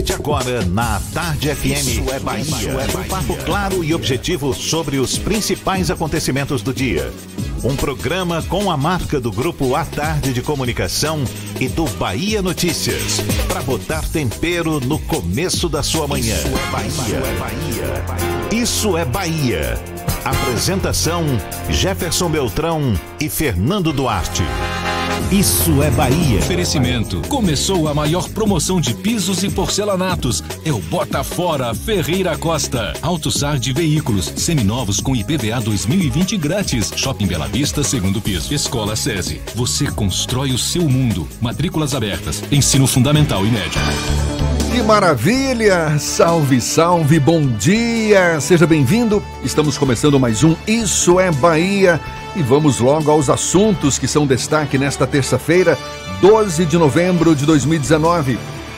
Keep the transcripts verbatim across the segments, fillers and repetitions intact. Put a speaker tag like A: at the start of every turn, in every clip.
A: de agora na Tarde F M. Isso é Bahia. Isso é Bahia. Um papo claro e objetivo sobre os principais acontecimentos do dia. Um programa com a marca do Grupo A Tarde de Comunicação e do Bahia Notícias. Para botar tempero no começo da sua manhã. Isso é Bahia. Isso é Bahia. Isso é Bahia. Apresentação: Jefferson Beltrão e Fernando Duarte. Isso é Bahia.
B: Oferecimento. Começou a maior promoção de pisos e porcelanatos. É o Bota Fora Ferreira Costa. AutoSar de veículos seminovos com I P V A dois mil e vinte grátis. Shopping Bela Vista, segundo piso. Escola SESI. Você constrói o seu mundo. Matrículas abertas. Ensino fundamental e médio.
C: Que maravilha! Salve, salve, bom dia! Seja bem-vindo. Estamos começando mais um Isso é Bahia. E vamos logo aos assuntos que são destaque nesta terça-feira, doze de novembro de dois mil e dezenove.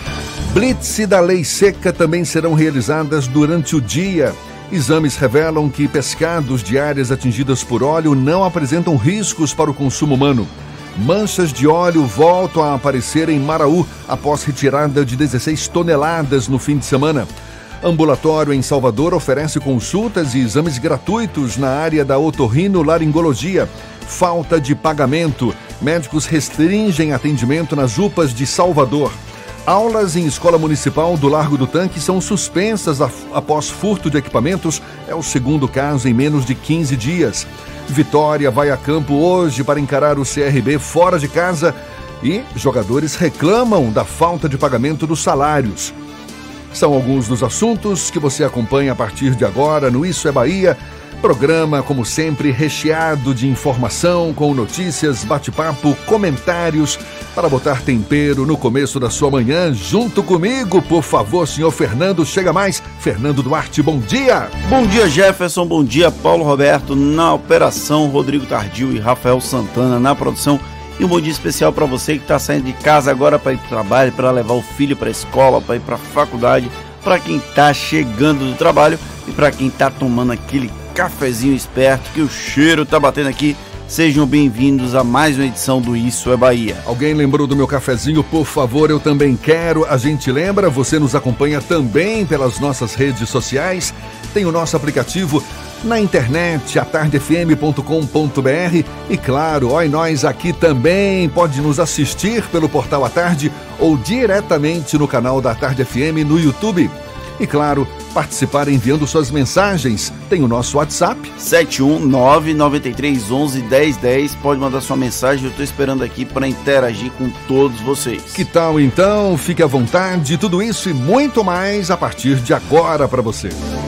C: Blitz da Lei Seca também serão realizadas durante o dia. Exames revelam que pescados de áreas atingidas por óleo não apresentam riscos para o consumo humano. Manchas de óleo voltam a aparecer em Maraú após retirada de dezesseis toneladas no fim de semana. Ambulatório em Salvador oferece consultas e exames gratuitos na área da otorrinolaringologia. Falta de pagamento. Médicos restringem atendimento nas U P As de Salvador. Aulas em escola municipal do Largo do Tanque são suspensas após furto de equipamentos. É o segundo caso em menos de quinze dias. Vitória vai a campo hoje para encarar o C R B fora de casa e jogadores reclamam da falta de pagamento dos salários. São alguns dos assuntos que você acompanha a partir de agora no Isso é Bahia. Programa, como sempre, recheado de informação, com notícias, bate-papo, comentários, para botar tempero no começo da sua manhã. Junto comigo, por favor, senhor Fernando, chega mais. Fernando Duarte, bom dia.
D: Bom dia, Jefferson, bom dia, Paulo Roberto na operação, Rodrigo Tardio e Rafael Santana na produção. E um bom dia especial para você que está saindo de casa agora para ir para o trabalho, para levar o filho para a escola, para ir para a faculdade, para quem está chegando do trabalho e para quem está tomando aquele cafezinho esperto que o cheiro está batendo aqui. Sejam bem-vindos a mais uma edição do Isso é Bahia.
C: Alguém lembrou do meu cafezinho? Por favor, eu também quero. A gente lembra, você nos acompanha também pelas nossas redes sociais. Tem o nosso aplicativo na internet, a tarde f m ponto com ponto b r. E claro, ó, e nós aqui também pode nos assistir pelo portal A Tarde ou diretamente no canal da Tarde F M no YouTube. E claro, participar enviando suas mensagens. Tem o nosso WhatsApp
D: sete um nove nove três um um um zero um zero. Pode mandar sua mensagem, eu estou esperando aqui para interagir com todos vocês.
C: Que tal então? Fique à vontade, tudo isso e muito mais a partir de agora para você.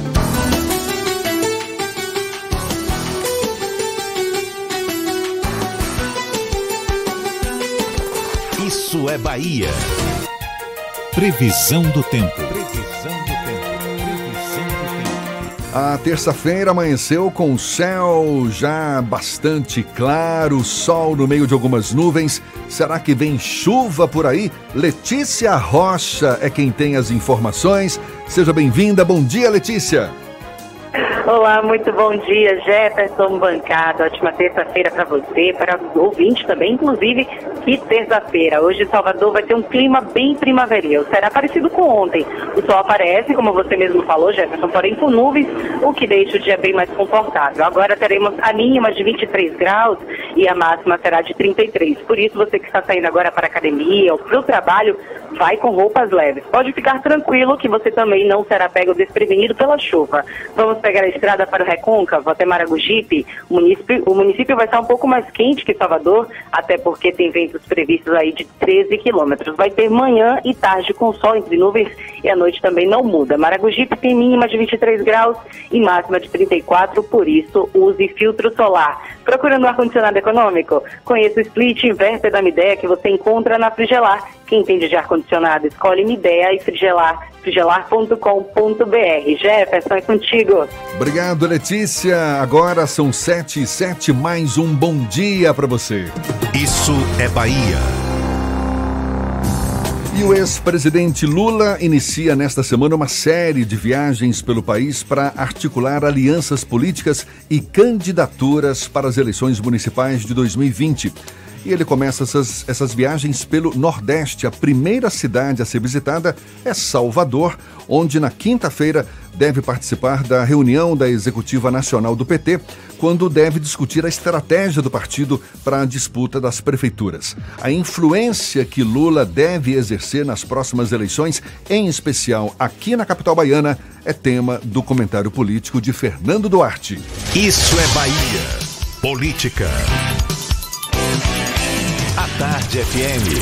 A: Isso é Bahia. Previsão do tempo. Previsão do tempo. Previsão do tempo.
C: A terça-feira amanheceu com o céu já bastante claro, sol no meio de algumas nuvens. Será que vem chuva por aí? Letícia Rocha é quem tem as informações. Seja bem-vinda. Bom dia, Letícia.
E: Olá, muito bom dia, Jefferson, bancada. Ótima terça-feira para você, para os ouvintes também, inclusive, que terça-feira. Hoje Salvador vai ter um clima bem primaveril. Será parecido com ontem. O sol aparece, como você mesmo falou, Jefferson, porém com nuvens, o que deixa o dia bem mais confortável. Agora teremos a mínima de vinte e três graus e a máxima será de trinta e três. Por isso, você que está saindo agora para a academia ou para o trabalho, vai com roupas leves. Pode ficar tranquilo que você também não será pego desprevenido pela chuva. Vamos pegar a estrada para o Recôncavo, até Maragogipe. O município, o município vai estar um pouco mais quente que Salvador, até porque tem ventos previstos aí de treze quilômetros. Vai ter manhã e tarde com sol entre nuvens e a noite também não muda. Maragogipe tem mínima de vinte e três graus e máxima de trinta e quatro, por isso use filtro solar. Procurando um ar-condicionado econômico? Conheça o Split Inverter da Midea que você encontra na Frigelar. Quem entende de ar-condicionado, escolhe Midea e Frigelar. frigelar ponto com ponto b r. Jefferson, é contigo.
C: Obrigado, Letícia. Agora são sete e sete, mais um bom dia para você.
A: Isso é Bahia.
C: E o ex-presidente Lula inicia nesta semana uma série de viagens pelo país para articular alianças políticas e candidaturas para as eleições municipais de dois mil e vinte. e ele começa essas, essas viagens pelo Nordeste. A primeira cidade a ser visitada é Salvador, onde na quinta-feira deve participar da reunião da Executiva Nacional do P T, quando deve discutir a estratégia do partido para a disputa das prefeituras. A influência que Lula deve exercer nas próximas eleições, em especial aqui na capital baiana, é tema do comentário político de Fernando Duarte.
A: Isso é Bahia. Política. A Tarde F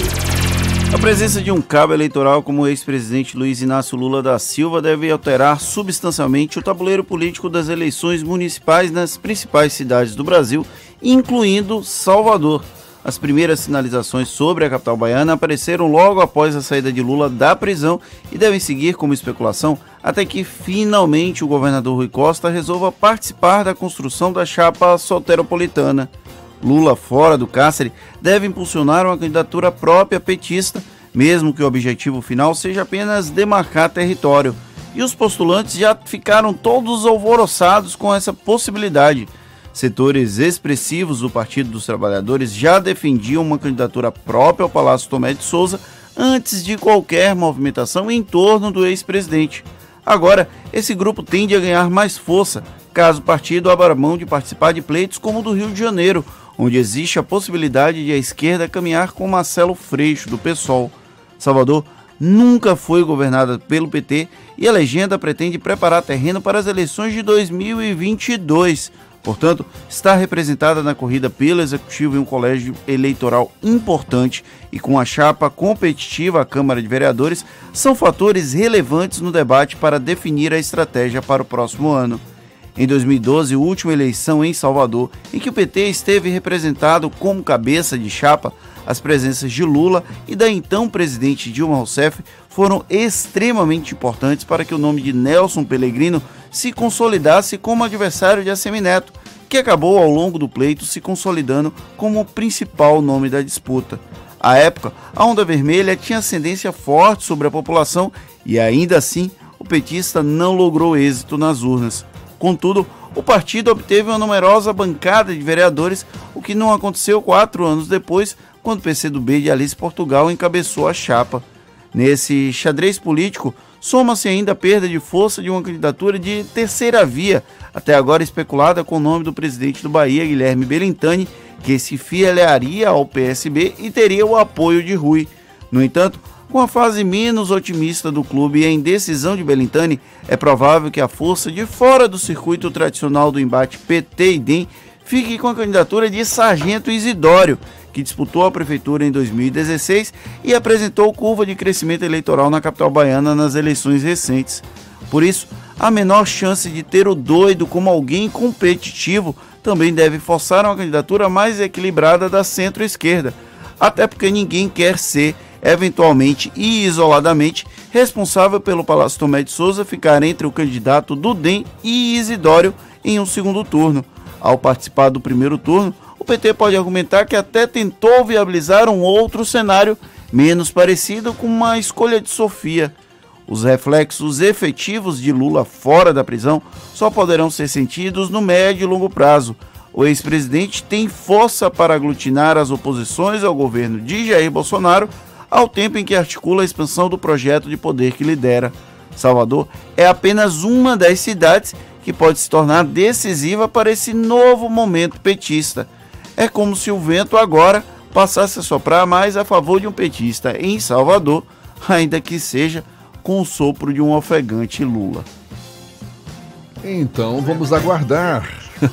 A: M.
D: A presença de um cabo eleitoral como o ex-presidente Luiz Inácio Lula da Silva deve alterar substancialmente o tabuleiro político das eleições municipais nas principais cidades do Brasil, incluindo Salvador. As primeiras sinalizações sobre a capital baiana apareceram logo após a saída de Lula da prisão e devem seguir como especulação até que finalmente o governador Rui Costa resolva participar da construção da chapa soteropolitana. Lula, fora do cárcere, deve impulsionar uma candidatura própria petista, mesmo que o objetivo final seja apenas demarcar território. E os postulantes já ficaram todos alvoroçados com essa possibilidade. Setores expressivos do Partido dos Trabalhadores já defendiam uma candidatura própria ao Palácio Tomé de Souza antes de qualquer movimentação em torno do ex-presidente. Agora, esse grupo tende a ganhar mais força, caso o partido abra mão de participar de pleitos como o do Rio de Janeiro, onde existe a possibilidade de a esquerda caminhar com Marcelo Freixo, do PSOL. Salvador nunca foi governada pelo P T e a legenda pretende preparar terreno para as eleições de dois mil e vinte e dois. Portanto, estar representada na corrida pelo Executivo em um colégio eleitoral importante e com a chapa competitiva à Câmara de Vereadores são fatores relevantes no debate para definir a estratégia para o próximo ano. Em dois mil e doze, última eleição em Salvador, em que o P T esteve representado como cabeça de chapa, as presenças de Lula e da então presidente Dilma Rousseff foram extremamente importantes para que o nome de Nelson Pellegrino se consolidasse como adversário de Assemineto, que acabou ao longo do pleito se consolidando como o principal nome da disputa. À época, a onda vermelha tinha ascendência forte sobre a população e ainda assim o petista não logrou êxito nas urnas. Contudo, o partido obteve uma numerosa bancada de vereadores, o que não aconteceu quatro anos depois, quando o P C do B de Alice Portugal encabeçou a chapa. Nesse xadrez político, soma-se ainda a perda de força de uma candidatura de terceira via, até agora especulada com o nome do presidente do Bahia, Guilherme Belintani, que se filiaria ao P S B e teria o apoio de Rui. No entanto, com a fase menos otimista do clube e a indecisão de Belintani, é provável que a força de fora do circuito tradicional do embate P T e D E M fique com a candidatura de Sargento Isidório, que disputou a prefeitura em dois mil e dezesseis e apresentou curva de crescimento eleitoral na capital baiana nas eleições recentes. Por isso, a menor chance de ter o doido como alguém competitivo também deve forçar uma candidatura mais equilibrada da centro-esquerda, até porque ninguém quer ser, eventualmente e isoladamente, responsável pelo Palácio Tomé de Souza ficar entre o candidato do D E M e Isidório em um segundo turno. Ao participar do primeiro turno, o P T pode argumentar que até tentou viabilizar um outro cenário menos parecido com uma escolha de Sofia. Os reflexos efetivos de Lula fora da prisão só poderão ser sentidos no médio e longo prazo. O ex-presidente tem força para aglutinar as oposições ao governo de Jair Bolsonaro, ao tempo em que articula a expansão do projeto de poder que lidera. Salvador é apenas uma das cidades que pode se tornar decisiva para esse novo momento petista. É como se o vento agora passasse a soprar mais a favor de um petista em Salvador, ainda que seja com o sopro de um ofegante Lula.
C: Então vamos aguardar.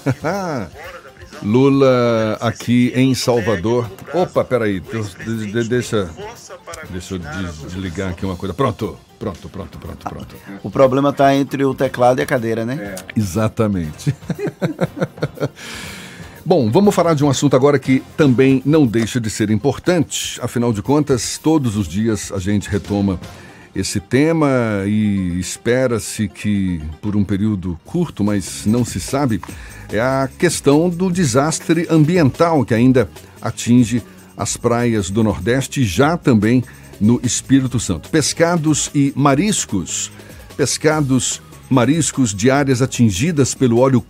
C: Lula aqui em Salvador. Opa, peraí, de, de, deixa, deixa eu desligar aqui uma coisa. Pronto, pronto, pronto, pronto, pronto.
D: O problema está entre o teclado e a cadeira, né?
C: É. Exatamente. Bom, vamos falar de um assunto agora que também não deixa de ser importante. Afinal de contas, todos os dias a gente retoma esse tema e espera-se que, por um período curto, mas não se sabe, é a questão do desastre ambiental que ainda atinge as praias do Nordeste, já também no Espírito Santo. Pescados e mariscos, pescados, mariscos de áreas atingidas pelo óleo cru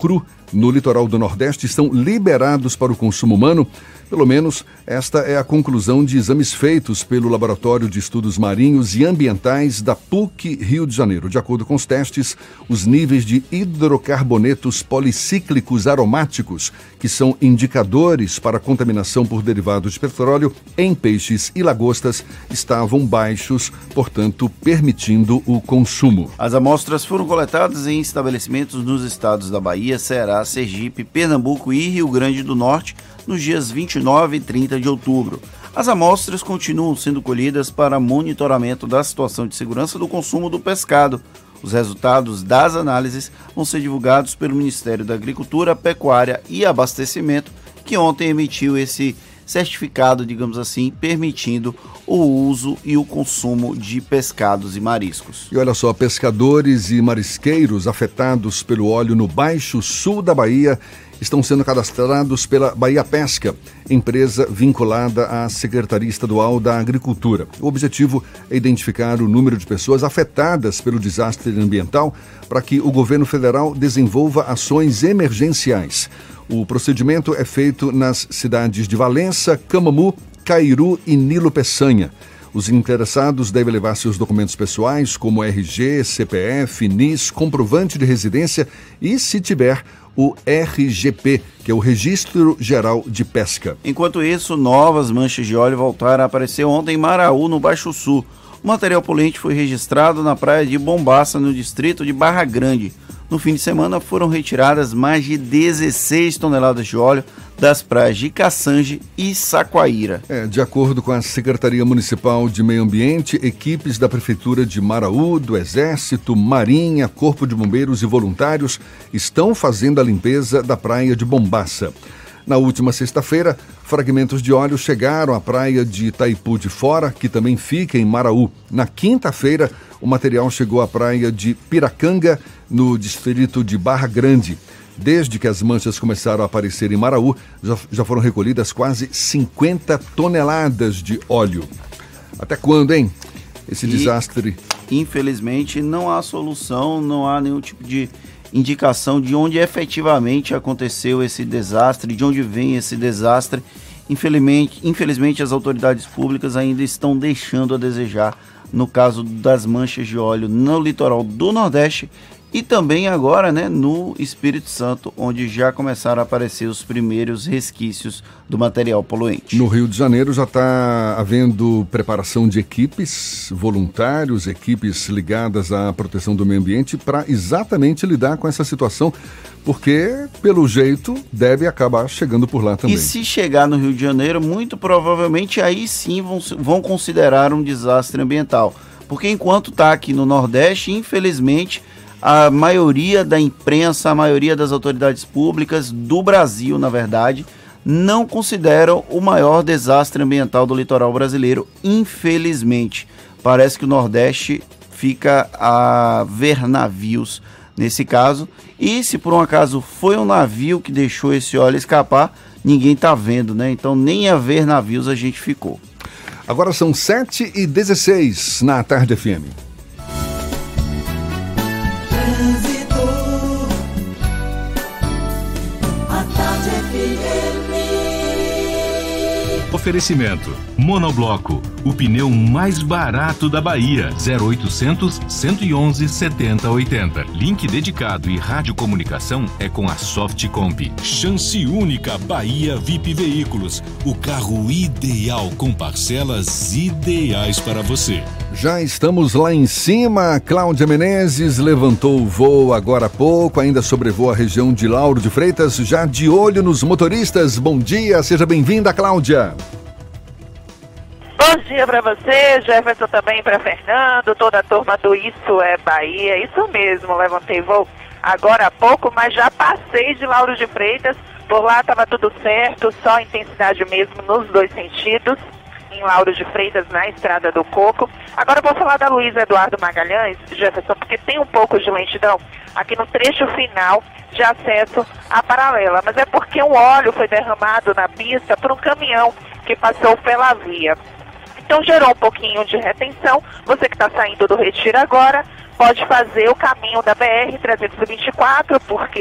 C: no litoral do Nordeste estão liberados para o consumo humano. Pelo menos esta é a conclusão de exames feitos pelo Laboratório de Estudos Marinhos e Ambientais da P U C Rio de Janeiro. De acordo com os testes, os níveis de hidrocarbonetos policíclicos aromáticos, que são indicadores para contaminação por derivados de petróleo em peixes e lagostas, estavam baixos, portanto, permitindo o consumo.
D: As amostras foram coletadas em estabelecimentos nos estados da Bahia, Ceará, Sergipe, Pernambuco e Rio Grande do Norte, nos dias vinte e nove e trinta de outubro. As amostras continuam sendo colhidas para monitoramento da situação de segurança do consumo do pescado. Os resultados das análises vão ser divulgados pelo Ministério da Agricultura, Pecuária e Abastecimento, que ontem emitiu esse certificado, digamos assim, permitindo o uso e o consumo de pescados e mariscos.
C: E olha só, pescadores e marisqueiros afetados pelo óleo no Baixo Sul da Bahia estão sendo cadastrados pela Bahia Pesca, empresa vinculada à Secretaria Estadual da Agricultura. O objetivo é identificar o número de pessoas afetadas pelo desastre ambiental para que o governo federal desenvolva ações emergenciais. O procedimento é feito nas cidades de Valença, Camamu, Cairu e Nilo Peçanha. Os interessados devem levar seus documentos pessoais, como R G, C P F, N I S, comprovante de residência e, se tiver, o R G P, que é o Registro Geral de Pesca.
D: Enquanto isso, novas manchas de óleo voltaram a aparecer ontem em Maraú, no Baixo Sul. O material poluente foi registrado na praia de Bombaça, no distrito de Barra Grande. No fim de semana foram retiradas mais de dezesseis toneladas de óleo das praias de Caçange e Saquaíra.
C: É, de acordo com a Secretaria Municipal de Meio Ambiente, equipes da Prefeitura de Maraú, do Exército, Marinha, Corpo de Bombeiros e voluntários estão fazendo a limpeza da praia de Bombaça. Na última sexta-feira, fragmentos de óleo chegaram à praia de Itaipu de Fora, que também fica em Maraú. Na quinta-feira, o material chegou à praia de Piracanga, no distrito de Barra Grande. Desde que as manchas começaram a aparecer em Maraú, já, já foram recolhidas quase cinquenta toneladas de óleo. Até quando, hein? Esse e, desastre.
D: Infelizmente, não há solução, não há nenhum tipo de indicação de onde efetivamente aconteceu esse desastre, de onde vem esse desastre. Infelizmente, infelizmente as autoridades públicas ainda estão deixando a desejar no caso das manchas de óleo no litoral do Nordeste e também agora, né, no Espírito Santo, onde já começaram a aparecer os primeiros resquícios do material poluente.
C: No Rio de Janeiro já está havendo preparação de equipes, voluntários, equipes ligadas à proteção do meio ambiente para exatamente lidar com essa situação, porque, pelo jeito, deve acabar chegando por lá também.
D: E se chegar no Rio de Janeiro, muito provavelmente aí sim vão, vão considerar um desastre ambiental, porque enquanto está aqui no Nordeste, infelizmente, a maioria da imprensa, a maioria das autoridades públicas do Brasil, na verdade, não consideram o maior desastre ambiental do litoral brasileiro, infelizmente. Parece que o Nordeste fica a ver navios nesse caso, e se por um acaso foi um navio que deixou esse óleo escapar, ninguém está vendo, né? Então nem a ver navios a gente ficou.
C: Agora são sete e dezesseis na Tarde F M.
B: Oferecimento Monobloco, o pneu mais barato da Bahia. zero oitocentos, cento e onze, setenta, oitenta. Link dedicado e radiocomunicação é com a Softcomp. Chance única Bahia V I P Veículos, o carro ideal com parcelas ideais para você.
C: Já estamos lá em cima. Cláudia Menezes levantou o voo agora há pouco, ainda sobrevoa a região de Lauro de Freitas, já de olho nos motoristas. Bom dia, seja bem-vinda, Cláudia.
F: Bom dia para você, Jefferson, também para Fernando, toda a turma do Isso é Bahia. Isso mesmo, levantei voo agora há pouco, mas já passei de Lauro de Freitas. Por lá estava tudo certo, só intensidade mesmo nos dois sentidos. Em Lauro de Freitas, na Estrada do Coco. Agora eu vou falar da Luiz Eduardo Magalhães, Jefferson, porque tem um pouco de lentidão aqui no trecho final de acesso à paralela, mas é porque um óleo foi derramado na pista por um caminhão que passou pela via. Então gerou um pouquinho de retenção. Você que está saindo do Retiro agora pode fazer o caminho da B R trezentos e vinte e quatro, porque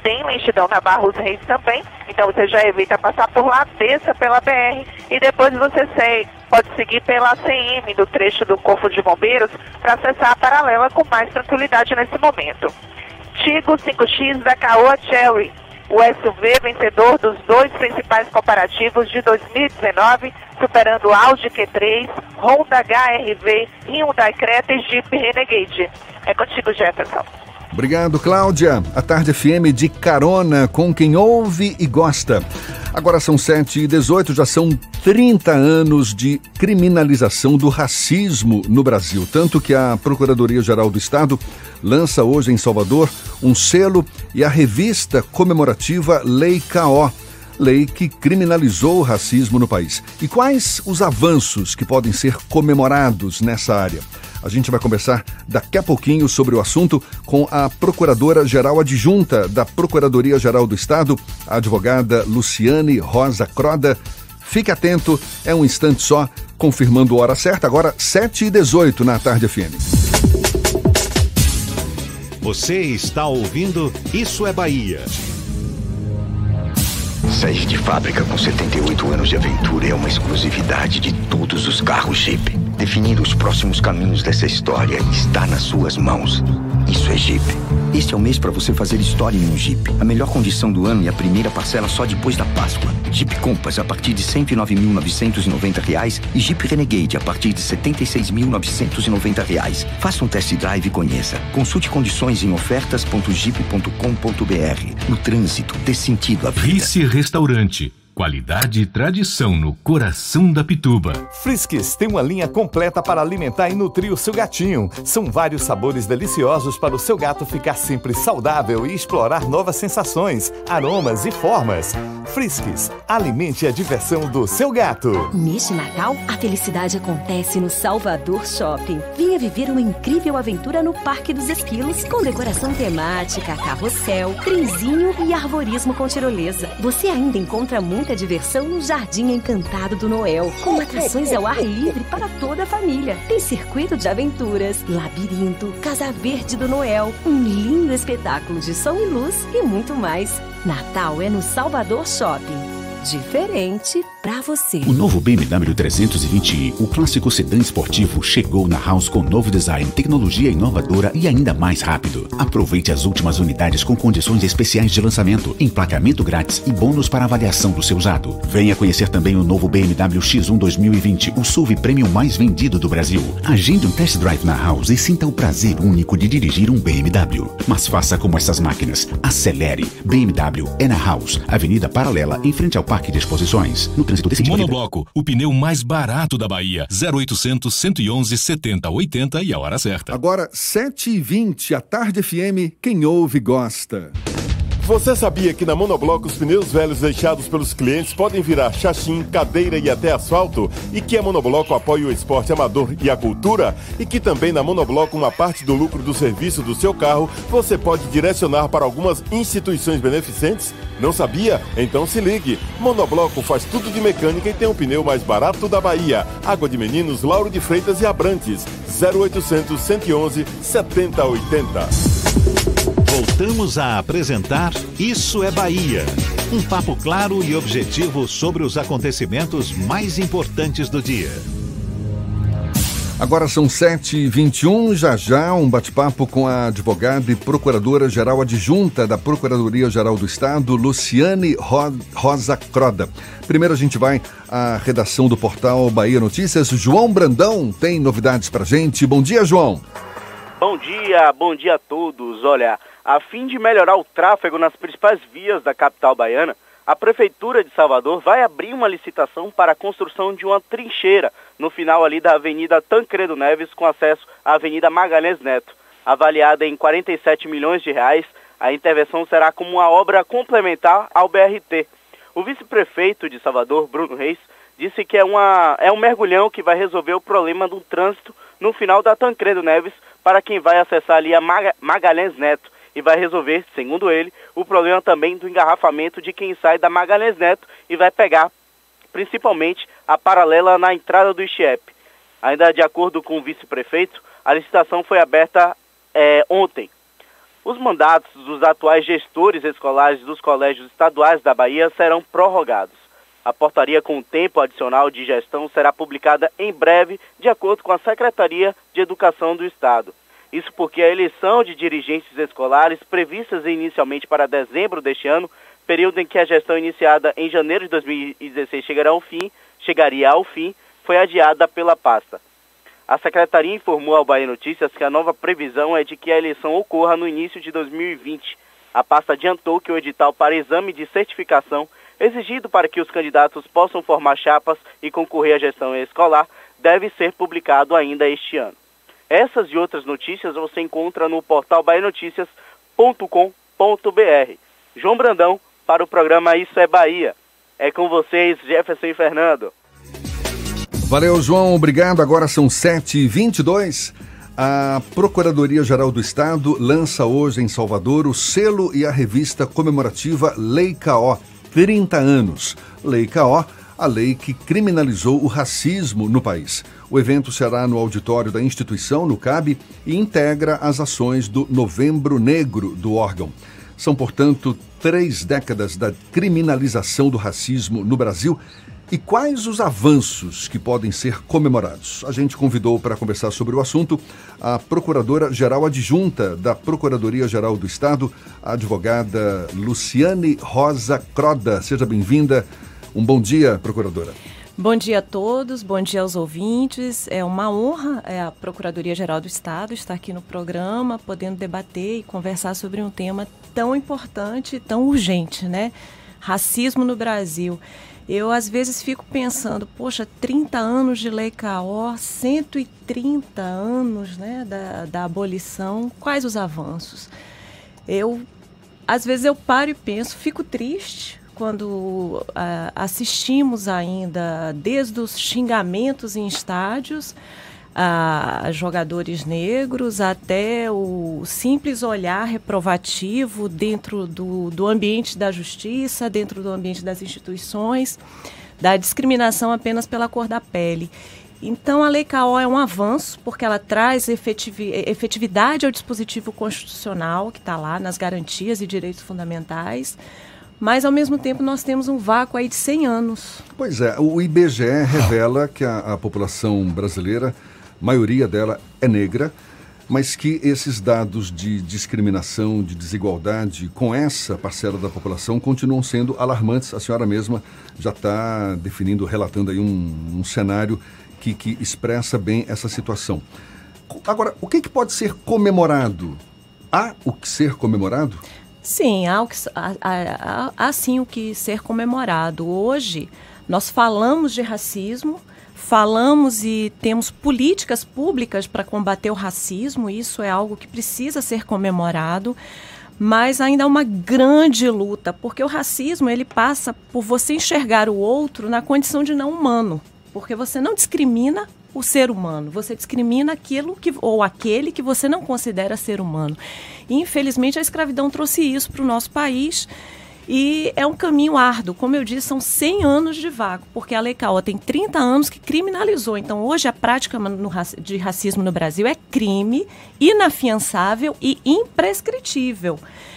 F: tem lentidão na Barros Reis também, então você já evita passar por lá, desça pela B R e depois você segue, pode seguir pela C M do trecho do Corpo de Bombeiros para acessar a paralela com mais tranquilidade nesse momento. Tigo cinco X da Caoa Cherry, o S U V vencedor dos dois principais comparativos de dois mil e dezenove, superando Audi Q três, Honda H R V, Hyundai Creta e Jeep Renegade. É contigo, Jefferson.
C: Obrigado, Cláudia. A Tarde F M de carona com quem ouve e gosta. Agora são sete e dezoito, já são trinta anos de criminalização do racismo no Brasil. Tanto que a Procuradoria-Geral do Estado lança hoje em Salvador um selo e a revista comemorativa Lei K O, lei que criminalizou o racismo no país. E quais os avanços que podem ser comemorados nessa área? A gente vai conversar daqui a pouquinho sobre o assunto com a Procuradora-Geral Adjunta da Procuradoria-Geral do Estado, a advogada Luciane Rosa Croda. Fique atento, é um instante só, confirmando a hora certa, agora sete e dezoito na Tarde F M.
A: Você está ouvindo Isso é Bahia.
G: Sair de fábrica com setenta e oito anos de aventura é uma exclusividade de todos os carros Jeep. Definir os próximos caminhos dessa história está nas suas mãos. Isso é Jeep. Este é o mês para você fazer história em um Jeep. A melhor condição do ano e a primeira parcela só depois da Páscoa. Jeep Compass a partir de cento e nove mil novecentos e noventa reais e Jeep Renegade a partir de setenta e seis mil novecentos e noventa reais. Faça um test drive e conheça. Consulte condições em ofertas ponto jeep ponto com ponto b r. No trânsito, dê sentido à vida.
B: Rice Restaurante. Qualidade e tradição no coração da Pituba.
H: Friskies tem uma linha completa para alimentar e nutrir o seu gatinho. São vários sabores deliciosos para o seu gato ficar sempre saudável e explorar novas sensações, aromas e formas. Friskies, alimente a diversão do seu gato.
I: Neste Natal, a felicidade acontece no Salvador Shopping. Venha viver uma incrível aventura no Parque dos Esquilos, com decoração temática, carrossel, trenzinho e arborismo com tirolesa. Você ainda encontra muito Muita diversão no Jardim Encantado do Noel, com atrações ao ar livre para toda a família. Tem circuito de aventuras, labirinto, Casa Verde do Noel, um lindo espetáculo de som e luz e muito mais. Natal é no Salvador Shopping. Diferente pra você.
J: O novo B M W trezentos e vinte i, o clássico sedã esportivo, chegou na House com novo design, tecnologia inovadora e ainda mais rápido. Aproveite as últimas unidades com condições especiais de lançamento, emplacamento grátis e bônus para avaliação do seu usado. Venha conhecer também o novo B M W X um dois mil e vinte, o S U V premium mais vendido do Brasil. Agende um test drive na House e sinta o prazer único de dirigir um B M W. Mas faça como essas máquinas. Acelere. B M W é na House, Avenida Paralela, em frente ao Parque de Exposições. No trânsito desse
B: Monobloco, o pneu mais barato da Bahia. zero oitocentos, cento e onze, setenta, oitenta e a hora certa.
C: Agora, sete e vinte, a Tarde F M, quem ouve gosta.
K: Você sabia que na Monobloco os pneus velhos deixados pelos clientes podem virar chachim, cadeira e até asfalto? E que a Monobloco apoia o esporte amador e a cultura? E que também na Monobloco uma parte do lucro do serviço do seu carro você pode direcionar para algumas instituições beneficentes? Não sabia? Então se ligue. Monobloco faz tudo de mecânica e tem o pneu mais barato da Bahia. Água de Meninos, Lauro de Freitas e Abrantes. zero oitocentos, cento e onze, setenta, oitenta.
A: Voltamos a apresentar Isso é Bahia. Um papo claro e objetivo sobre os acontecimentos mais importantes do dia.
C: Agora são sete e vinte e um, já já um bate-papo com a advogada e procuradora-geral adjunta da Procuradoria-Geral do Estado, Luciane Rosa Croda. Primeiro a gente vai à redação do portal Bahia Notícias. João Brandão tem novidades pra gente. Bom dia, João.
L: Bom dia, bom dia a todos. Olha, a fim de melhorar o tráfego nas principais vias da capital baiana, a Prefeitura de Salvador vai abrir uma licitação para a construção de uma trincheira no final ali da Avenida Tancredo Neves, com acesso à Avenida Magalhães Neto. Avaliada em quarenta e sete milhões de reais, a intervenção será como uma obra complementar ao B R T. O vice-prefeito de Salvador, Bruno Reis, disse que é, uma, é um mergulhão que vai resolver o problema do trânsito no final da Tancredo Neves para quem vai acessar ali a Maga, Magalhães Neto, e vai resolver, segundo ele, o problema também do engarrafamento de quem sai da Magalhães Neto e vai pegar principalmente a paralela na entrada do Ixiepe. Ainda de acordo com o vice-prefeito, a licitação foi aberta é, ontem. Os mandatos dos atuais gestores escolares dos colégios estaduais da Bahia serão prorrogados. A portaria com o tempo adicional de gestão será publicada em breve, de acordo com a Secretaria de Educação do Estado. Isso porque a eleição de dirigentes escolares, previstas inicialmente para dezembro deste ano, período em que a gestão iniciada em janeiro de dois mil e dezesseis chegará ao fim, chegaria ao fim, foi adiada pela pasta. A Secretaria informou ao Bahia Notícias que a nova previsão é de que a eleição ocorra no início de dois mil e vinte. A pasta adiantou que o edital para exame de certificação, exigido para que os candidatos possam formar chapas e concorrer à gestão escolar, deve ser publicado ainda este ano. Essas e outras notícias você encontra no portal bahia noticias ponto com ponto b r. João Brandão, para o programa Isso é Bahia. É com vocês, Jefferson e Fernando.
C: Valeu, João, obrigado. Agora são sete e vinte e dois. A Procuradoria-Geral do Estado lança hoje em Salvador o selo e a revista comemorativa Lei K O, trinta anos. Lei K O, a lei que criminalizou o racismo no país. O evento será no auditório da instituição, no C A B, e integra as ações do Novembro Negro do órgão. São, portanto, três décadas da criminalização do racismo no Brasil. E quais os avanços que podem ser comemorados? A gente convidou para conversar sobre o assunto a Procuradora-Geral Adjunta da Procuradoria-Geral do Estado, a advogada Luciane Rosa Croda. Seja bem-vinda. Um bom dia, Procuradora.
M: Bom dia a todos, bom dia aos ouvintes. É uma honra é, a Procuradoria-Geral do Estado estar aqui no programa, podendo debater e conversar sobre um tema tão importante e tão urgente, né? Racismo no Brasil. Eu, às vezes, fico pensando, poxa, trinta anos de Lei K O, cento e trinta anos, né, da, da abolição, quais os avanços? Eu, às vezes, eu paro e penso, fico triste quando uh, assistimos ainda, desde os xingamentos em estádios, a jogadores negros, até o simples olhar reprovativo dentro do, do ambiente da justiça, dentro do ambiente das instituições, da discriminação apenas pela cor da pele. Então, a Lei K O é um avanço, porque ela traz efetivi- efetividade ao dispositivo constitucional, que está lá nas garantias e direitos fundamentais, mas, ao mesmo tempo, nós temos um vácuo aí de cem anos.
C: Pois é, o I B G E revela que a, a população brasileira, a maioria dela é negra, mas que esses dados de discriminação, de desigualdade com essa parcela da população continuam sendo alarmantes. A senhora mesma já está definindo, relatando aí um, um cenário que, que expressa bem essa situação. Agora, o que, que pode ser comemorado? Há o que ser comemorado?
M: Sim, há, o que, há, há, há sim o que ser comemorado. Hoje, nós falamos de racismo, falamos e temos políticas públicas para combater o racismo, isso é algo que precisa ser comemorado, mas ainda há uma grande luta, porque o racismo ele passa por você enxergar o outro na condição de não humano, porque você não discrimina o ser humano, você discrimina aquilo que, ou aquele que você não considera ser humano. E, infelizmente, a escravidão trouxe isso para o nosso país. E é um caminho árduo, como eu disse, são cem anos de vácuo, porque a Lei K O tem trinta anos que criminalizou. Então, hoje, a prática no, de racismo no Brasil é crime inafiançável e imprescritível.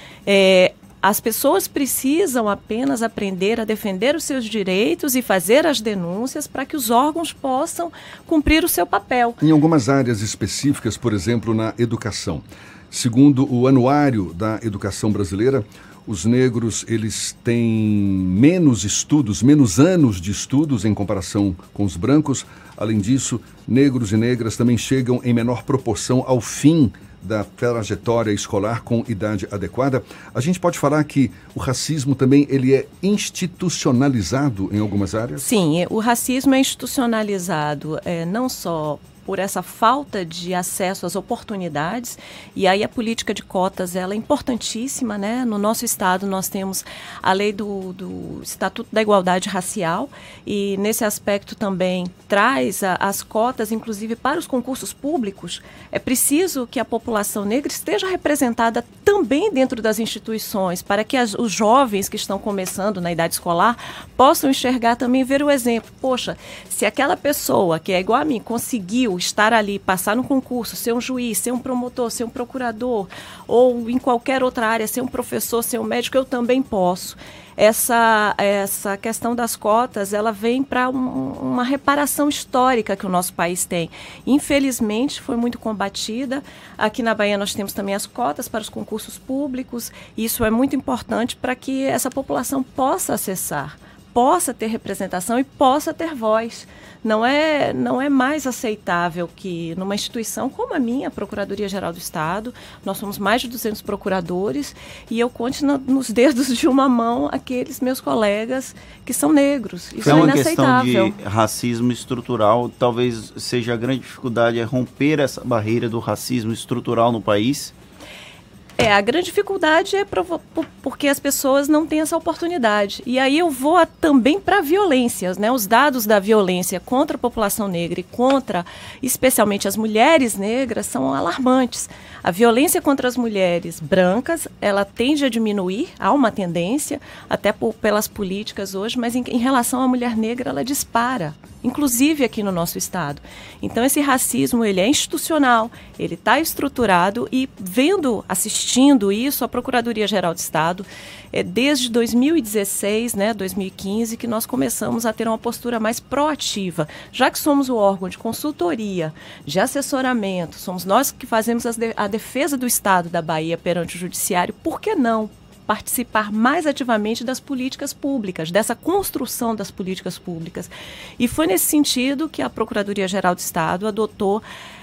M: É, as pessoas precisam apenas aprender a defender os seus direitos e fazer as denúncias para que os órgãos possam cumprir o seu papel.
C: Em algumas áreas específicas, por exemplo, na educação. Segundo o Anuário da Educação Brasileira, os negros, eles têm menos estudos, menos anos de estudos em comparação com os brancos. Além disso, negros e negras também chegam em menor proporção ao fim da trajetória escolar com idade adequada. A gente pode falar que o racismo também ele é institucionalizado em algumas áreas?
M: Sim, o racismo é institucionalizado é, não só por essa falta de acesso às oportunidades, e aí a política de cotas ela é importantíssima, né? No nosso estado nós temos a lei do, do Estatuto da Igualdade Racial, e nesse aspecto também traz a, as cotas, inclusive para os concursos públicos. É preciso que a população negra esteja representada também dentro das instituições, para que as, os jovens que estão começando na idade escolar possam enxergar também, ver o exemplo. Poxa, se aquela pessoa que é igual a mim conseguiu eu estar ali, passar no concurso, ser um juiz, ser um promotor, ser um procurador, ou em qualquer outra área, ser um professor, ser um médico, eu também posso. Essa, essa questão das cotas, ela vem para um, uma reparação histórica que o nosso país tem. Infelizmente, foi muito combatida. Aqui na Bahia nós temos também as cotas para os concursos públicos. Isso é muito importante para que essa população possa acessar, possa ter representação e possa ter voz. Não é, não é mais aceitável que numa instituição como a minha, a Procuradoria-Geral do Estado, nós somos mais de duzentos procuradores e eu conto no, nos dedos de uma mão aqueles meus colegas que são negros. Isso é,
D: uma
M: é inaceitável.
D: Questão de racismo estrutural, talvez seja a grande dificuldade é romper essa barreira do racismo estrutural no país.
M: É, a grande dificuldade é provo- porque as pessoas não têm essa oportunidade. E aí eu vou a, também para violências, né? Os dados da violência contra a população negra e contra, especialmente as mulheres negras, são alarmantes. A violência contra as mulheres brancas, ela tende a diminuir, há uma tendência, até por, pelas políticas hoje, mas em, em relação à mulher negra, ela dispara, inclusive aqui no nosso estado. Então esse racismo, ele é institucional, ele está estruturado e vendo, assistindo isso, a Procuradoria-Geral do Estado, é desde dois mil e dezesseis, né, dois mil e quinze, que nós começamos a ter uma postura mais proativa, já que somos o órgão de consultoria, de assessoramento, somos nós que fazemos as de, a defesa do Estado da Bahia perante o Judiciário, por que não participar mais ativamente das políticas públicas, dessa construção das políticas públicas? E foi nesse sentido que a Procuradoria-Geral do Estado adotou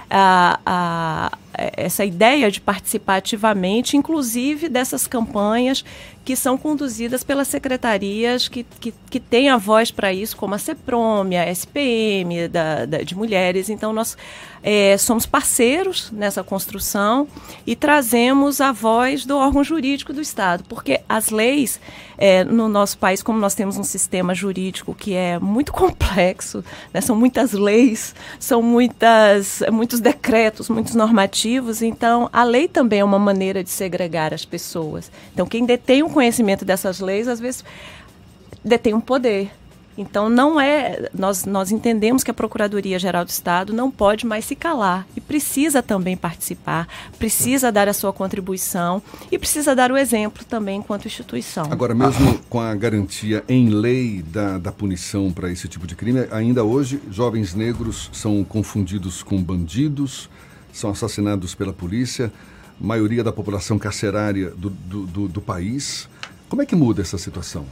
M: a, a, essa ideia de participar ativamente, inclusive dessas campanhas que são conduzidas pelas secretarias que, que, que têm a voz para isso, como a CEPROM, a S P M da, da, de mulheres. Então, nós é, somos parceiros nessa construção e trazemos a voz do órgão jurídico do Estado, porque as leis é, no nosso país, como nós temos um sistema jurídico que é muito complexo, né, são muitas leis, são muitas, muitos decretos, muitos normativos, então a lei também é uma maneira de segregar as pessoas. Então, quem detém um conhecimento dessas leis, às vezes, detém um poder. Então, não é, nós, nós entendemos que a Procuradoria-Geral do Estado não pode mais se calar e precisa também participar, precisa dar a sua contribuição e precisa dar o exemplo também enquanto instituição.
C: Agora, mesmo com a garantia em lei da, da punição para esse tipo de crime, ainda hoje jovens negros são confundidos com bandidos, são assassinados pela polícia, maioria da população carcerária do, do, do, do país. Como é que muda essa situação?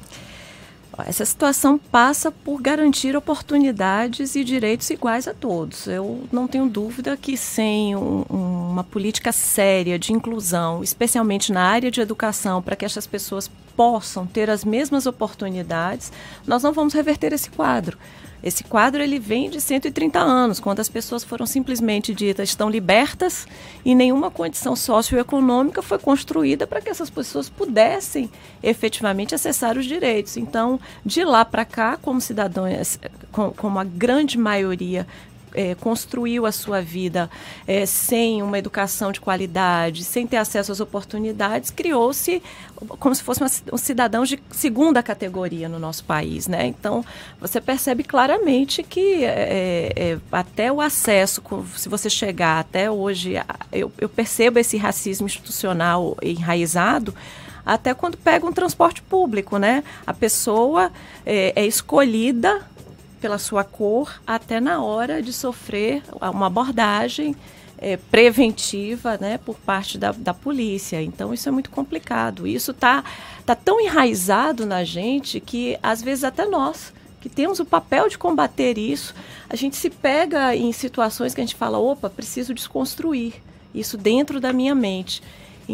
M: Essa situação passa por garantir oportunidades e direitos iguais a todos. Eu não tenho dúvida que sem um, uma política séria de inclusão, especialmente na área de educação, para que essas pessoas possam ter as mesmas oportunidades, nós não vamos reverter esse quadro. Esse quadro ele vem de cento e trinta anos, quando as pessoas foram simplesmente ditas estão libertas e nenhuma condição socioeconômica foi construída para que essas pessoas pudessem efetivamente acessar os direitos. Então, de lá para cá, como cidadãos, como a grande maioria É, construiu a sua vida é, sem uma educação de qualidade, sem ter acesso às oportunidades, criou-se como se fosse uma, um cidadão de segunda categoria no nosso país, né? Então, você percebe claramente que é, é, até o acesso, se você chegar até hoje, eu, eu percebo esse racismo institucional enraizado, até quando pega um transporte público, né? A pessoa é, é escolhida pela sua cor, até na hora de sofrer uma abordagem é, preventiva, né, por parte da, da polícia. Então, isso é muito complicado. Isso está tá tão enraizado na gente que, às vezes, até nós, que temos o papel de combater isso, a gente se pega em situações que a gente fala, opa, preciso desconstruir isso dentro da minha mente.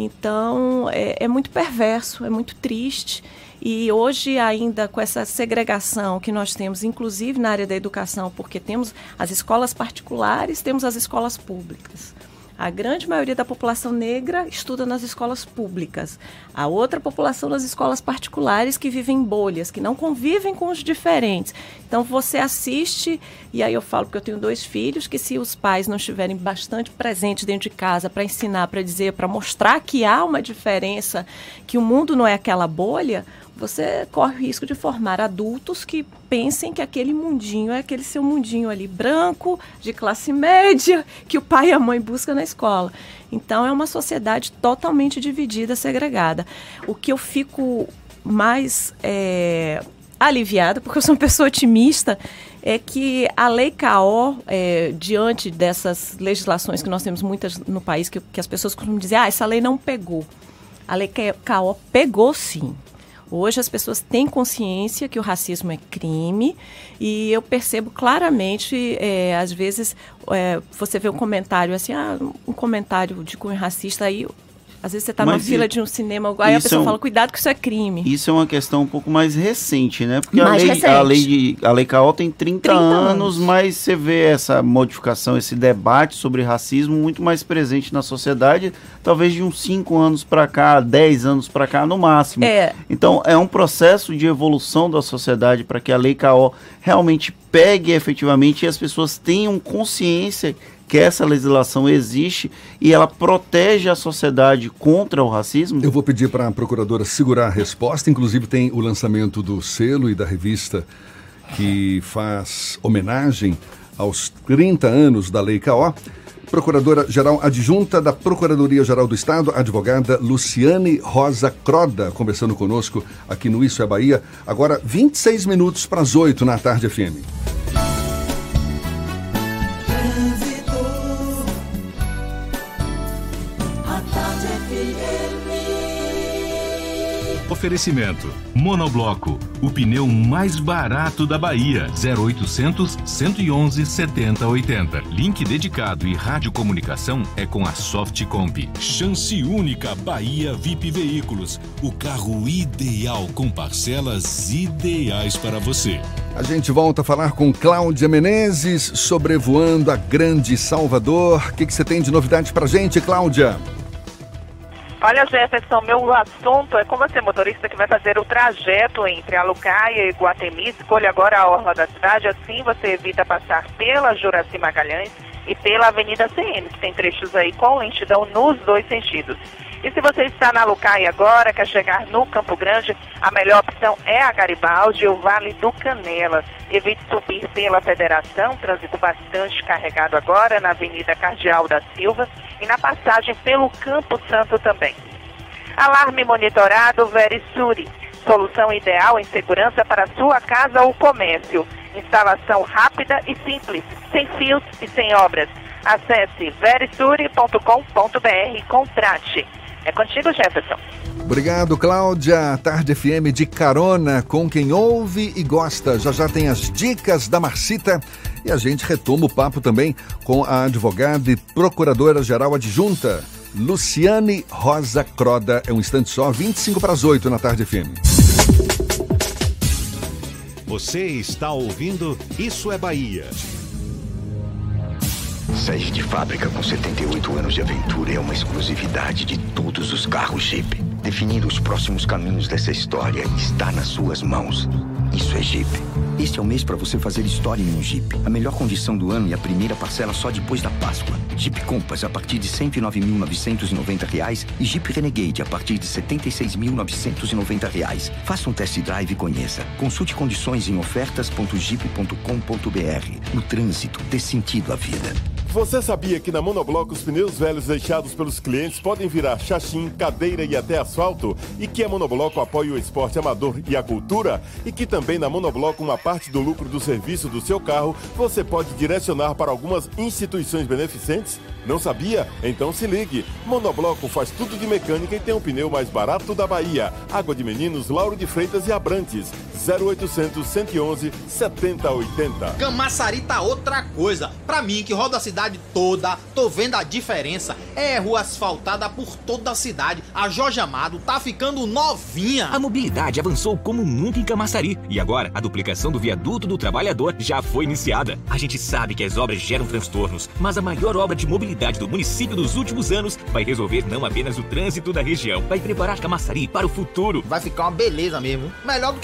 M: Então, é, é muito perverso, é muito triste. E hoje, ainda com essa segregação que nós temos, inclusive na área da educação, porque temos as escolas particulares, temos as escolas públicas. A grande maioria da população negra estuda nas escolas públicas. A outra população nas escolas particulares que vivem em bolhas, que não convivem com os diferentes. Então você assiste, e aí eu falo porque eu tenho dois filhos, que se os pais não estiverem bastante presentes dentro de casa para ensinar, para dizer, para mostrar que há uma diferença, que o mundo não é aquela bolha, você corre o risco de formar adultos que pensem que aquele mundinho é aquele seu mundinho ali branco, de classe média, que o pai e a mãe buscam na escola. Então é uma sociedade totalmente dividida, segregada. O que eu fico mais é, aliviada, porque eu sou uma pessoa otimista, é que a Lei K O, é, diante dessas legislações que nós temos muitas no país, que, que as pessoas costumam dizer, ah, essa lei não pegou. A Lei K O pegou sim. Hoje as pessoas têm consciência que o racismo é crime e eu percebo claramente, é, às vezes, é, você vê um comentário assim, ah, um comentário de cunho racista aí, às vezes você está na fila de um cinema, aí a pessoa é um, fala, cuidado que isso é crime.
D: Isso é uma questão um pouco mais recente, né? Porque a
M: mais
D: lei,
M: recente.
D: a lei de a Lei K O tem trinta anos, mas você vê essa modificação, esse debate sobre racismo muito mais presente na sociedade, talvez de uns cinco anos para cá, dez anos para cá no máximo.
M: É.
D: Então é um processo de evolução da sociedade para que a Lei K O realmente pegue efetivamente e as pessoas tenham consciência que essa legislação existe e ela protege a sociedade contra o racismo?
C: Eu vou pedir para a procuradora segurar a resposta, inclusive tem o lançamento do selo e da revista que faz homenagem aos trinta anos da Lei K O. Procuradora-Geral Adjunta da Procuradoria-Geral do Estado, advogada Luciane Rosa Croda, conversando conosco aqui no Isso é Bahia. Agora, vinte e seis minutos para as oito na Tarde F M.
B: Oferecimento. Monobloco, o pneu mais barato da Bahia. zero oitocentos, cento e onze, setenta, oitenta. Link dedicado e radiocomunicação é com a Softcomp. Chance única Bahia V I P Veículos. O carro ideal com parcelas ideais para você.
C: A gente volta a falar com Cláudia Menezes, sobrevoando a grande Salvador. O que, que você tem de novidade pra gente, Cláudia?
F: Olha, Jefferson, meu assunto é com você, motorista que vai fazer o trajeto entre Alucaia e Guatemi. Escolha agora a orla da cidade, assim você evita passar pela Juraci Magalhães e pela Avenida C M, que tem trechos aí com lentidão nos dois sentidos. E se você está na Alucaia agora, quer chegar no Campo Grande, a melhor opção é a Garibaldi e o Vale do Canela. Evite subir pela Federação, trânsito bastante carregado agora na Avenida Cardeal da Silva e na passagem pelo Campo Santo também. Alarme monitorado Verisuri, solução ideal em segurança para sua casa ou comércio. Instalação rápida e simples, sem fios e sem obras. Acesse verisuri ponto com ponto b r e contrate. É contigo, Jefferson.
C: Obrigado, Cláudia. Tarde F M de carona com quem ouve e gosta. Já já tem as dicas da Marcita e a gente retoma o papo também com a advogada e procuradora-geral adjunta, Luciane Rosa Croda. É um instante só, vinte e cinco para as oito na Tarde F M.
A: Você está ouvindo Isso é Bahia.
G: Sair de fábrica com setenta e oito anos de aventura é uma exclusividade de todos os carros Jeep. Definir os próximos caminhos dessa história está nas suas mãos. Isso é Jeep. Este é o mês para você fazer história em um Jeep. A melhor condição do ano e a primeira parcela só depois da Páscoa. Jeep Compass a partir de cento e nove mil novecentos e noventa reais e Jeep Renegade a partir de setenta e seis mil novecentos e noventa reais. Faça um test drive e conheça. Consulte condições em ofertas ponto jeep ponto com ponto b r. No trânsito, dê sentido à vida.
K: Você sabia que na Monobloco os pneus velhos deixados pelos clientes podem virar chachim, cadeira e até asfalto? E que a Monobloco apoia o esporte amador e a cultura? E que também na Monobloco uma parte do lucro do serviço do seu carro você pode direcionar para algumas instituições beneficentes? Não sabia? Então se ligue. Monobloco faz tudo de mecânica e tem o pneu mais barato da Bahia. Água de Meninos, Lauro de Freitas e Abrantes. zero oitocentos, cento e onze, setenta, oitenta.
N: Camaçari tá outra coisa. Pra mim, que roda a cidade toda, tô vendo a diferença. É rua asfaltada por toda a cidade. A Jorge Amado tá ficando novinha.
O: A mobilidade avançou como nunca em Camaçari. E agora, a duplicação do viaduto do trabalhador já foi iniciada. A gente sabe que as obras geram transtornos, mas a maior obra de mobilidade do município dos últimos anos vai resolver não apenas o trânsito da região, vai preparar Camaçari para o futuro.
N: Vai ficar uma beleza mesmo. Melhor do que já está.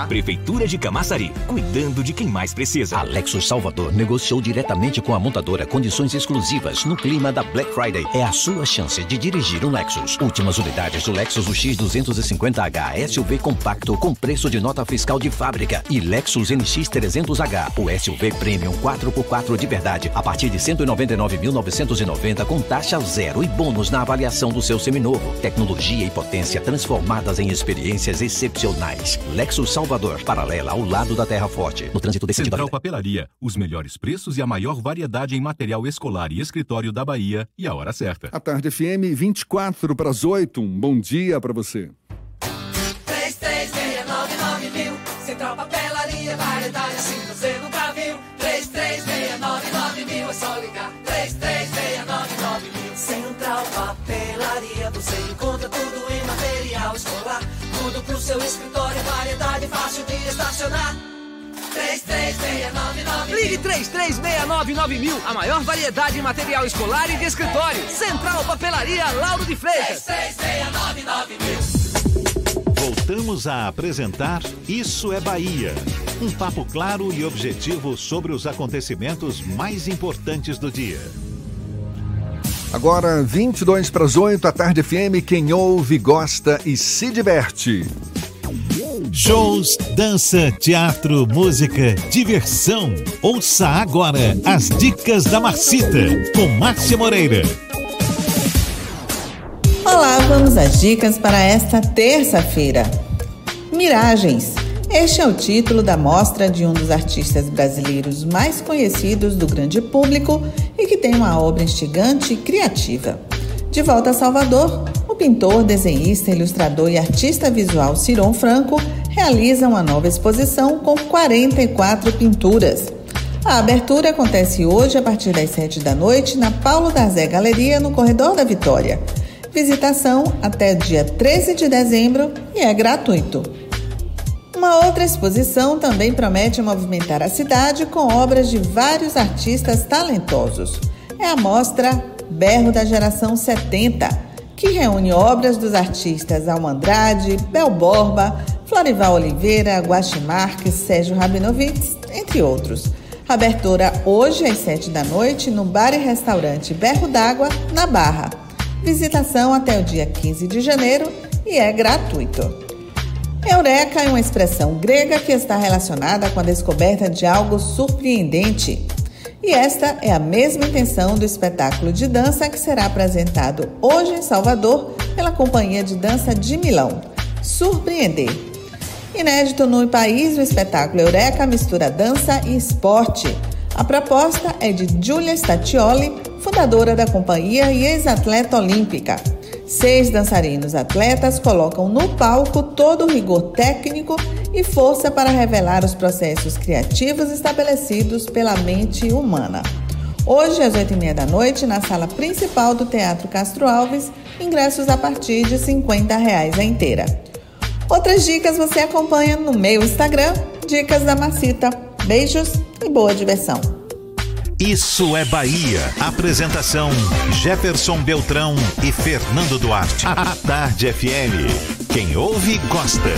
O: Prefeitura de Camaçari, cuidando de quem mais precisa.
P: A Lexus Salvador negociou diretamente com a montadora condições exclusivas no clima da Black Friday. É a sua chance de dirigir um Lexus. Últimas unidades do Lexus U X duzentos e cinquenta H S U V compacto com preço de nota fiscal de fábrica e Lexus N X trezentos H, o S U V Premium quatro por quatro de verdade, a partir de cento e noventa e nove mil novecentos e noventa com taxa zero e bônus na avaliação do seu seminovo. Tecnologia e potência transformadas em experiências excepcionais. Lexus Salvador, paralela ao lado da Terra Forte, no trânsito desse
B: Central Papelaria, os melhores preços e a maior variedade em material escolar e escritório da Bahia e a hora certa.
C: A Tarde F M, vinte e quatro para as oito. Um bom dia para você.
Q: três três seis nove nove mil, Central Papelaria, variedade assim você nunca viu. três três seis nove nove mil, é só ligar. três três seis nove nove mil. Central Papelaria, você encontra tudo em material escolar. Tudo pro seu escritório, variedade fácil de estacionar. três três seis nove nove mil.
R: Ligue três três seis nove nove mil. A maior variedade em material escolar e de escritório. Central Papelaria Lauro de Freitas.
Q: três três seis nove nove mil.
A: Voltamos a apresentar Isso é Bahia. Um papo claro e objetivo sobre os acontecimentos mais importantes do dia.
C: Agora, vinte e dois para as oito, a Tarde F M, quem ouve, gosta e se diverte.
A: Shows, dança, teatro, música, diversão. Ouça agora as dicas da Marcita, com Márcia Moreira.
S: Olá, vamos às dicas para esta terça-feira. Miragens. Este é o título da mostra de um dos artistas brasileiros mais conhecidos do grande público e que tem uma obra instigante e criativa. De volta a Salvador, o pintor, desenhista, ilustrador e artista visual Ciron Franco realiza uma nova exposição com quarenta e quatro pinturas. A abertura acontece hoje a partir das sete da noite na Paulo Darzé Galeria, no Corredor da Vitória. Visitação até dia treze de dezembro e é gratuito. Uma outra exposição também promete movimentar a cidade com obras de vários artistas talentosos. É a mostra Berro da Geração setenta, que reúne obras dos artistas Alma Andrade, Bel Borba, Florival Oliveira, Guaxi Marques, Sérgio Rabinovitz, entre outros. Abertura hoje às sete da noite no bar e restaurante Berro d'Água, na Barra. Visitação até o dia quinze de janeiro e é gratuito. Eureka é uma expressão grega que está relacionada com a descoberta de algo surpreendente. E esta é a mesma intenção do espetáculo de dança que será apresentado hoje em Salvador pela Companhia de Dança de Milão. Surpreender. Inédito no país, o espetáculo Eureka mistura dança e esporte. A proposta é de Giulia Statioli, fundadora da companhia e ex-atleta olímpica. Seis dançarinos atletas colocam no palco todo o rigor técnico e força para revelar os processos criativos estabelecidos pela mente humana. Hoje, às oito e meia da noite, na sala principal do Teatro Castro Alves, ingressos a partir de cinquenta reais a inteira. Outras dicas você acompanha no meu Instagram, Dicas da Marcita. Beijos e boa diversão.
A: Isso é Bahia. Apresentação: Jefferson Beltrão e Fernando Duarte. A Tarde F M. Quem ouve, gosta.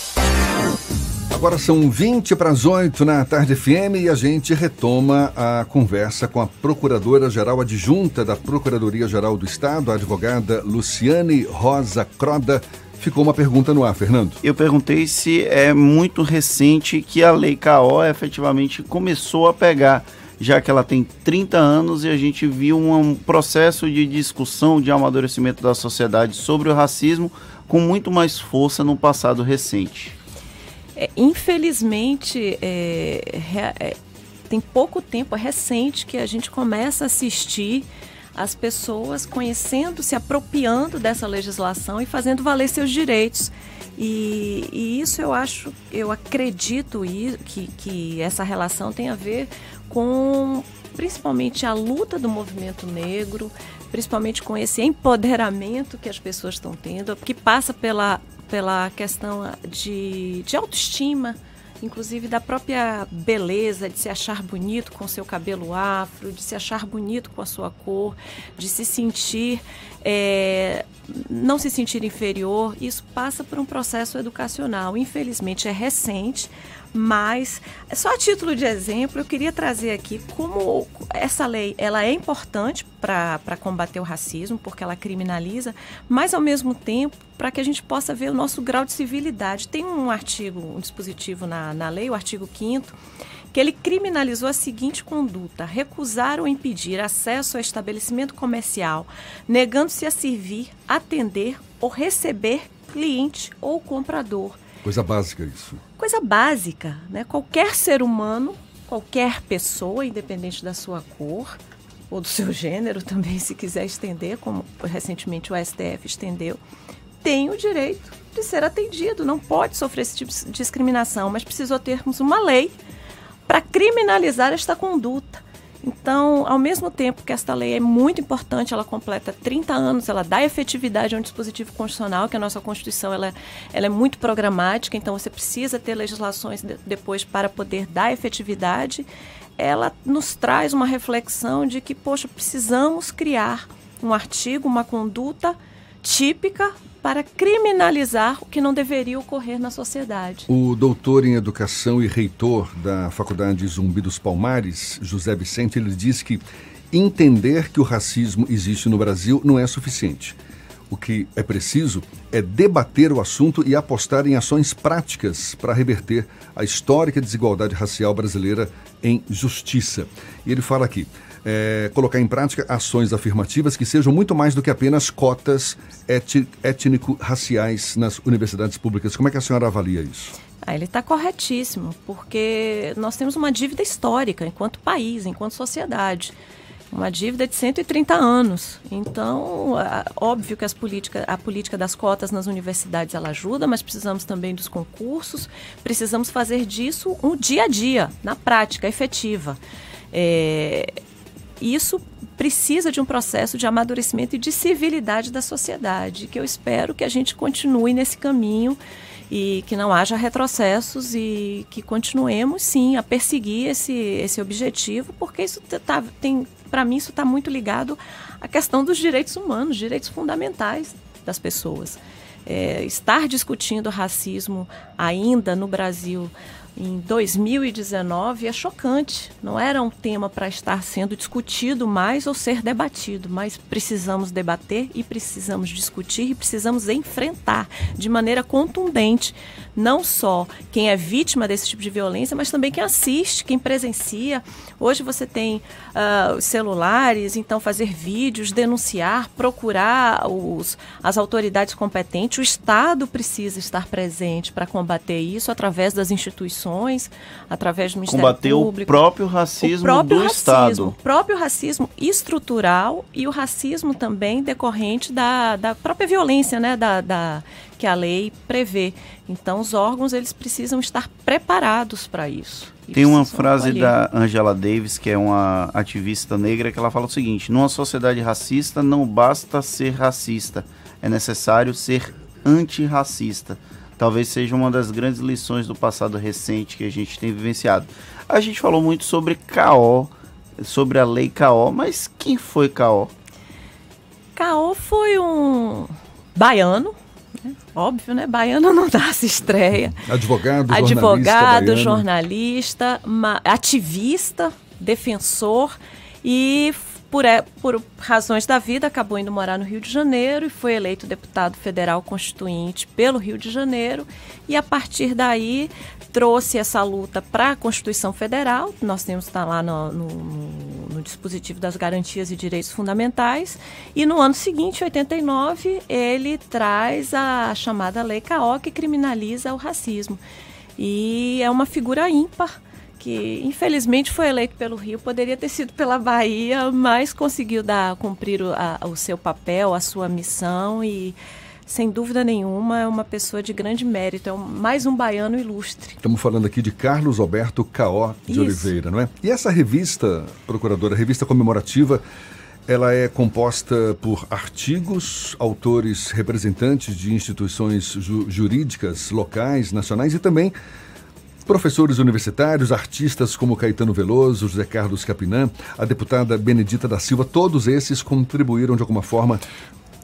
C: Agora são vinte para as oito na Tarde F M e a gente retoma a conversa com a Procuradora-Geral Adjunta da Procuradoria-Geral do Estado, a advogada Luciane Rosa Croda. Ficou uma pergunta no ar, Fernando.
D: Eu perguntei se é muito recente que a Lei K O efetivamente começou a pegar, já que ela tem trinta anos e a gente viu um processo de discussão, de amadurecimento da sociedade sobre o racismo com muito mais força no passado recente.
M: É, infelizmente, é, é, tem pouco tempo, é recente, que a gente começa a assistir as pessoas conhecendo, se apropriando dessa legislação e fazendo valer seus direitos. E, e isso eu acho, eu acredito que, que essa relação tem a ver com principalmente a luta do movimento negro, principalmente com esse empoderamento que as pessoas estão tendo, que passa pela, pela questão de, de autoestima, inclusive da própria beleza, de se achar bonito com seu cabelo afro, de se achar bonito com a sua cor, de se sentir é, não se sentir inferior, isso passa por um processo educacional. Infelizmente é recente, mas só a título de exemplo eu queria trazer aqui como essa lei ela é importante para combater o racismo, porque ela criminaliza, mas ao mesmo tempo para que a gente possa ver o nosso grau de civilidade. Tem um artigo, um dispositivo na, na lei, o artigo quinto, que ele criminalizou a seguinte conduta: recusar ou impedir acesso ao estabelecimento comercial, negando-se a servir, atender ou receber cliente ou comprador.
C: Coisa básica isso.
M: Coisa básica, né? Qualquer ser humano, qualquer pessoa, independente da sua cor ou do seu gênero também, se quiser estender, como recentemente o S T F estendeu, tem o direito de ser atendido, não pode sofrer esse tipo de discriminação, mas precisou termos uma lei para criminalizar esta conduta. Então, ao mesmo tempo que esta lei é muito importante, ela completa trinta anos, ela dá efetividade a um dispositivo constitucional, que a nossa Constituição ela, ela é muito programática, então você precisa ter legislações de, depois para poder dar efetividade. Ela nos traz uma reflexão de que, poxa, precisamos criar um artigo, uma conduta típica para criminalizar o que não deveria ocorrer na sociedade.
C: O doutor em Educação e reitor da Faculdade Zumbi dos Palmares, José Vicente, ele diz que entender que o racismo existe no Brasil não é suficiente. O que é preciso é debater o assunto e apostar em ações práticas para reverter a histórica desigualdade racial brasileira em justiça. E ele fala aqui, É, colocar em prática ações afirmativas que sejam muito mais do que apenas cotas étnico-raciais nas universidades públicas. Como é que a senhora avalia isso?
M: Ah, ele está corretíssimo, porque nós temos uma dívida histórica enquanto país, enquanto sociedade. Uma dívida de cento e trinta anos. Então, óbvio que as política, a política das cotas nas universidades ela ajuda, mas precisamos também dos concursos, precisamos fazer disso um dia a dia, na prática, efetiva. É... Isso precisa de um processo de amadurecimento e de civilidade da sociedade, que eu espero que a gente continue nesse caminho e que não haja retrocessos e que continuemos, sim, a perseguir esse, esse objetivo, porque isso tá, tem, para mim isso está muito ligado à questão dos direitos humanos, direitos fundamentais das pessoas. É, estar discutindo racismo ainda no Brasil em dois mil e dezenove é chocante. Não era um tema para estar sendo discutido mais ou ser debatido, mas precisamos debater e precisamos discutir e precisamos enfrentar de maneira contundente não só quem é vítima desse tipo de violência, mas também quem assiste, quem presencia. Hoje você tem uh, os celulares, então fazer vídeos, denunciar, procurar os, as autoridades competentes. O Estado precisa estar presente para combater isso através das instituições, através do Ministério
D: Combater
M: Público.
D: o próprio racismo
M: o próprio
D: do
M: racismo,
D: Estado.
M: O próprio racismo estrutural e o racismo também decorrente da, da própria violência, né, da, da, que a lei prevê. Então, os órgãos eles precisam estar preparados para isso.
D: Tem uma frase da Angela Davis, que é uma ativista negra, que ela fala o seguinte: numa sociedade racista não basta ser racista, é necessário ser antirracista. Talvez seja uma das grandes lições do passado recente que a gente tem vivenciado. A gente falou muito sobre K O, sobre a lei K O, mas quem foi K O?
M: K O foi um baiano, né? Óbvio, né? Baiano não dá essa estreia.
C: Advogado,
M: Advogado,
C: jornalista,
M: jornalista, uma, ativista, defensor e por, por razões da vida acabou indo morar no Rio de Janeiro e foi eleito deputado federal constituinte pelo Rio de Janeiro e a partir daí trouxe essa luta para a Constituição Federal. Nós temos que estar lá no, no, no dispositivo das garantias e direitos fundamentais e no ano seguinte, oitenta e nove, ele traz a chamada Lei K O, que criminaliza o racismo e é uma figura ímpar que infelizmente foi eleito pelo Rio, poderia ter sido pela Bahia, mas conseguiu dar, cumprir o, a, o seu papel, a sua missão e, sem dúvida nenhuma, é uma pessoa de grande mérito, é um, mais um baiano ilustre.
C: Estamos falando aqui de Carlos Alberto K O de Isso. Oliveira, não é? E essa revista, procuradora, revista comemorativa, ela é composta por artigos, autores representantes de instituições ju- jurídicas locais, nacionais e também professores universitários, artistas como Caetano Veloso, José Carlos Capinã, a deputada Benedita da Silva, todos esses contribuíram de alguma forma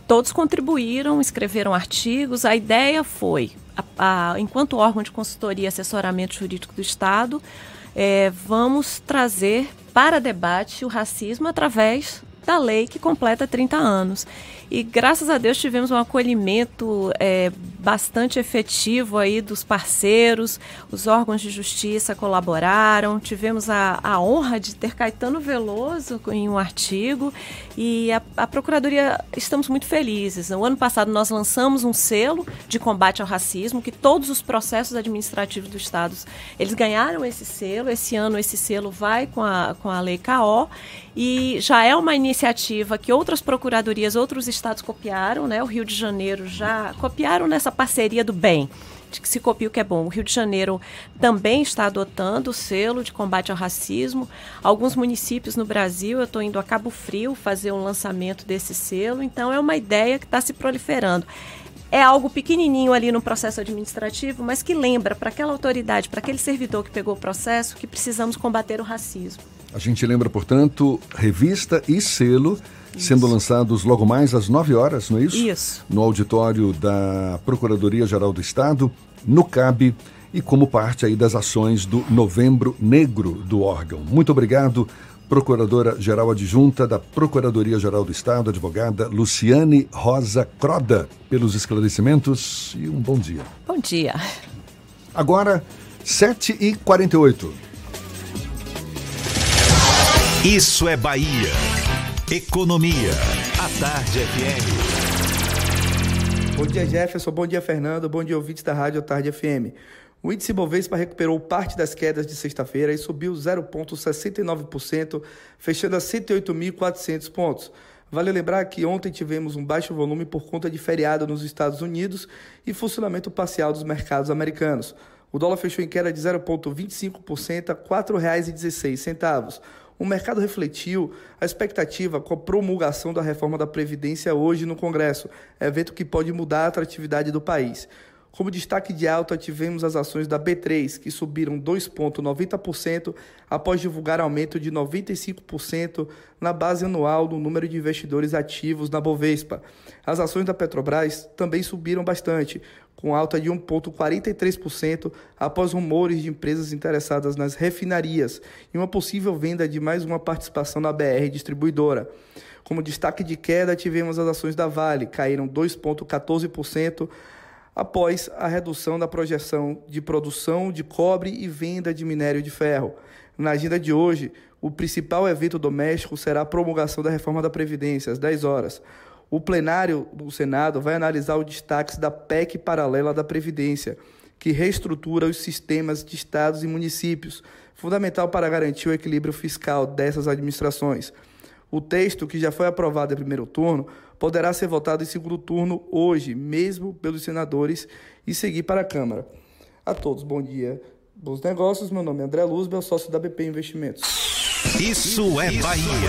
M: todos contribuíram, escreveram artigos. A ideia foi, a, a, enquanto órgão de consultoria e assessoramento jurídico do Estado, é, vamos trazer para debate o racismo através da lei que completa trinta anos. E graças a Deus tivemos um acolhimento é, bastante efetivo aí dos parceiros, os órgãos de justiça colaboraram, tivemos a, a honra de ter Caetano Veloso em um artigo e a, a Procuradoria, estamos muito felizes. No ano passado nós lançamos um selo de combate ao racismo, que todos os processos administrativos do Estado, eles ganharam esse selo. Esse ano esse selo vai com a, com a Lei K O e já é uma iniciativa que outras procuradorias, outros estados copiaram, né? O Rio de Janeiro já copiaram nessa parceria do bem, de que se copia o que é bom. O Rio de Janeiro também está adotando o selo de combate ao racismo. Alguns municípios no Brasil, eu estou indo a Cabo Frio fazer um lançamento desse selo, então é uma ideia que está se proliferando. É algo pequenininho ali no processo administrativo, mas que lembra para aquela autoridade, para aquele servidor que pegou o processo, que precisamos combater o racismo.
C: A gente lembra, portanto, revista e selo isso. Sendo lançados logo mais às nove horas, não é isso?
M: Isso.
C: No auditório da Procuradoria-Geral do Estado, no C A B, e como parte aí das ações do Novembro Negro do órgão. Muito obrigado, Procuradora-Geral Adjunta da Procuradoria-Geral do Estado, advogada Luciane Rosa Croda, pelos esclarecimentos e um bom dia.
M: Bom dia.
C: Agora, sete e quarenta e oito.
A: Isso é Bahia. Economia. A Tarde F M.
T: Bom dia, Jefferson. Bom dia, Fernando. Bom dia, ouvintes da Rádio Tarde F M. O índice Bovespa recuperou parte das quedas de sexta-feira e subiu zero vírgula sessenta e nove por cento, fechando a cento e oito mil e quatrocentos pontos. Vale lembrar que ontem tivemos um baixo volume por conta de feriado nos Estados Unidos e funcionamento parcial dos mercados americanos. O dólar fechou em queda de zero vírgula vinte e cinco por cento a quatro reais e dezesseis centavos. O mercado refletiu a expectativa com a promulgação da reforma da Previdência hoje no Congresso, evento que pode mudar a atratividade do país. Como destaque de alta, tivemos as ações da B três, que subiram dois vírgula noventa por cento após divulgar aumento de noventa e cinco por cento na base anual do número de investidores ativos na Bovespa. As ações da Petrobras também subiram bastante, com alta de um vírgula quarenta e três por cento após rumores de empresas interessadas nas refinarias e uma possível venda de mais uma participação na B R Distribuidora. Como destaque de queda, tivemos as ações da Vale, caíram dois vírgula quatorze por cento após a redução da projeção de produção de cobre e venda de minério de ferro. Na agenda de hoje, o principal evento doméstico será a promulgação da reforma da Previdência, às dez horas. O plenário do Senado vai analisar os destaques da P E C paralela da Previdência, que reestrutura os sistemas de estados e municípios, fundamental para garantir o equilíbrio fiscal dessas administrações. O texto, que já foi aprovado em primeiro turno, poderá ser votado em segundo turno hoje, mesmo pelos senadores, e seguir para a Câmara. A todos, bom dia, bons negócios. Meu nome é André Luzbel, sócio da B P Investimentos.
A: Isso é Bahia.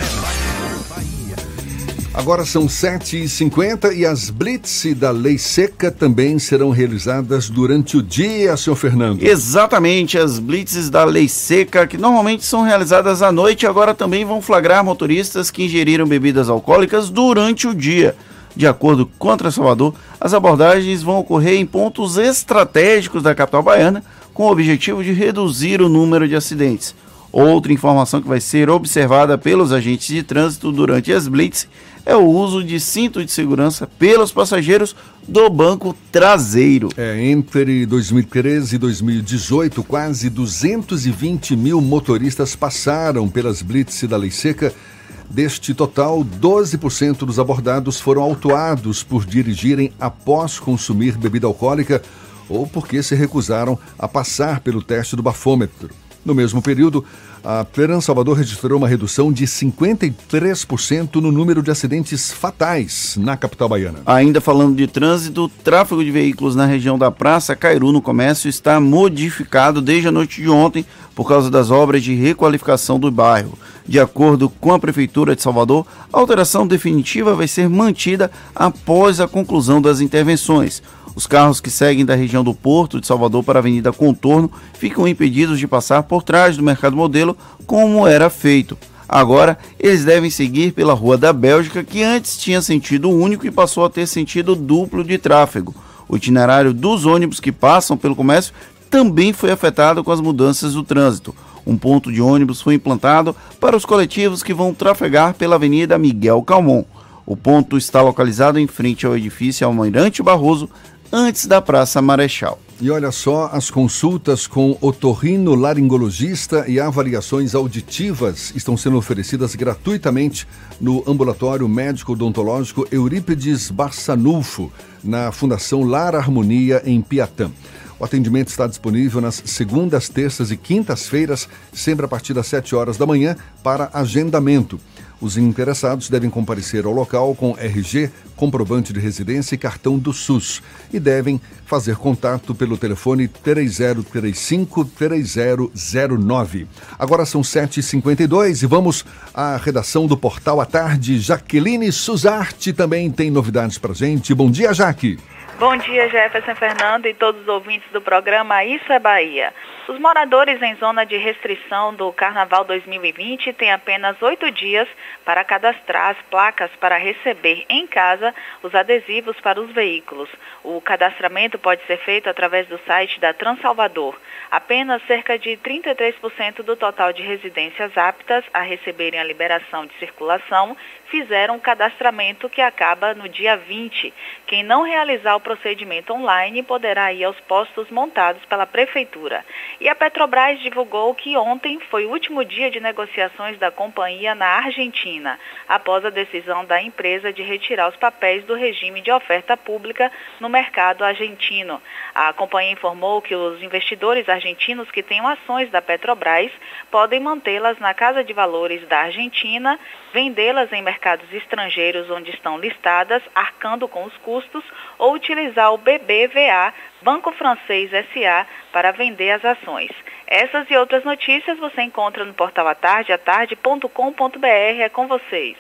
C: Agora são sete e cinquenta e as blitz da Lei Seca também serão realizadas durante o dia, senhor Fernando.
D: Exatamente, as blitzes da Lei Seca, que normalmente são realizadas à noite, agora também vão flagrar motoristas que ingeriram bebidas alcoólicas durante o dia. De acordo com a Salvador, as abordagens vão ocorrer em pontos estratégicos da capital baiana, com o objetivo de reduzir o número de acidentes. Outra informação que vai ser observada pelos agentes de trânsito durante as blitz é o uso de cinto de segurança pelos passageiros do banco traseiro.
C: É, entre dois mil e treze e dois mil e dezoito, quase duzentos e vinte mil motoristas passaram pelas blitz da Lei Seca. Deste total, doze por cento dos abordados foram autuados por dirigirem após consumir bebida alcoólica ou porque se recusaram a passar pelo teste do bafômetro. No mesmo período, a Trans Salvador registrou uma redução de cinquenta e três por cento no número de acidentes fatais na capital baiana.
D: Ainda falando de trânsito, o tráfego de veículos na região da Praça Cairu, no Comércio, está modificado desde a noite de ontem por causa das obras de requalificação do bairro. De acordo com a Prefeitura de Salvador, a alteração definitiva vai ser mantida após a conclusão das intervenções. Os carros que seguem da região do Porto de Salvador para a Avenida Contorno ficam impedidos de passar por trás do Mercado Modelo, como era feito. Agora, eles devem seguir pela Rua da Bélgica, que antes tinha sentido único e passou a ter sentido duplo de tráfego. O itinerário dos ônibus que passam pelo comércio também foi afetado com as mudanças do trânsito. Um ponto de ônibus foi implantado para os coletivos que vão trafegar pela Avenida Miguel Calmon. O ponto está localizado em frente ao edifício Almirante Barroso, antes da Praça Marechal.
C: E olha só, as consultas com otorrinolaringologista e avaliações auditivas estão sendo oferecidas gratuitamente no Ambulatório Médico Odontológico Eurípides Barçanufo, na Fundação Lar Harmonia, em Piatã. O atendimento está disponível nas segundas, terças e quintas-feiras, sempre a partir das sete horas da manhã, para agendamento. Os interessados devem comparecer ao local com R G, comprovante de residência e cartão do SUS e devem fazer contato pelo telefone três zero três cinco, três zero zero nove. Agora são sete e cinquenta e dois e vamos à redação do Portal à Tarde. Jaqueline Suzarte também tem novidades pra gente. Bom dia, Jaque.
U: Bom dia, Jefferson Fernando e todos os ouvintes do programa Isso é Bahia. Os moradores em zona de restrição do Carnaval dois mil e vinte têm apenas oito dias para cadastrar as placas para receber em casa os adesivos para os veículos. O cadastramento pode ser feito através do site da Transalvador. Apenas cerca de trinta e três por cento do total de residências aptas a receberem a liberação de circulação fizeram o cadastramento, que acaba no dia vinte. Quem não realizar o procedimento online poderá ir aos postos montados pela Prefeitura. E a Petrobras divulgou que ontem foi o último dia de negociações da companhia na Argentina, após a decisão da empresa de retirar os papéis do regime de oferta pública no mercado argentino. A companhia informou que os investidores argentinos que tenham ações da Petrobras podem mantê-las na Casa de Valores da Argentina, vendê-las em mercados estrangeiros onde estão listadas, arcando com os custos, ou utilizar o B B V A, Banco Francês S A, para vender as ações. Essas e outras notícias você encontra no portal atarde, atarde ponto com ponto br. É com vocês.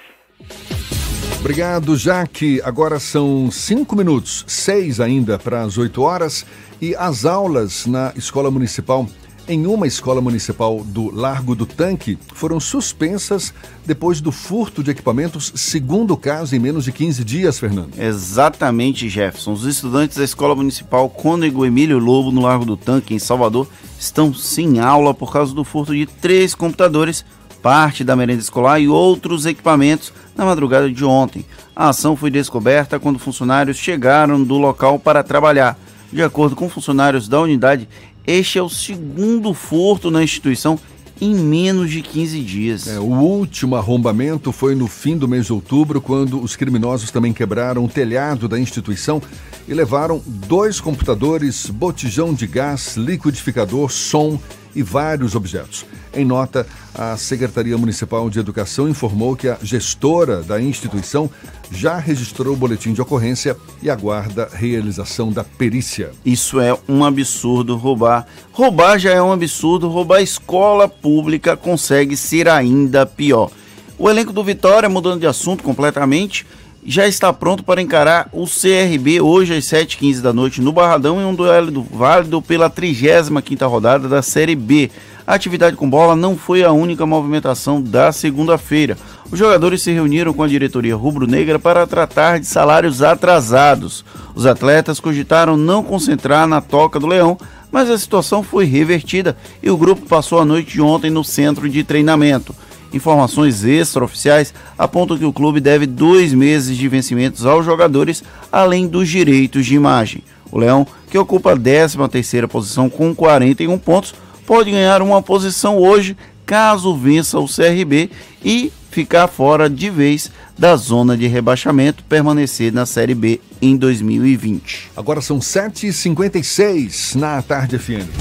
C: Obrigado, Jaque. Agora são cinco minutos, seis ainda para as oito horas, e as aulas na Escola Municipal, em uma escola municipal do Largo do Tanque, foram suspensas depois do furto de equipamentos, segundo caso, em menos de quinze dias, Fernando.
D: Exatamente, Jefferson. Os estudantes da Escola Municipal Cônego Emílio Lobo, no Largo do Tanque, em Salvador, estão sem aula por causa do furto de três computadores, parte da merenda escolar e outros equipamentos na madrugada de ontem. A ação foi descoberta quando funcionários chegaram do local para trabalhar. De acordo com funcionários da unidade, este é o segundo furto na instituição em menos de quinze dias.
C: É, o último arrombamento foi no fim do mês de outubro, quando os criminosos também quebraram o telhado da instituição e levaram dois computadores, botijão de gás, liquidificador, som e vários objetos. Em nota, a Secretaria Municipal de Educação informou que a gestora da instituição já registrou o boletim de ocorrência e aguarda a realização da perícia.
D: Isso é um absurdo, roubar. Roubar já é um absurdo, roubar escola pública consegue ser ainda pior. O elenco do Vitória, mudando de assunto completamente, já está pronto para encarar o C R B hoje às sete e quinze da noite no Barradão, em um duelo válido pela trigésima quinta rodada da Série B. A atividade com bola não foi a única movimentação da segunda-feira. Os jogadores se reuniram com a diretoria rubro-negra para tratar de salários atrasados. Os atletas cogitaram não concentrar na Toca do Leão, mas a situação foi revertida e o grupo passou a noite de ontem no centro de treinamento. Informações extraoficiais apontam que o clube deve dois meses de vencimentos aos jogadores, além dos direitos de imagem. O Leão, que ocupa a décima terceira posição com quarenta e um pontos, pode ganhar uma posição hoje, caso vença o C R B e ficar fora de vez da zona de rebaixamento, permanecer na Série B em dois mil e vinte.
C: Agora são sete e cinquenta e seis na Tarde F M.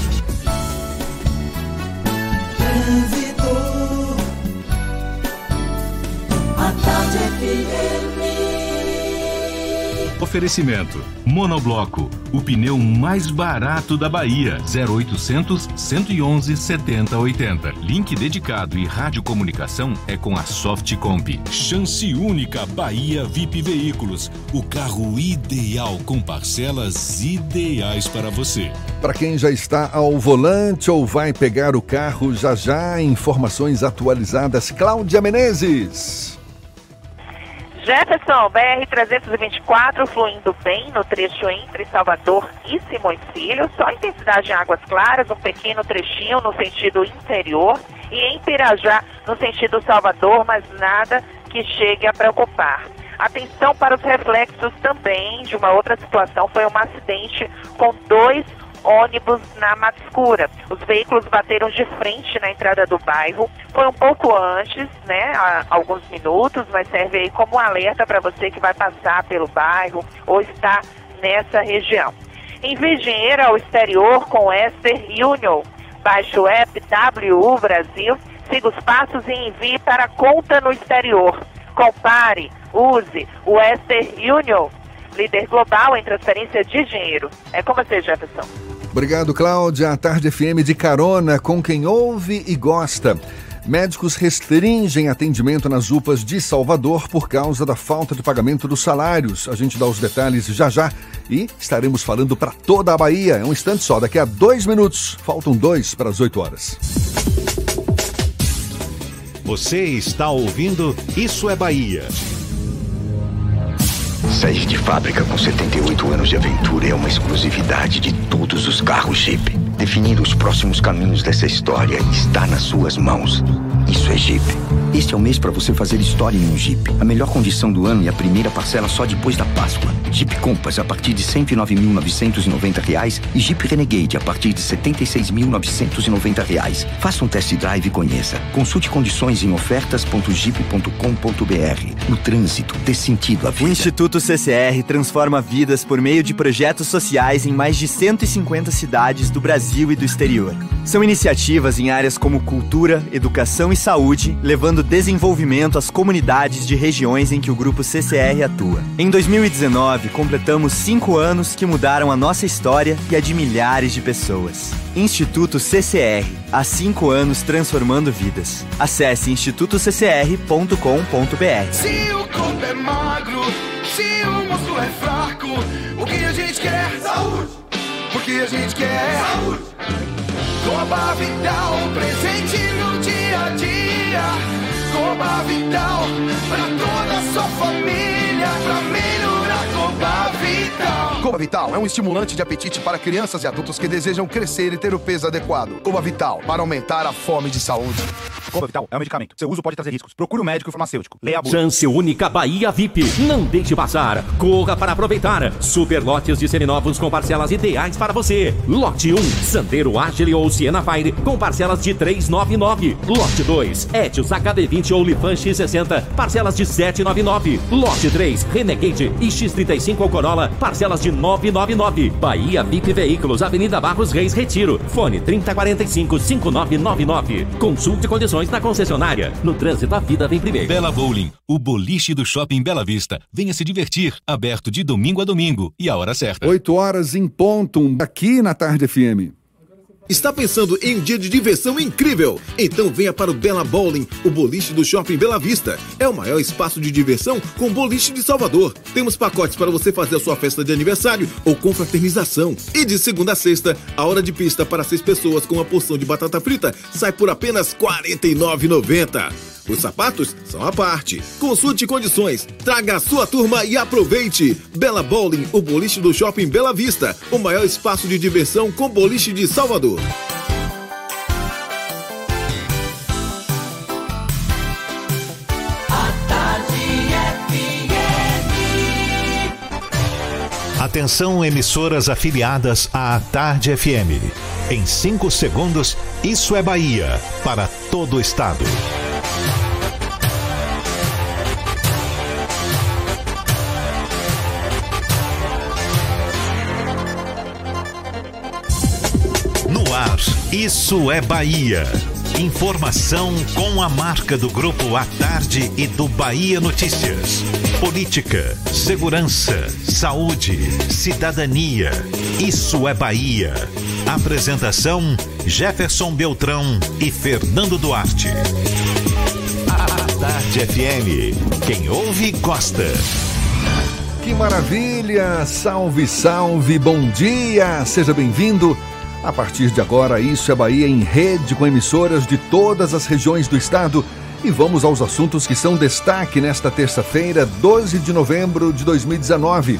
B: Oferecimento. Monobloco, o pneu mais barato da Bahia. zero oitocentos, cento e onze, setenta, oitenta. Link dedicado e radiocomunicação é com a Softcomp. Chance única Bahia V I P Veículos. O carro ideal com parcelas ideais para você.
C: Para quem já está ao volante ou vai pegar o carro já já, informações atualizadas. Cláudia Menezes.
F: Jefferson, B R trezentos e vinte e quatro, fluindo bem no trecho entre Salvador e Simões Filho, só intensidade em Águas Claras, um pequeno trechinho no sentido interior, e em Pirajá, no sentido Salvador, mas nada que chegue a preocupar. Atenção para os reflexos também de uma outra situação, foi um acidente com dois ônibus na Mata Escura. Os veículos bateram de frente na entrada do bairro. Foi um pouco antes, né, há alguns minutos, mas serve aí como um alerta para você que vai passar pelo bairro ou está nessa região. Em Virgínia, ao exterior, com Western Union. Baixe o app W U Brasil, siga os passos e envie para a conta no exterior. Compare, use o Western Union, líder global em transferência de dinheiro. É com você, Jefferson.
C: Obrigado, Cláudia. A Tarde F M de carona com quem ouve e gosta. Médicos restringem atendimento nas U P As de Salvador por causa da falta de pagamento dos salários. A gente dá os detalhes já já e estaremos falando para toda a Bahia. É um instante só, daqui a dois minutos. Faltam dois para as oito horas.
A: Você está ouvindo Isso é Bahia.
G: Sair de fábrica com setenta e oito anos de aventura é uma exclusividade de todos os carros Jeep. Definir os próximos caminhos dessa história está nas suas mãos. Isso é Jeep. Este é o mês para você fazer história em um Jeep. A melhor condição do ano e a primeira parcela só depois da Páscoa. Jeep Compass a partir de cento e nove mil novecentos e noventa reais e Jeep Renegade a partir de setenta e seis mil novecentos e noventa reais. Faça um test drive e conheça. Consulte condições em ofertas ponto jeep ponto com ponto b r. No trânsito, dê sentido à vida.
E: O Instituto C C R transforma vidas por meio de projetos sociais em mais de cento e cinquenta cidades do Brasil e do exterior. São iniciativas em áreas como cultura, educação e saúde, levando desenvolvimento às comunidades de regiões em que o Grupo C C R atua. Em dois mil e dezenove, completamos cinco anos que mudaram a nossa história e a de milhares de pessoas. Instituto C C R, há cinco anos transformando vidas. Acesse instituto c c r ponto com ponto b r.
Q: Se o corpo é magro, se o músculo é fraco, o que a gente quer? Saúde! Porque a gente quer saúde! Coba Vital, presente no dia a dia. Coba Vital, pra toda a sua família, pra melhorar Coba Vital.
V: Coba Vital é um estimulante de apetite para crianças e adultos que desejam crescer e ter o peso adequado. Coba Vital, para aumentar a fome de saúde.
W: Coba Vital é um medicamento. Seu uso pode trazer riscos. Procure um médico e farmacêutico. Leia a bula.
X: Chance única Bahia V I P. Não deixe passar. Corra para aproveitar. Super lotes de seminovos com parcelas ideais para você. Lote um, Sandero Agile ou Siena Fire com parcelas de trezentos e noventa e nove. Lote dois, Etios H D vinte ou Lifan X sessenta, parcelas de setecentos e noventa e nove. Lote três, Renegade e X trinta e cinco ou Corolla, parcelas de novecentos e noventa e nove. Bahia V I P Veículos, Avenida Barros Reis, Retiro. Fone trinta quarenta e cinco, cinquenta e nove noventa e nove. Consulte condições na concessionária. No trânsito, a vida vem primeiro.
B: Bela Bowling, o boliche do Shopping Bela Vista. Venha se divertir. Aberto de domingo a domingo. E a hora certa.
C: oito horas em ponto, aqui na Tarde F M.
Y: Está pensando em um dia de diversão incrível? Então venha para o Bela Bowling, o boliche do Shopping Bela Vista. É o maior espaço de diversão com boliche de Salvador. Temos pacotes para você fazer a sua festa de aniversário ou confraternização. E de segunda a sexta, a hora de pista para seis pessoas com uma porção de batata frita sai por apenas quarenta e nove reais e noventa centavos. Os sapatos são à parte. Consulte condições, traga a sua turma e aproveite. Bela Bowling, o boliche do Shopping Bela Vista, o maior espaço de diversão com boliche de Salvador.
A: Atenção, emissoras afiliadas à Tarde F M. Em cinco segundos, Isso é Bahia, para todo o estado. No ar, Isso é Bahia. Informação com a marca do Grupo A Tarde e do Bahia Notícias. Política, segurança, saúde, cidadania. Isso é Bahia. Apresentação: Jefferson Beltrão e Fernando Duarte. A Tarde F M. Quem ouve, gosta.
C: Que maravilha! Salve, salve, bom dia! Seja bem-vindo. A partir de agora, Isso é Bahia em rede com emissoras de todas as regiões do estado. E vamos aos assuntos que são destaque nesta terça-feira, doze de novembro de dois mil e dezenove.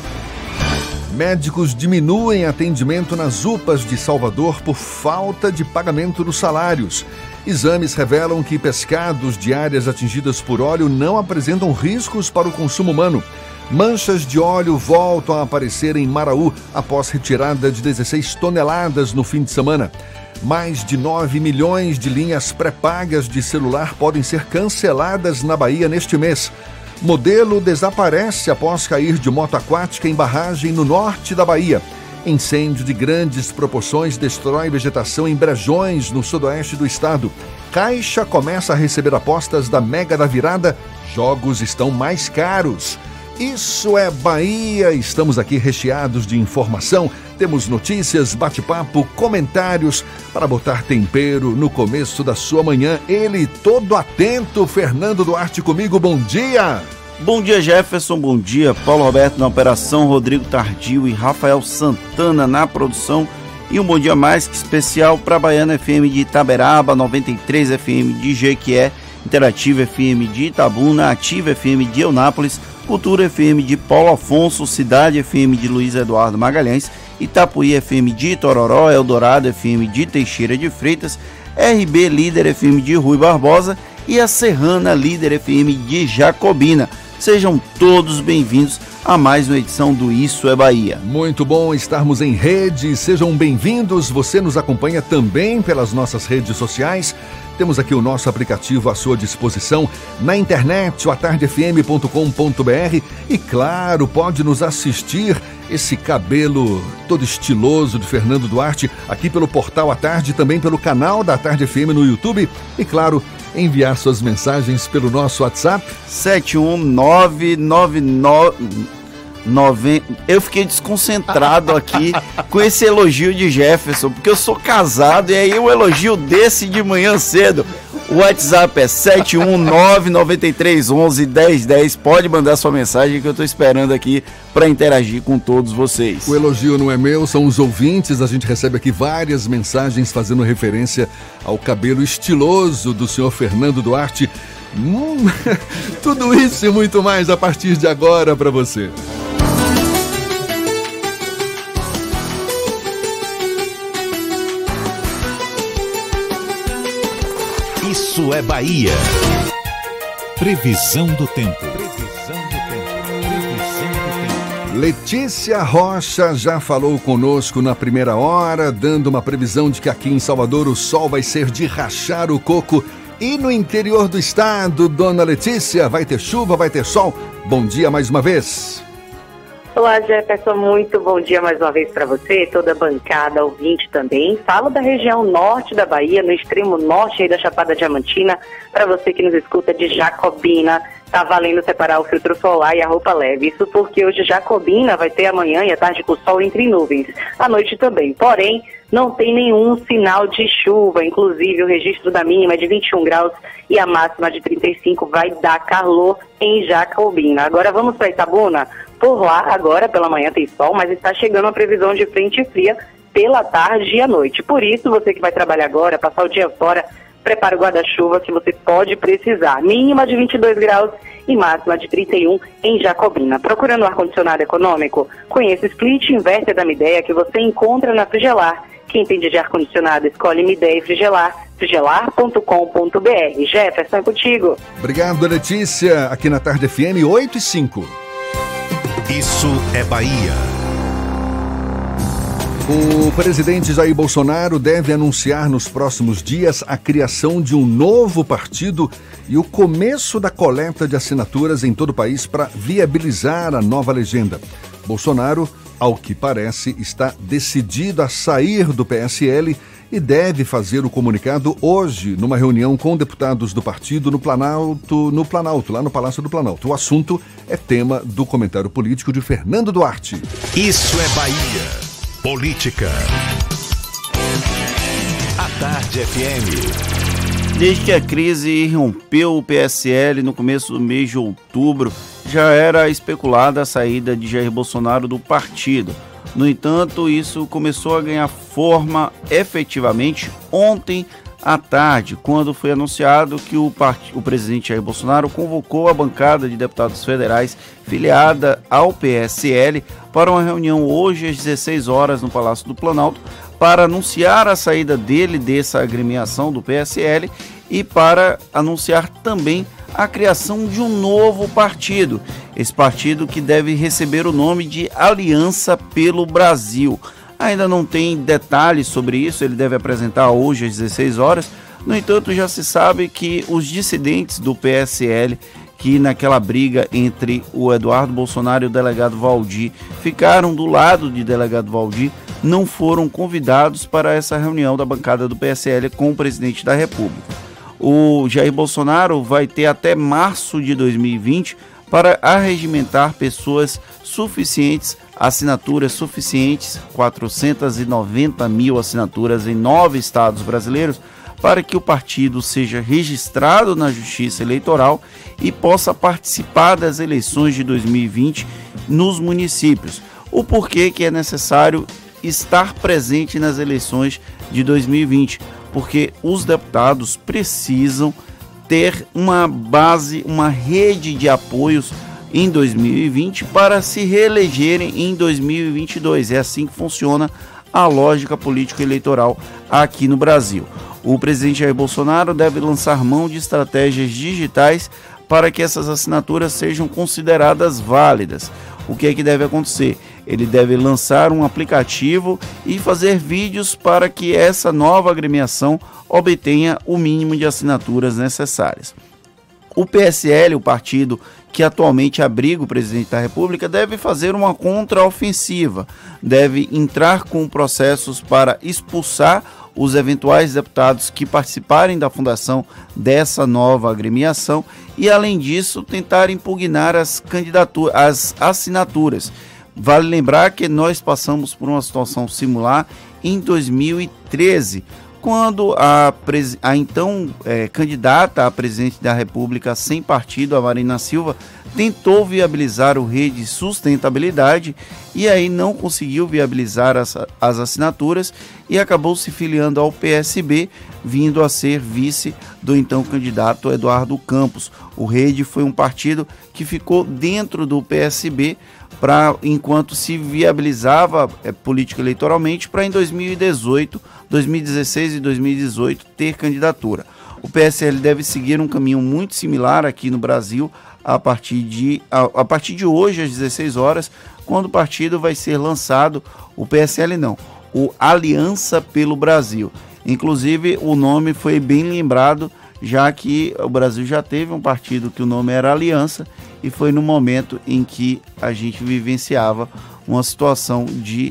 C: Médicos diminuem atendimento nas U P As de Salvador por falta de pagamento dos salários. Exames revelam que pescados de áreas atingidas por óleo não apresentam riscos para o consumo humano. Manchas de óleo voltam a aparecer em Maraú após retirada de dezesseis toneladas no fim de semana. Mais de nove milhões de linhas pré-pagas de celular podem ser canceladas na Bahia neste mês. Modelo desaparece após cair de moto aquática em barragem no norte da Bahia. Incêndio de grandes proporções destrói vegetação em Brejões, no sudoeste do estado. Caixa começa a receber apostas da Mega da Virada. Jogos estão mais caros. Isso é Bahia, estamos aqui recheados de informação, temos notícias, bate-papo, comentários para botar tempero no começo da sua manhã. Ele todo atento, Fernando Duarte comigo, bom dia!
D: Bom dia, Jefferson, bom dia, Paulo Roberto na operação, Rodrigo Tardio e Rafael Santana na produção. E um bom dia mais que especial para a Baiana F M de Itaberaba, noventa e três F M de Jequié, Interativa F M de Itabuna, Ativa F M de Eunápolis, Cultura F M de Paulo Afonso, Cidade F M de Luiz Eduardo Magalhães, Itapuí F M de Itororó, Eldorado F M de Teixeira de Freitas, R B Líder F M de Rui Barbosa e a Serrana Líder F M de Jacobina. Sejam todos bem-vindos a mais uma edição do Isso é Bahia.
C: Muito bom estarmos em rede, sejam bem-vindos. Você nos acompanha também pelas nossas redes sociais. Temos aqui o nosso aplicativo à sua disposição na internet, o a tarde f m ponto com ponto b r, e claro, pode nos assistir esse cabelo todo estiloso de Fernando Duarte aqui pelo portal A Tarde, também pelo canal da Tarde F M no YouTube e claro, enviar suas mensagens pelo nosso WhatsApp
D: sete um nove nove nove nove. Eu fiquei desconcentrado aqui com esse elogio de Jefferson, porque eu sou casado e aí um elogio desse de manhã cedo. O WhatsApp é sete um nove nove três um um um zero um zero. Pode mandar sua mensagem que eu estou esperando aqui para interagir com todos vocês.
C: O elogio não é meu, são os ouvintes. A gente recebe aqui várias mensagens fazendo referência ao cabelo estiloso do senhor Fernando Duarte. Hum, tudo isso e muito mais a partir de agora para você.
A: Isso é Bahia. Previsão do tempo. Previsão do tempo. Previsão do tempo.
C: Letícia Rocha já falou conosco na primeira hora, dando uma previsão de que aqui em Salvador o sol vai ser de rachar o coco. E no interior do estado, dona Letícia, vai ter chuva, vai ter sol? Bom dia mais uma vez.
H: Olá, Jefferson, muito bom dia mais uma vez para você, toda a bancada, ouvinte também. Falo da região norte da Bahia, no extremo norte aí da Chapada Diamantina, para você que nos escuta de Jacobina. Tá valendo separar o filtro solar e a roupa leve. Isso porque hoje Jacobina vai ter amanhã e à tarde com sol entre nuvens. À noite também. Porém, não tem nenhum sinal de chuva. Inclusive, o registro da mínima é de vinte e um graus e a máxima de trinta e cinco. Vai dar calor em Jacobina. Agora vamos para Itabuna. Por lá, agora pela manhã tem sol, mas está chegando a previsão de frente fria pela tarde e à noite. Por isso, você que vai trabalhar agora, passar o dia fora, prepare o guarda-chuva que você pode precisar. Mínima de vinte e dois graus e máxima de trinta e um em Jacobina. Procurando um ar-condicionado econômico? Conheça o Split Inverter da Midea que você encontra na Frigelar. Quem entende de ar-condicionado, escolhe Midea e Frigelar. frigelar ponto com ponto b r. Jefferson, é contigo.
C: Obrigado, Letícia. Aqui na Tarde F M, oito e cinco.
A: Isso é Bahia.
C: O presidente Jair Bolsonaro deve anunciar nos próximos dias a criação de um novo partido e o começo da coleta de assinaturas em todo o país para viabilizar a nova legenda. Bolsonaro, ao que parece, está decidido a sair do P S L e deve fazer o comunicado hoje, numa reunião com deputados do partido no Planalto, no Planalto, lá no Palácio do Planalto. O assunto é tema do comentário político de Fernando Duarte.
A: Isso é Bahia. Política. A Tarde F M.
D: Desde que a crise irrompeu o P S L no começo do mês de outubro, já era especulada a saída de Jair Bolsonaro do partido. No entanto, isso começou a ganhar forma efetivamente ontem à tarde, quando foi anunciado que o, part... o presidente Jair Bolsonaro convocou a bancada de deputados federais filiada ao P S L para uma reunião hoje às dezesseis horas no Palácio do Planalto, para anunciar a saída dele dessa agremiação do P S L e para anunciar também a criação de um novo partido. Esse partido que deve receber o nome de Aliança pelo Brasil. Ainda não tem detalhes sobre isso, ele deve apresentar hoje às dezesseis horas. No entanto, já se sabe que os dissidentes do P S L, que naquela briga entre o Eduardo Bolsonaro e o delegado Valdir ficaram do lado de delegado Valdir, não foram convidados para essa reunião da bancada do P S L com o presidente da República. O Jair Bolsonaro vai ter até março de dois mil e vinte para arregimentar pessoas suficientes, assinaturas suficientes, quatrocentas e noventa mil assinaturas em nove estados brasileiros, para que o partido seja registrado na Justiça Eleitoral e possa participar das eleições de dois mil e vinte nos municípios. O porquê que é necessário estar presente nas eleições de dois mil e vinte? Porque os deputados precisam ter uma base, uma rede de apoios em dois mil e vinte para se reelegerem em dois mil e vinte e dois. É assim que funciona a lógica político-eleitoral aqui no Brasil. O presidente Jair Bolsonaro deve lançar mão de estratégias digitais para que essas assinaturas sejam consideradas válidas. O que é que deve acontecer? Ele deve lançar um aplicativo e fazer vídeos para que essa nova agremiação obtenha o mínimo de assinaturas necessárias. O P S L, o partido que atualmente abriga o presidente da República, deve fazer uma contraofensiva, deve entrar com processos para expulsar os eventuais deputados que participarem da fundação dessa nova agremiação e, além disso, tentar impugnar as candidaturas, as assinaturas. Vale lembrar que nós passamos por uma situação similar em dois mil e treze, quando a, a então é, candidata a presidente da República sem partido, a Marina Silva, tentou viabilizar o Rede Sustentabilidade e aí não conseguiu viabilizar as, as assinaturas e acabou se filiando ao P S B, vindo a ser vice do então candidato Eduardo Campos. O Rede foi um partido que ficou dentro do P S B pra, enquanto se viabilizava é, política eleitoralmente para em dois mil e dezoito, dois mil e dezesseis e dois mil e dezoito ter candidatura. O P S L deve seguir um caminho muito similar aqui no Brasil a partir de, a, a partir de hoje às dezesseis horas, quando o partido vai ser lançado, o P S L não, o Aliança pelo Brasil. Inclusive o nome foi bem lembrado, já que o Brasil já teve um partido que o nome era Aliança e foi no momento em que a gente vivenciava uma situação de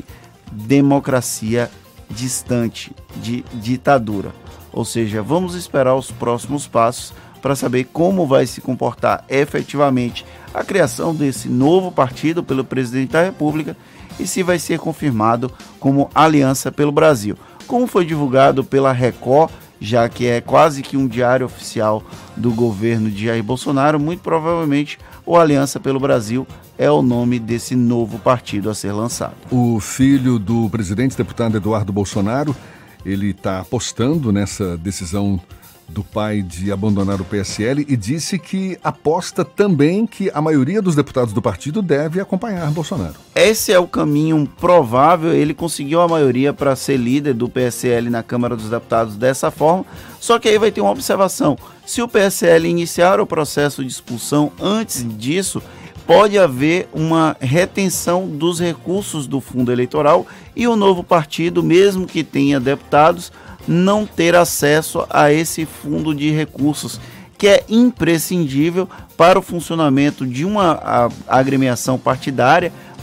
D: democracia distante, de ditadura. Ou seja, vamos esperar os próximos passos para saber como vai se comportar efetivamente a criação desse novo partido pelo presidente da República e se vai ser confirmado como Aliança pelo Brasil. Como foi divulgado pela Record, já que é quase que um diário oficial do governo de Jair Bolsonaro, muito provavelmente o Aliança pelo Brasil é o nome desse novo partido a ser lançado.
C: O filho do presidente deputado Eduardo Bolsonaro, ele está apostando nessa decisão do pai de abandonar o P S L e disse que aposta também que a maioria dos deputados do partido deve acompanhar Bolsonaro.
D: Esse é o caminho provável, ele conseguiu a maioria para ser líder do P S L na Câmara dos Deputados dessa forma, só que aí vai ter uma observação: se o P S L iniciar o processo de expulsão antes disso, pode haver uma retenção dos recursos do fundo eleitoral e o novo partido, mesmo que tenha deputados, não ter acesso a esse fundo de recursos, que é imprescindível para o funcionamento de uma agremiação partidária,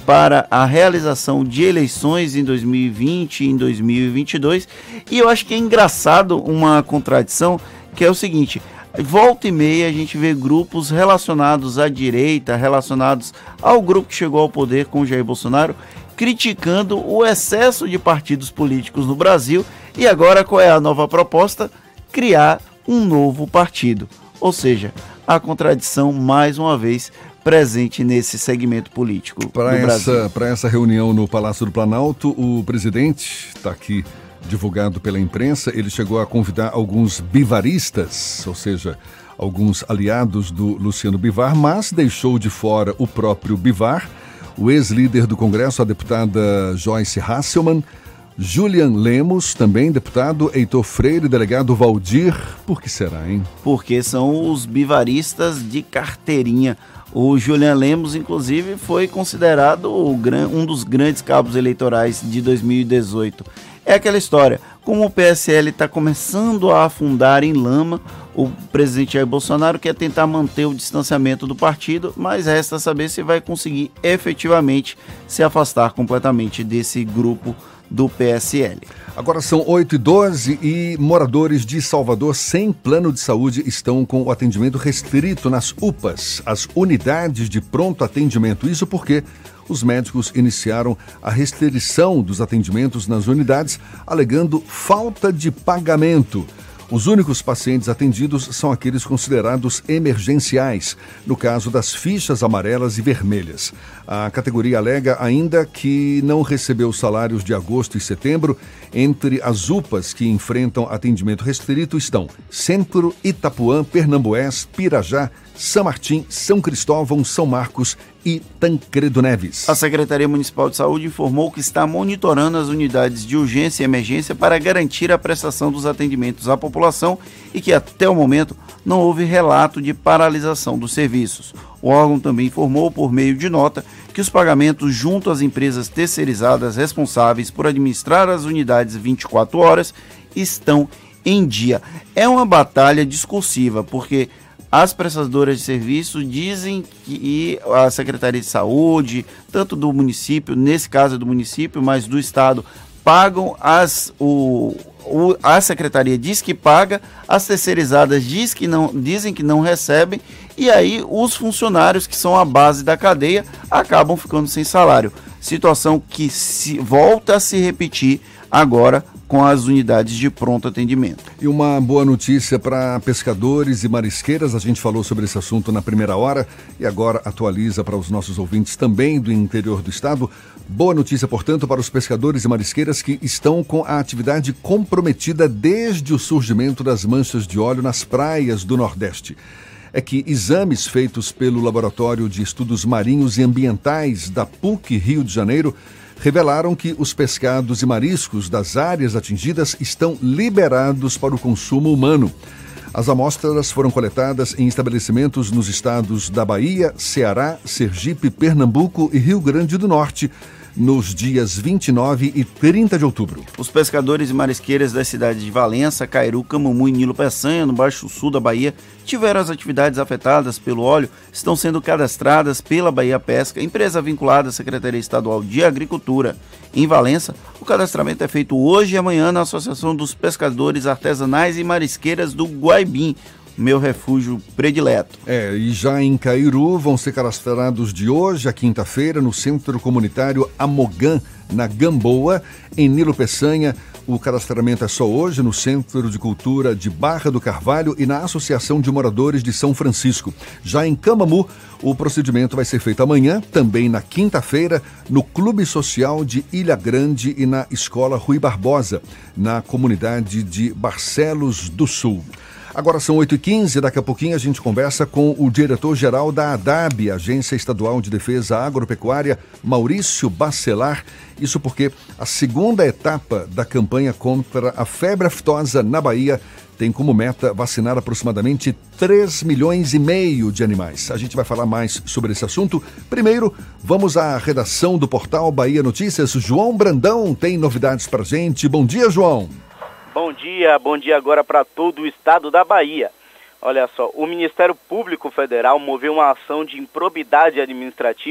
D: para a realização de eleições em dois mil e vinte e em dois mil e vinte e dois. E eu acho que é engraçado uma contradição, que é o seguinte: volta e meia a gente vê grupos relacionados à direita, relacionados ao grupo que chegou ao poder com o Jair Bolsonaro, criticando o excesso de partidos políticos no Brasil. E agora qual é a nova proposta? Criar um novo partido. Ou seja, a contradição mais uma vez presente nesse segmento político
C: para
D: do Brasil.
C: Para essa reunião no Palácio do Planalto, o presidente, está aqui divulgado pela imprensa, ele chegou a convidar alguns bivaristas, ou seja, alguns aliados do Luciano Bivar, mas deixou de fora o próprio Bivar, o ex-líder do Congresso, a deputada Joyce Hasselmann, Julian Lemos, também deputado, Heitor Freire, delegado Valdir. Por que será, hein? Porque são os bivaristas de carteirinha. O Julian Lemos, inclusive, foi considerado o gran... um dos grandes cabos eleitorais de dois mil e dezoito. É aquela história, como o P S L está começando a afundar em lama, o presidente Jair Bolsonaro quer tentar manter o distanciamento do partido, mas resta saber se vai conseguir efetivamente se afastar completamente desse grupo do P S L. Agora são oito e doze e moradores de Salvador sem plano de saúde estão com o atendimento restrito nas U P As, as unidades de pronto atendimento. Isso porque os médicos iniciaram a restrição dos atendimentos nas unidades, alegando falta de pagamento. Os únicos pacientes atendidos são aqueles considerados emergenciais, no caso das fichas amarelas e vermelhas. A categoria alega ainda que não recebeu salários de agosto e setembro. Entre as U P As que enfrentam atendimento restrito estão Centro, Itapuã, Pernambués, Pirajá, São Martim, São Cristóvão, São Marcos e Tancredo Neves. A Secretaria Municipal de Saúde informou que está monitorando as unidades de urgência e emergência para garantir a prestação dos atendimentos à população e que até o momento não houve relato de paralisação dos serviços. O órgão também informou por meio de nota que os pagamentos junto às empresas terceirizadas responsáveis por administrar as unidades vinte e quatro horas estão em dia. É uma batalha discursiva, porque as prestadoras de serviço dizem que a Secretaria de Saúde, tanto do município, nesse caso é do município, mas do estado, pagam as... O, o, a Secretaria diz que paga, as terceirizadas diz que não, dizem que não recebem, e aí os funcionários, que são a base da cadeia, acabam ficando sem salário. Situação que se volta a se repetir agora com as unidades de pronto atendimento. E uma boa notícia para pescadores e marisqueiras, a gente falou sobre esse assunto na primeira hora e agora atualiza para os nossos ouvintes também do interior do estado. Boa notícia, portanto, para os pescadores e marisqueiras que estão com a atividade comprometida desde o surgimento das manchas de óleo nas praias do Nordeste. É que exames feitos pelo Laboratório de Estudos Marinhos e Ambientais da P U C Rio de Janeiro revelaram que os pescados e mariscos das áreas atingidas estão liberados para o consumo humano. As amostras foram coletadas em estabelecimentos nos estados da Bahia, Ceará, Sergipe, Pernambuco e Rio Grande do Norte, nos dias vinte e nove e trinta de outubro. Os pescadores e marisqueiras das cidades de Valença, Cairu, Camumu e Nilo Peçanha, no Baixo Sul da Bahia, tiveram as atividades afetadas pelo óleo, estão sendo cadastradas pela Bahia Pesca, empresa vinculada à Secretaria Estadual de Agricultura. Em Valença, o cadastramento é feito hoje e amanhã na Associação dos Pescadores Artesanais e Marisqueiras do Guaibim, meu refúgio predileto. É, e já em Cairu vão ser cadastrados de hoje a quinta-feira no Centro Comunitário Amogã, na Gamboa. Em Nilo Peçanha, o cadastramento é só hoje no Centro de Cultura de Barra do Carvalho e na Associação de Moradores de São Francisco. Já em Camamu, o procedimento vai ser feito amanhã, também na quinta-feira, no Clube Social de Ilha Grande e na Escola Rui Barbosa, na comunidade de Barcelos do Sul. Agora são oito e quinze, daqui a pouquinho a gente conversa com o diretor-geral da ADAB, Agência Estadual de Defesa Agropecuária, Maurício Bacelar. Isso porque a segunda etapa da campanha contra a febre aftosa na Bahia tem como meta vacinar aproximadamente três milhões e meio de animais. A gente vai falar mais sobre esse assunto. Primeiro, vamos à redação do portal Bahia Notícias. João Brandão tem novidades pra gente. Bom dia, João.
I: Bom dia, bom dia agora para todo o estado da Bahia. Olha só, o Ministério Público Federal moveu uma ação de improbidade administrativa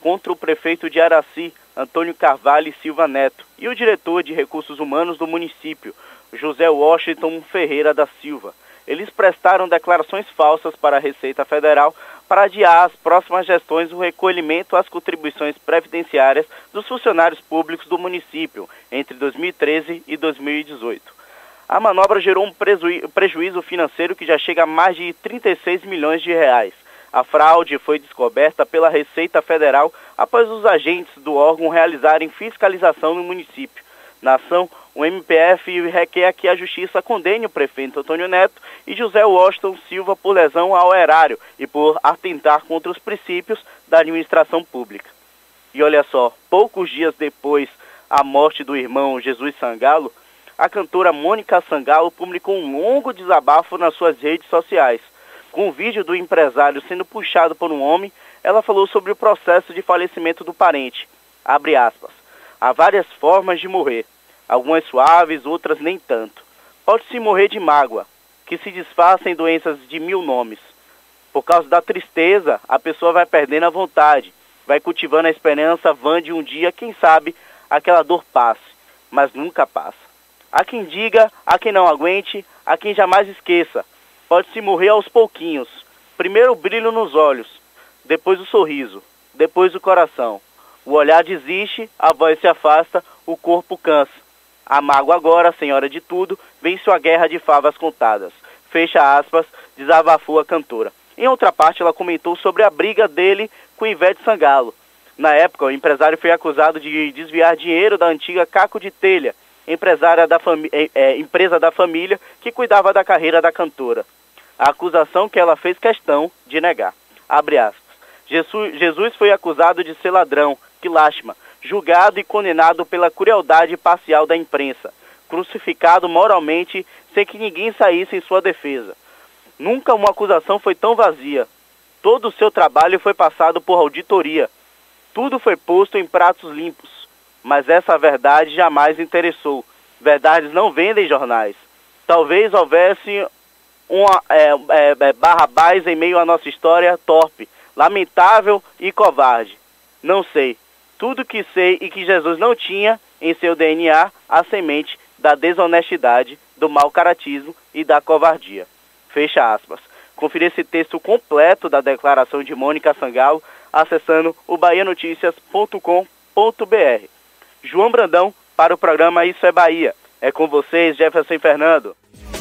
I: contra o prefeito de Araci, Antônio Carvalho Silva Neto, e o diretor de Recursos Humanos do município, José Washington Ferreira da Silva. Eles prestaram declarações falsas para a Receita Federal para adiar as próximas gestões o recolhimento às contribuições previdenciárias dos funcionários públicos do município entre dois mil e treze e dois mil e dezoito. A manobra gerou um prejuízo financeiro que já chega a mais de trinta e seis milhões de reais. A fraude foi descoberta pela Receita Federal após os agentes do órgão realizarem fiscalização no município. Na ação, o M P F requer que a Justiça condene o prefeito Antônio Neto e José Washington Silva por lesão ao erário e por atentar contra os princípios da administração pública. E olha só, poucos dias depois da morte do irmão Jesus Sangalo, a cantora Mônica Sangalo publicou um longo desabafo nas suas redes sociais. Com o vídeo do empresário sendo puxado por um homem, ela falou sobre o processo de falecimento do parente. Abre aspas. Há várias formas de morrer. Algumas suaves, outras nem tanto. Pode-se morrer de mágoa, que se disfarça em doenças de mil nomes. Por causa da tristeza, a pessoa vai perdendo a vontade, vai cultivando a esperança vã de um dia, quem sabe, aquela dor passe, mas nunca passa. Há quem diga, há quem não aguente, há quem jamais esqueça. Pode-se morrer aos pouquinhos. Primeiro o brilho nos olhos, depois o sorriso, depois o coração. O olhar desiste, a voz se afasta, o corpo cansa. A mágoa agora, senhora de tudo, vence a guerra de favas contadas. Fecha aspas, desabafou a cantora. Em outra parte, ela comentou sobre a briga dele com Ivete Sangalo. Na época, o empresário foi acusado de desviar dinheiro da antiga Caco de Telha, empresária da fami- é, empresa da família que cuidava da carreira da cantora. A acusação que ela fez questão de negar. Abre aspas. Jesus, Jesus foi acusado de ser ladrão, que lástima, julgado e condenado pela crueldade parcial da imprensa, crucificado moralmente sem que ninguém saísse em sua defesa. Nunca uma acusação foi tão vazia. Todo o seu trabalho foi passado por auditoria. Tudo foi posto em pratos limpos. Mas essa verdade jamais interessou. Verdades não vendem jornais. Talvez houvesse uma é, é, Barrabás em meio à nossa história torpe, lamentável e covarde. Não sei. Tudo que sei e que Jesus não tinha em seu D N A a semente da desonestidade, do mau caratismo e da covardia. Fecha aspas. Confira esse texto completo da declaração de Mônica Sangalo acessando o bahia notícias ponto com ponto b r. João Brandão para o programa Isso é Bahia. É com vocês, Jefferson Fernando.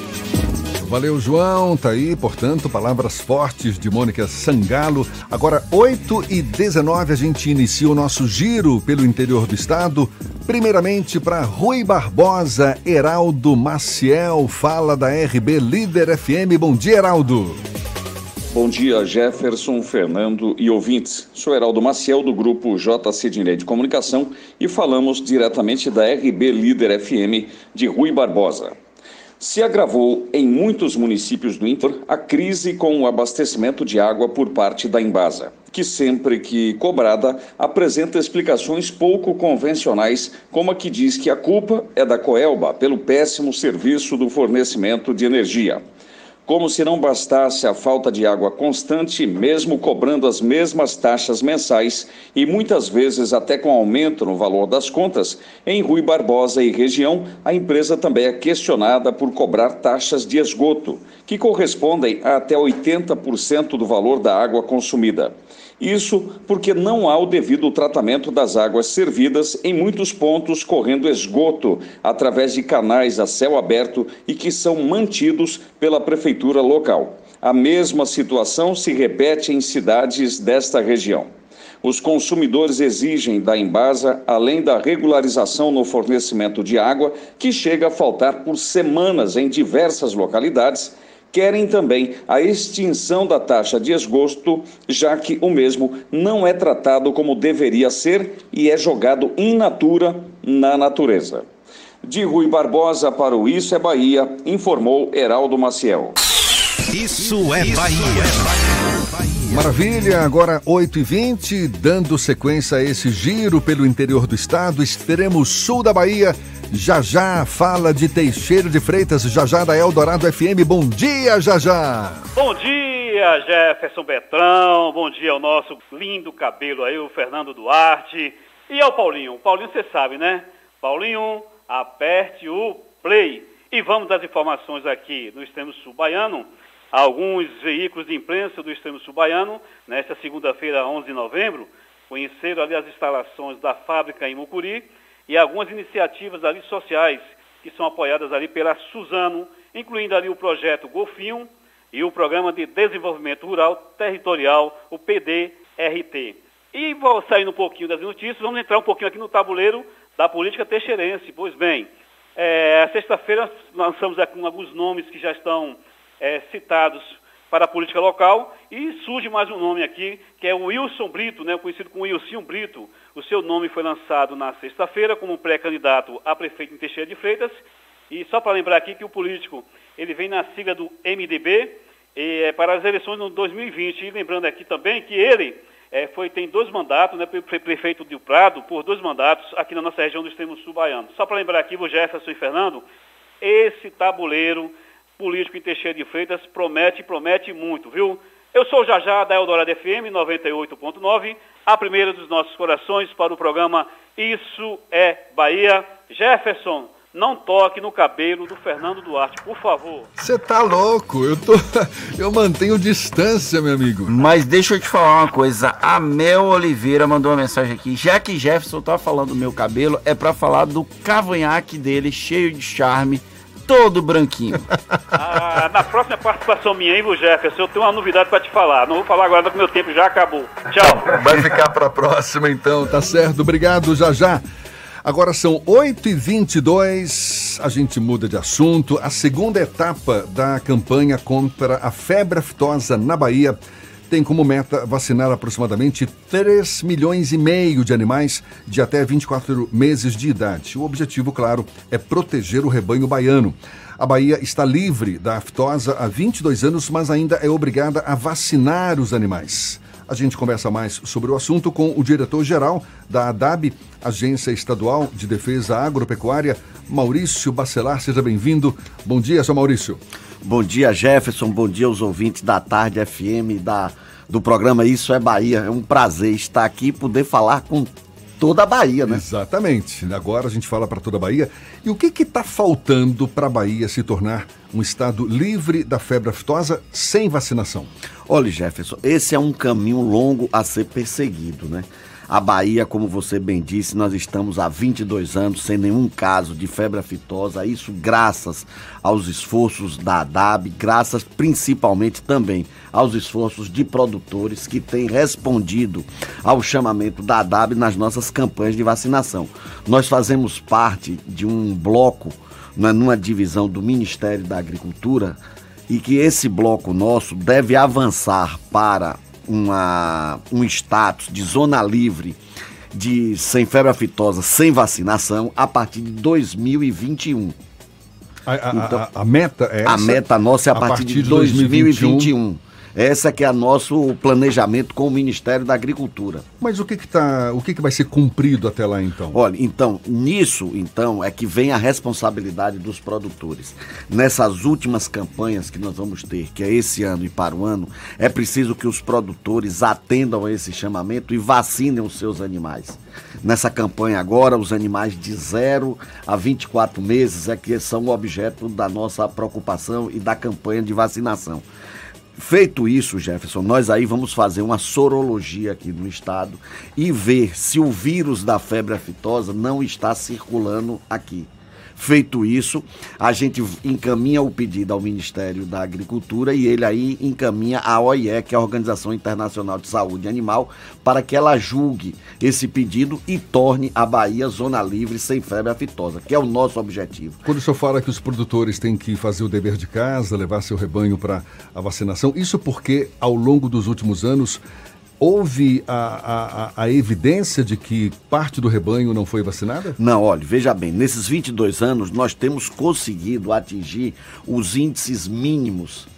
C: Valeu, João. Tá aí, portanto, palavras fortes de Mônica Sangalo. Agora, oito e dezenove, a gente inicia o nosso giro pelo interior do estado. Primeiramente, para Rui Barbosa, Heraldo Maciel, fala da R B Líder F M. Bom dia, Heraldo.
J: Bom dia, Jefferson, Fernando e ouvintes. Sou Heraldo Maciel, do grupo J C Dinei de Comunicação, e falamos diretamente da R B Líder F M de Rui Barbosa. Se agravou em muitos municípios do interior a crise com o abastecimento de água por parte da Embasa, que sempre que cobrada apresenta explicações pouco convencionais, como a que diz que a culpa é da Coelba pelo péssimo serviço do fornecimento de energia. Como se não bastasse a falta de água constante, mesmo cobrando as mesmas taxas mensais e muitas vezes até com aumento no valor das contas, em Rui Barbosa e região, a empresa também é questionada por cobrar taxas de esgoto, que correspondem a até oitenta por cento do valor da água consumida. Isso porque não há o devido tratamento das águas servidas em muitos pontos correndo esgoto através de canais a céu aberto e que são mantidos pela prefeitura local. A mesma situação se repete em cidades desta região. Os consumidores exigem da Embasa, além da regularização no fornecimento de água, que chega a faltar por semanas em diversas localidades, querem também a extinção da taxa de esgoto, já que o mesmo não é tratado como deveria ser e é jogado in natura na natureza. De Rui Barbosa para o Isso é Bahia, informou Heraldo Maciel.
A: Isso é Bahia.
C: Maravilha, agora oito e vinte, dando sequência a esse giro pelo interior do estado, extremo sul da Bahia. Jajá fala de Teixeira de Freitas, Jajá da Eldorado F M. Bom dia, Jajá.
K: Bom dia, dia, Jefferson Betrão, bom dia ao nosso lindo cabelo aí, o Fernando Duarte, e ao Paulinho. Paulinho, você sabe, né? Paulinho, aperte o play. E vamos às informações aqui no extremo sul baiano. Alguns veículos de imprensa do extremo sul baiano, nesta segunda-feira, onze de novembro, conheceram ali as instalações da fábrica em Mucuri e algumas iniciativas ali sociais que são apoiadas ali pela Suzano, incluindo ali o projeto Golfinho e o Programa de Desenvolvimento Rural Territorial, o P D R T. E vou saindo um pouquinho das notícias, vamos entrar um pouquinho aqui no tabuleiro da política teixeirense. Pois bem, é, sexta-feira lançamos aqui alguns nomes que já estão é, citados para a política local e surge mais um nome aqui, que é o Wilson Brito, né, conhecido como Wilson Brito. O seu nome foi lançado na sexta-feira como pré-candidato a prefeito em Teixeira de Freitas. E só para lembrar aqui que o político, ele vem na sigla do M D B e, é, para as eleições no dois mil e vinte. E lembrando aqui também que ele é, foi, tem dois mandatos, né, foi prefeito de Prado por dois mandatos aqui na nossa região do extremo sul baiano. Só para lembrar aqui, o Jefferson e Fernando, esse tabuleiro político em Teixeira de Freitas promete e promete muito, viu? Eu sou o Jajá da Eldorado F M noventa e oito ponto nove, a primeira dos nossos corações para o programa Isso é Bahia. Jefferson, não toque no cabelo do Fernando Duarte, por favor.
C: Você tá louco, eu tô, eu mantenho distância, meu amigo.
D: Mas deixa eu te falar uma coisa, a Mel Oliveira mandou uma mensagem aqui, já que Jefferson tá falando do meu cabelo, é pra falar do cavanhaque dele, cheio de charme, todo branquinho.
K: Ah, na próxima participação minha, hein, Jefferson, eu tenho uma novidade pra te falar. Não vou falar agora porque meu tempo já acabou. Tchau.
C: Vai ficar pra próxima então, tá certo? Obrigado, Jajá. Agora são oito e vinte e dois, a gente muda de assunto. A segunda etapa da campanha contra a febre aftosa na Bahia tem como meta vacinar aproximadamente três milhões e meio de animais de até vinte e quatro meses de idade. O objetivo, claro, é proteger o rebanho baiano. A Bahia está livre da aftosa há vinte e dois anos, mas ainda é obrigada a vacinar os animais. A gente conversa mais sobre o assunto com o diretor-geral da ADAB, Agência Estadual de Defesa Agropecuária, Maurício Bacelar. Seja bem-vindo. Bom dia, seu Maurício.
D: Bom dia, Jefferson. Bom dia aos ouvintes da Tarde F M, da, do programa Isso é Bahia. É um prazer estar aqui e poder falar com toda a Bahia, né?
C: Exatamente. Agora a gente fala para toda a Bahia. E o que está faltando para a Bahia se tornar um estado livre da febre aftosa sem vacinação?
D: Olha, Jefferson, esse é um caminho longo a ser perseguido, né? A Bahia, como você bem disse, nós estamos há vinte e dois anos sem nenhum caso de febre aftosa, isso graças aos esforços da ADAB, graças principalmente também aos esforços de produtores que têm respondido ao chamamento da ADAB nas nossas campanhas de vacinação. Nós fazemos parte de um bloco, né, numa divisão do Ministério da Agricultura, e que esse bloco nosso deve avançar para Uma, um status de zona livre de sem febre aftosa, sem vacinação, a partir de dois mil e vinte e um.
C: A, a, então, a, a meta é essa?
D: A meta nossa é a, a partir, partir de dois mil e vinte e um. Essa que é o nosso planejamento com o Ministério da Agricultura.
C: Mas o que que tá, o que que vai ser cumprido até lá, então?
D: Olha, então, nisso, então, é que vem a responsabilidade dos produtores. Nessas últimas campanhas que nós vamos ter, que é esse ano e para o ano, é preciso que os produtores atendam a esse chamamento e vacinem os seus animais. Nessa campanha agora, os animais de zero a vinte e quatro meses é que são o objeto da nossa preocupação e da campanha de vacinação. Feito isso, Jefferson, nós aí vamos fazer uma sorologia aqui no estado e ver se o vírus da febre aftosa não está circulando aqui. Feito isso, a gente encaminha o pedido ao Ministério da Agricultura e ele aí encaminha a O I E, que é a Organização Internacional de Saúde Animal, para que ela julgue esse pedido e torne a Bahia zona livre sem febre aftosa, que é o nosso objetivo.
C: Quando o senhor fala que os produtores têm que fazer o dever de casa, levar seu rebanho para a vacinação, isso porque ao longo dos últimos anos houve a, a, a evidência de que parte do rebanho não foi vacinada?
D: Não, olha, veja bem, nesses vinte e dois anos nós temos conseguido atingir os índices mínimos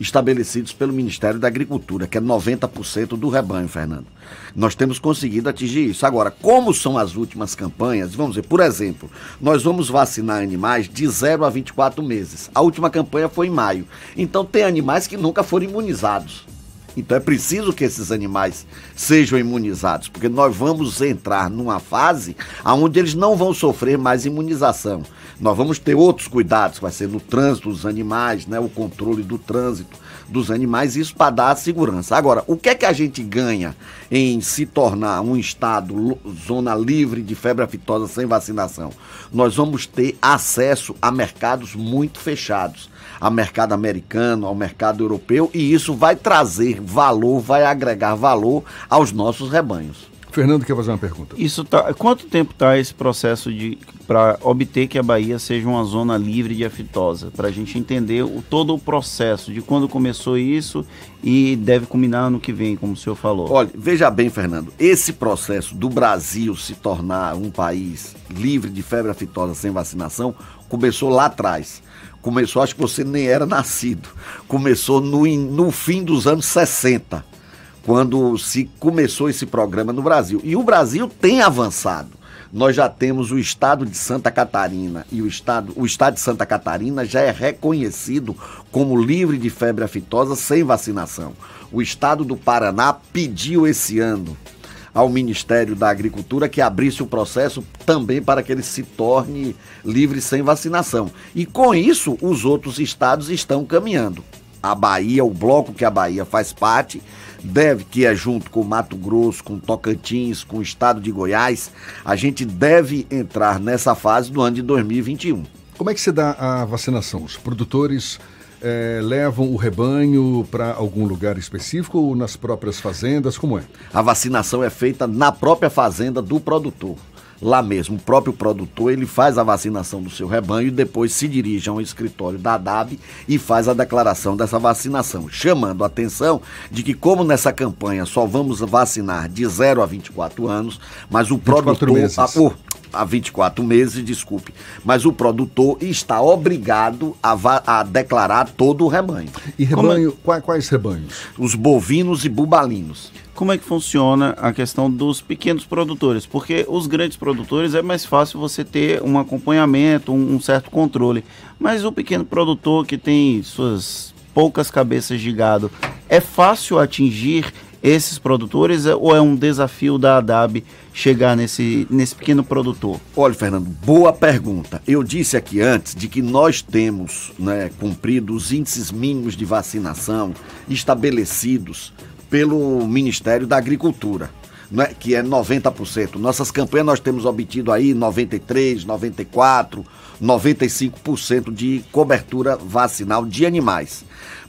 L: estabelecidos pelo Ministério da Agricultura, que é noventa por cento do rebanho, Fernando. Nós temos conseguido atingir isso. Agora, como são as últimas campanhas, vamos dizer, por exemplo, nós vamos vacinar animais de zero a vinte e quatro meses. A última campanha foi em maio. Então tem animais que nunca foram imunizados. Então é preciso que esses animais sejam imunizados, porque nós vamos entrar numa fase onde eles não vão sofrer mais imunização. Nós vamos ter outros cuidados, vai ser no trânsito dos animais, né, o controle do trânsito dos animais, isso para dar segurança. Agora, o que é que a gente ganha em se tornar um estado, zona livre de febre aftosa sem vacinação? Nós vamos ter acesso a mercados muito fechados, ao mercado americano, ao mercado europeu, e isso vai trazer valor, vai agregar valor aos nossos rebanhos.
C: Fernando quer fazer uma pergunta.
D: Isso tá, quanto tempo está esse processo de para obter que a Bahia seja uma zona livre de aftosa? Para a gente entender o, todo o processo de quando começou isso e deve culminar ano que vem, como o senhor falou.
L: Olha, veja bem, Fernando, esse processo do Brasil se tornar um país livre de febre aftosa sem vacinação começou lá atrás. Começou, acho que você nem era nascido, começou no, no fim dos anos sessenta. Quando se começou esse programa no Brasil. E o Brasil tem avançado. Nós já temos o estado de Santa Catarina, e o estado, o estado de Santa Catarina já é reconhecido como livre de febre aftosa sem vacinação. O estado do Paraná pediu esse ano ao Ministério da Agricultura que abrisse o processo também para que ele se torne livre sem vacinação. E com isso, os outros estados estão caminhando. A Bahia, o bloco que a Bahia faz parte, deve, que é junto com Mato Grosso, com Tocantins, com o estado de Goiás, a gente deve entrar nessa fase do ano de dois mil e vinte e um.
C: Como é que se dá a vacinação? Os produtores eh, levam o rebanho para algum lugar específico ou nas próprias fazendas? Como é?
L: A vacinação é feita na própria fazenda do produtor. Lá mesmo, o próprio produtor, ele faz a vacinação do seu rebanho e depois se dirige a um escritório da A D A B e faz a declaração dessa vacinação, chamando a atenção de que, como nessa campanha só vamos vacinar de zero a vinte e quatro anos, mas o produtor...
C: meses.
L: A, oh, há vinte e quatro meses, desculpe, mas o produtor está obrigado a, va- a declarar todo o rebanho.
C: E rebanho, é? quais, quais rebanhos?
L: Os bovinos e bubalinos.
D: Como é que funciona a questão dos pequenos produtores? Porque os grandes produtores é mais fácil você ter um acompanhamento, um, um certo controle. Mas o pequeno produtor que tem suas poucas cabeças de gado, é fácil atingir esses produtores ou é um desafio da A D A B chegar nesse, nesse pequeno produtor?
L: Olha, Fernando, boa pergunta. Eu disse aqui antes de que nós temos, né, cumprido os índices mínimos de vacinação estabelecidos pelo Ministério da Agricultura, né, que é noventa por cento. Nossas campanhas nós temos obtido aí noventa e três por cento, noventa e quatro por cento, noventa e cinco por cento de cobertura vacinal de animais.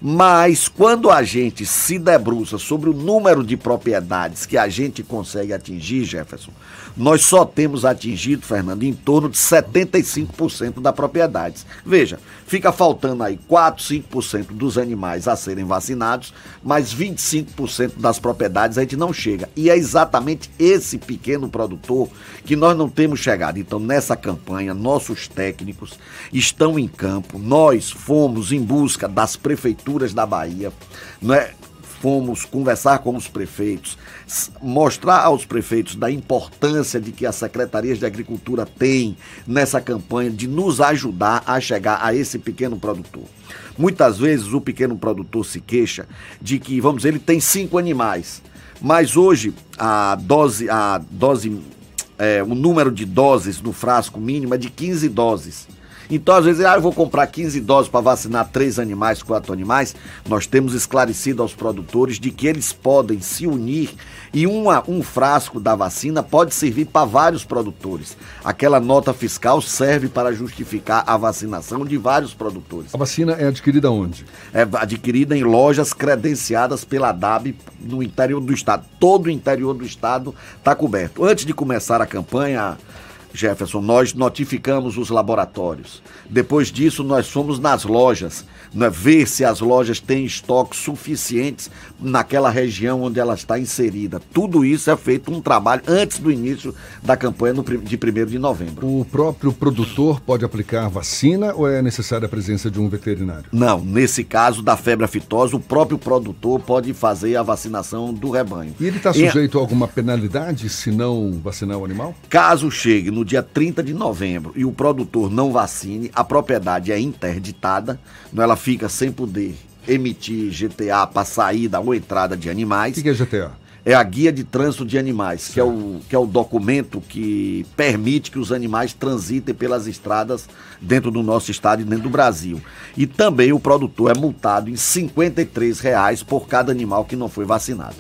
L: Mas quando a gente se debruça sobre o número de propriedades que a gente consegue atingir, Jefferson, nós só temos atingido, Fernando, em torno de setenta e cinco por cento das propriedades. Veja, fica faltando aí quatro, cinco por cento dos animais a serem vacinados, mas vinte e cinco por cento das propriedades a gente não chega. E é exatamente esse pequeno produtor que nós não temos chegado. Então, nessa campanha, nossos técnicos estão em campo. Nós fomos em busca das prefeituras da Bahia, né? Fomos conversar com os prefeitos, mostrar aos prefeitos da importância de que as secretarias de agricultura têm nessa campanha de nos ajudar a chegar a esse pequeno produtor. Muitas vezes o pequeno produtor se queixa de que, vamos dizer, ele tem cinco animais, mas hoje a dose, a dose, é, o número de doses no frasco mínimo é de quinze doses. Então, às vezes, ah, eu vou comprar quinze doses para vacinar três animais, quatro animais. Nós temos esclarecido aos produtores de que eles podem se unir e uma, um frasco da vacina pode servir para vários produtores. Aquela nota fiscal serve para justificar a vacinação de vários produtores.
C: A vacina é adquirida onde?
L: É adquirida em lojas credenciadas pela A D A B no interior do estado. Todo o interior do estado está coberto. Antes de começar a campanha, Jefferson, nós notificamos os laboratórios. Depois disso, nós fomos nas lojas, né, ver se as lojas têm estoques suficientes naquela região onde ela está inserida. Tudo isso é feito um trabalho antes do início da campanha no, de primeiro de novembro.
C: O próprio produtor pode aplicar vacina ou é necessária a presença de um veterinário?
L: Não, nesse caso da febre aftosa, o próprio produtor pode fazer a vacinação do rebanho.
C: E ele está sujeito e... a alguma penalidade se não vacinar o animal?
L: Caso chegue no dia trinta de novembro e o produtor não vacine, a propriedade é interditada, ela fica sem poder emitir G T A para saída ou entrada de animais.
C: O que é G T A?
L: É a Guia de Trânsito de Animais, que é, o, que é o documento que permite que os animais transitem pelas estradas dentro do nosso estado e dentro do Brasil. E também o produtor é multado em cinquenta e três reais por cada animal que não foi vacinado.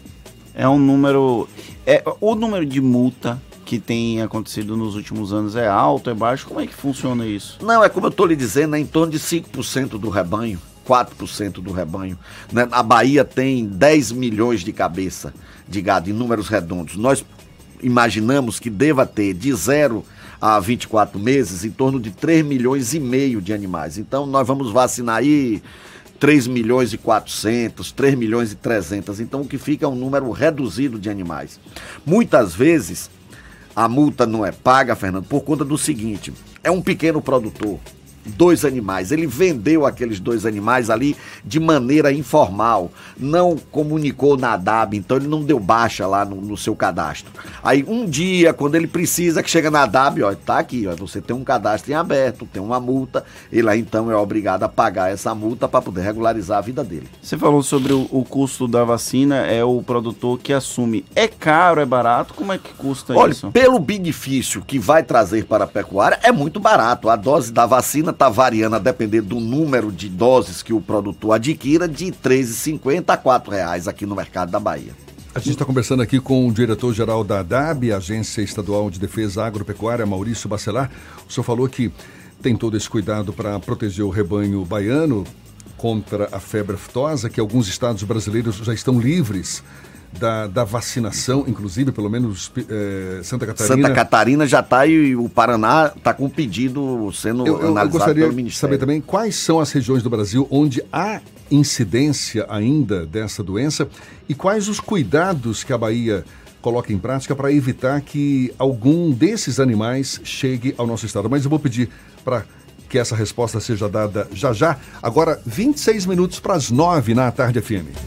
D: É um número... É, o número de multa que tem acontecido nos últimos anos é alto, é baixo? Como é que funciona isso?
L: Não, é como eu estou lhe dizendo, é em torno de cinco por cento do rebanho, quatro por cento do rebanho. Né? A Bahia tem dez milhões de cabeça de gado em números redondos. Nós imaginamos que deva ter de zero a vinte e quatro meses em torno de três milhões e meio de animais. Então nós vamos vacinar aí três milhões e quatrocentos, três milhões e trezentos. Então o que fica é um número reduzido de animais. Muitas vezes a multa não é paga, Fernando, por conta do seguinte: é um pequeno produtor, dois animais, ele vendeu aqueles dois animais ali de maneira informal, não comunicou na A D A B, então ele não deu baixa lá no, no seu cadastro. Aí um dia, quando ele precisa, que chega na A D A B, ó, tá aqui, ó, você tem um cadastro em aberto, tem uma multa, ele aí então é obrigado a pagar essa multa para poder regularizar a vida dele.
D: Você falou sobre o, o custo da vacina, é o produtor que assume. É caro, é barato? Como é que custa
L: Olha,
D: isso?
L: Olha, pelo benefício que vai trazer para a pecuária, é muito barato. A dose da vacina está variando a depender do número de doses que o produtor adquira, de três reais e cinquenta centavos a quatro reais aqui no mercado da Bahia.
C: A gente está conversando aqui com o diretor-geral da A D A B, Agência Estadual de Defesa Agropecuária, Maurício Bacelar. O senhor falou que tem todo esse cuidado para proteger o rebanho baiano contra a febre aftosa, que alguns estados brasileiros já estão livres Da, da vacinação, inclusive, pelo menos é, Santa Catarina.
L: Santa Catarina já está e o Paraná está com o pedido sendo
C: eu, eu,
L: analisado
C: eu gostaria
L: pelo Ministério.
C: De saber também quais são as regiões do Brasil onde há incidência ainda dessa doença e quais os cuidados que a Bahia coloca em prática para evitar que algum desses animais chegue ao nosso estado. Mas eu vou pedir para que essa resposta seja dada já já. Agora, vinte e seis minutos para as nove na Tarde F M.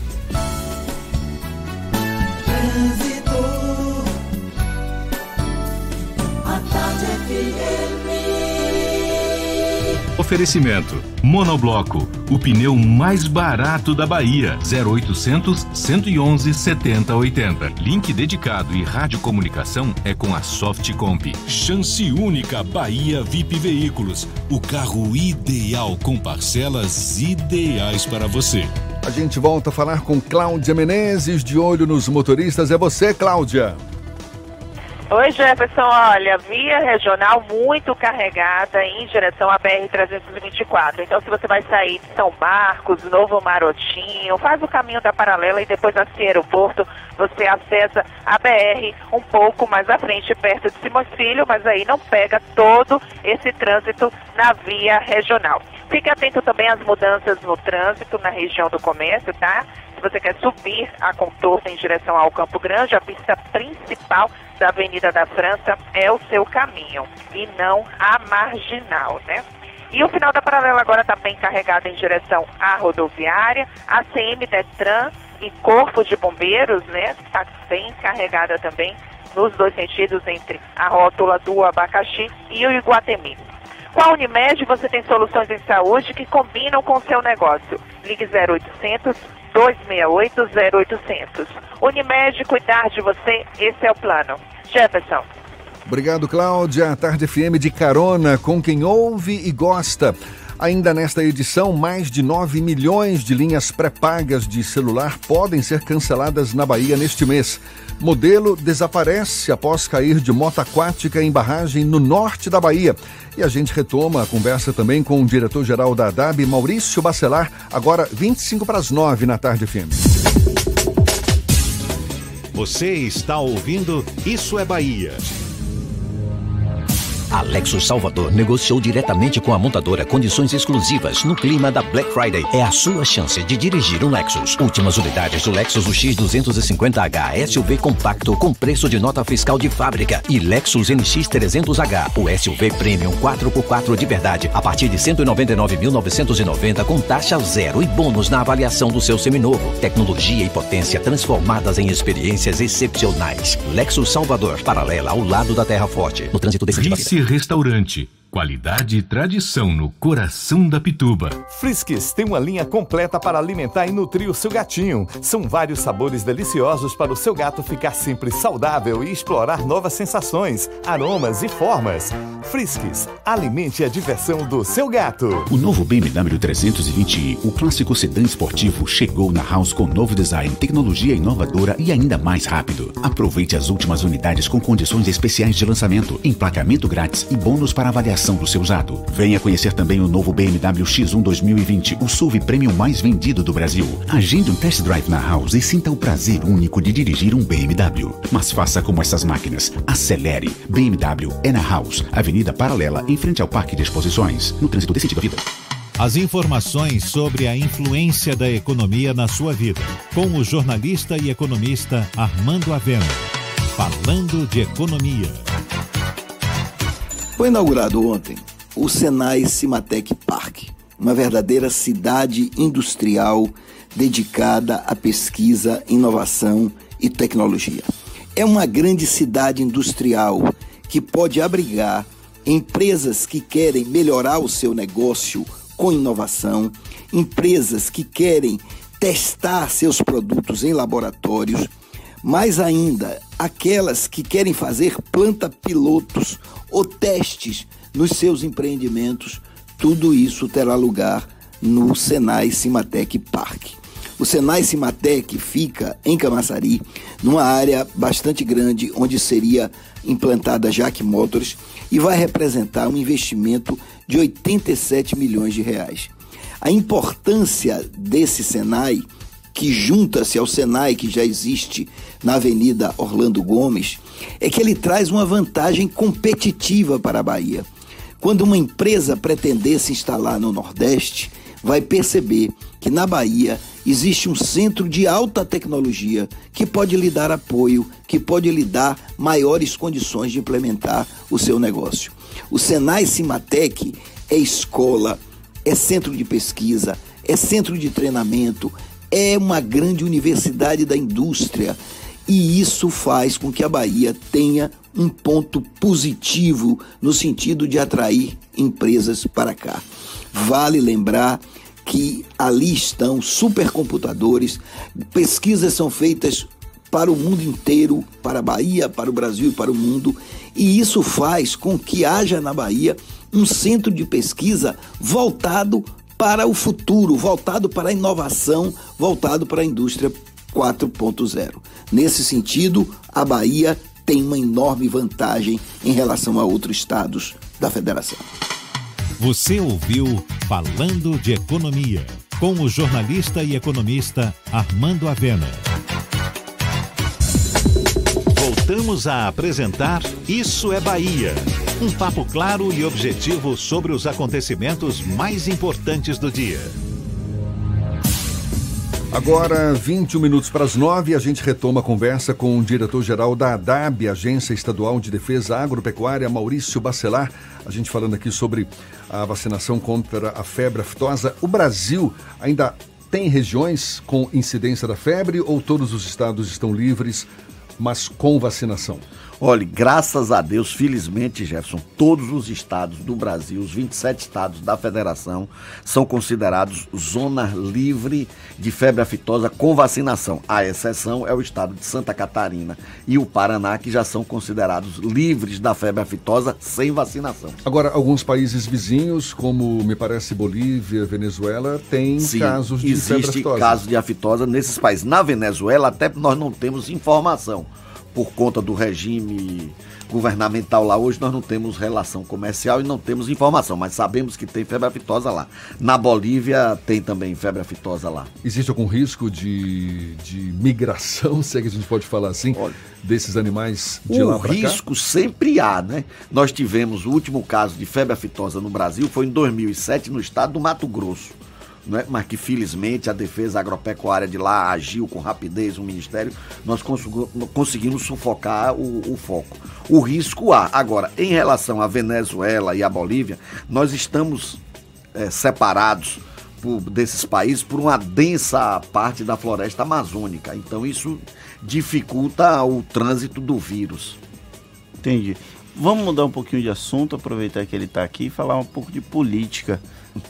B: Oferecimento: Monobloco, o pneu mais barato da Bahia. zero oitocentos, cento e onze, setenta, oitenta. Link dedicado e radiocomunicação é com a Softcomp. Chance única Bahia V I P Veículos, o carro ideal com parcelas ideais para você.
C: A gente volta a falar com Cláudia Menezes, de olho nos motoristas. É você, Cláudia.
F: Oi, Jefferson. Olha, via regional muito carregada em direção à B R trezentos e vinte e quatro. Então, se você vai sair de São Marcos, Novo Marotinho, faz o caminho da Paralela e depois assim aeroporto, você acessa a B R um pouco mais à frente, perto de Simões Filho, mas aí não pega todo esse trânsito na via regional. Fique atento também às mudanças no trânsito na região do comércio, tá? Se você quer subir a contorno em direção ao Campo Grande, a pista principal da Avenida da França é o seu caminho e não a marginal, né? E o final da Paralela agora está bem carregado em direção à rodoviária, a C M Detran e Corpo de Bombeiros, né? Está bem carregada também nos dois sentidos entre a rótula do Abacaxi e o Iguatemi. Com a Unimed você tem soluções em saúde que combinam com o seu negócio. Ligue zero oitocentos, dois seis oito, zero oitocentos. Unimed, cuidar de você, esse é o plano. Jefferson.
C: Obrigado, Cláudia. Tarde F M de carona com quem ouve e gosta. Ainda nesta edição, mais de nove milhões de linhas pré-pagas de celular podem ser canceladas na Bahia neste mês. Modelo desaparece após cair de moto aquática em barragem no norte da Bahia. E a gente retoma a conversa também com o diretor-geral da A D A B, Maurício Bacelar, agora vinte e cinco para as nove na Tarde F M.
A: Você está ouvindo Isso é Bahia.
N: A Lexus Salvador negociou diretamente com a montadora condições exclusivas no clima da Black Friday. É a sua chance de dirigir um Lexus. Últimas unidades do Lexus U X duzentos e cinquenta H S U V compacto com preço de nota fiscal de fábrica e Lexus N X trezentos H, o S U V Premium quatro por quatro de verdade, a partir de cento e noventa e nove mil novecentos e noventa com taxa zero e bônus na avaliação do seu seminovo. Tecnologia e potência transformadas em experiências excepcionais. Lexus Salvador, paralela ao lado da Terra Forte, no trânsito decisivo da vida.
B: Restaurante. Qualidade e tradição no coração da Pituba.
O: Friskies tem uma linha completa para alimentar e nutrir o seu gatinho. São vários sabores deliciosos para o seu gato ficar sempre saudável e explorar novas sensações, aromas e formas. Friskies, alimente a diversão do seu gato.
P: O novo B M W trezentos e vinte i, o clássico sedã esportivo, chegou na House com novo design, tecnologia inovadora e ainda mais rápido. Aproveite as últimas unidades com condições especiais de lançamento, emplacamento grátis e bônus para avaliação do seu usado. Venha conhecer também o novo B M W X um dois mil e vinte, o S U V Premium mais vendido do Brasil. Agende um test drive na House e sinta o prazer único de dirigir um B M W. Mas faça como essas máquinas. Acelere. B M W é na House, Avenida Paralela, em frente ao Parque de Exposições, no trânsito desse tipo de vida.
A: As informações sobre a influência da economia na sua vida, com o jornalista e economista Armando Avena. Falando de economia.
R: Foi inaugurado ontem o Senai Cimatec Park, uma verdadeira cidade industrial dedicada à pesquisa, inovação e tecnologia. É uma grande cidade industrial que pode abrigar empresas que querem melhorar o seu negócio com inovação, empresas que querem testar seus produtos em laboratórios, mais ainda, aquelas que querem fazer planta-pilotos ou testes nos seus empreendimentos, tudo isso terá lugar no Senai Cimatec Park. O Senai Cimatec fica em Camaçari, numa área bastante grande, onde seria implantada a Jack Motors e vai representar um investimento de oitenta e sete milhões de reais. A importância desse Senai, que junta-se ao Senai que já existe na Avenida Orlando Gomes, é que ele traz uma vantagem competitiva para a Bahia. Quando uma empresa pretender se instalar no Nordeste, vai perceber que na Bahia existe um centro de alta tecnologia que pode lhe dar apoio, que pode lhe dar maiores condições de implementar o seu negócio. O Senai Cimatec é escola, é centro de pesquisa, é centro de treinamento, é uma grande universidade da indústria, e isso faz com que a Bahia tenha um ponto positivo no sentido de atrair empresas para cá. Vale lembrar que ali estão supercomputadores, pesquisas são feitas para o mundo inteiro, para a Bahia, para o Brasil e para o mundo, e isso faz com que haja na Bahia um centro de pesquisa voltado para o futuro, voltado para a inovação, voltado para a indústria quatro ponto zero. Nesse sentido, a Bahia tem uma enorme vantagem em relação a outros estados da federação.
A: Você ouviu Falando de Economia, com o jornalista e economista Armando Avena. Voltamos a apresentar Isso é Bahia. Um papo claro e objetivo sobre os acontecimentos mais importantes do dia.
C: Agora, vinte e um minutos para as nove, a gente retoma a conversa com o diretor-geral da ADAB, Agência Estadual de Defesa Agropecuária, Maurício Bacelar. A gente falando aqui sobre a vacinação contra a febre aftosa. O Brasil ainda tem regiões com incidência da febre ou todos os estados estão livres, mas com vacinação?
L: Olha, graças a Deus, felizmente, Jefferson, todos os estados do Brasil, os vinte e sete estados da federação, são considerados zona livre de febre aftosa com vacinação. A exceção é o estado de Santa Catarina e o Paraná, que já são considerados livres da febre aftosa sem vacinação.
C: Agora, alguns países vizinhos, como me parece Bolívia, Venezuela, têm
L: Sim,
C: casos de febre aftosa.
L: Existe casos de aftosa nesses países. Na Venezuela, até nós não temos informação, por conta do regime governamental lá hoje, nós não temos relação comercial e não temos informação, mas sabemos que tem febre aftosa lá. Na Bolívia tem também febre aftosa lá.
C: Existe algum risco de, de migração, se é que a gente pode falar assim, Olha, desses animais de lá para cá? O
L: risco sempre há, né? Nós tivemos o último caso de febre aftosa no Brasil, foi em dois mil e sete, no estado do Mato Grosso. Né? Mas que felizmente a defesa agropecuária de lá agiu com rapidez, o Ministério, nós conseguimos sufocar o, o foco. O risco há. Agora, em relação à Venezuela e à Bolívia, nós estamos é, separados por, desses países por uma densa parte da floresta amazônica. Então isso dificulta o trânsito do vírus.
D: Entendi. Vamos mudar um pouquinho de assunto, aproveitar que ele está aqui e falar um pouco de política.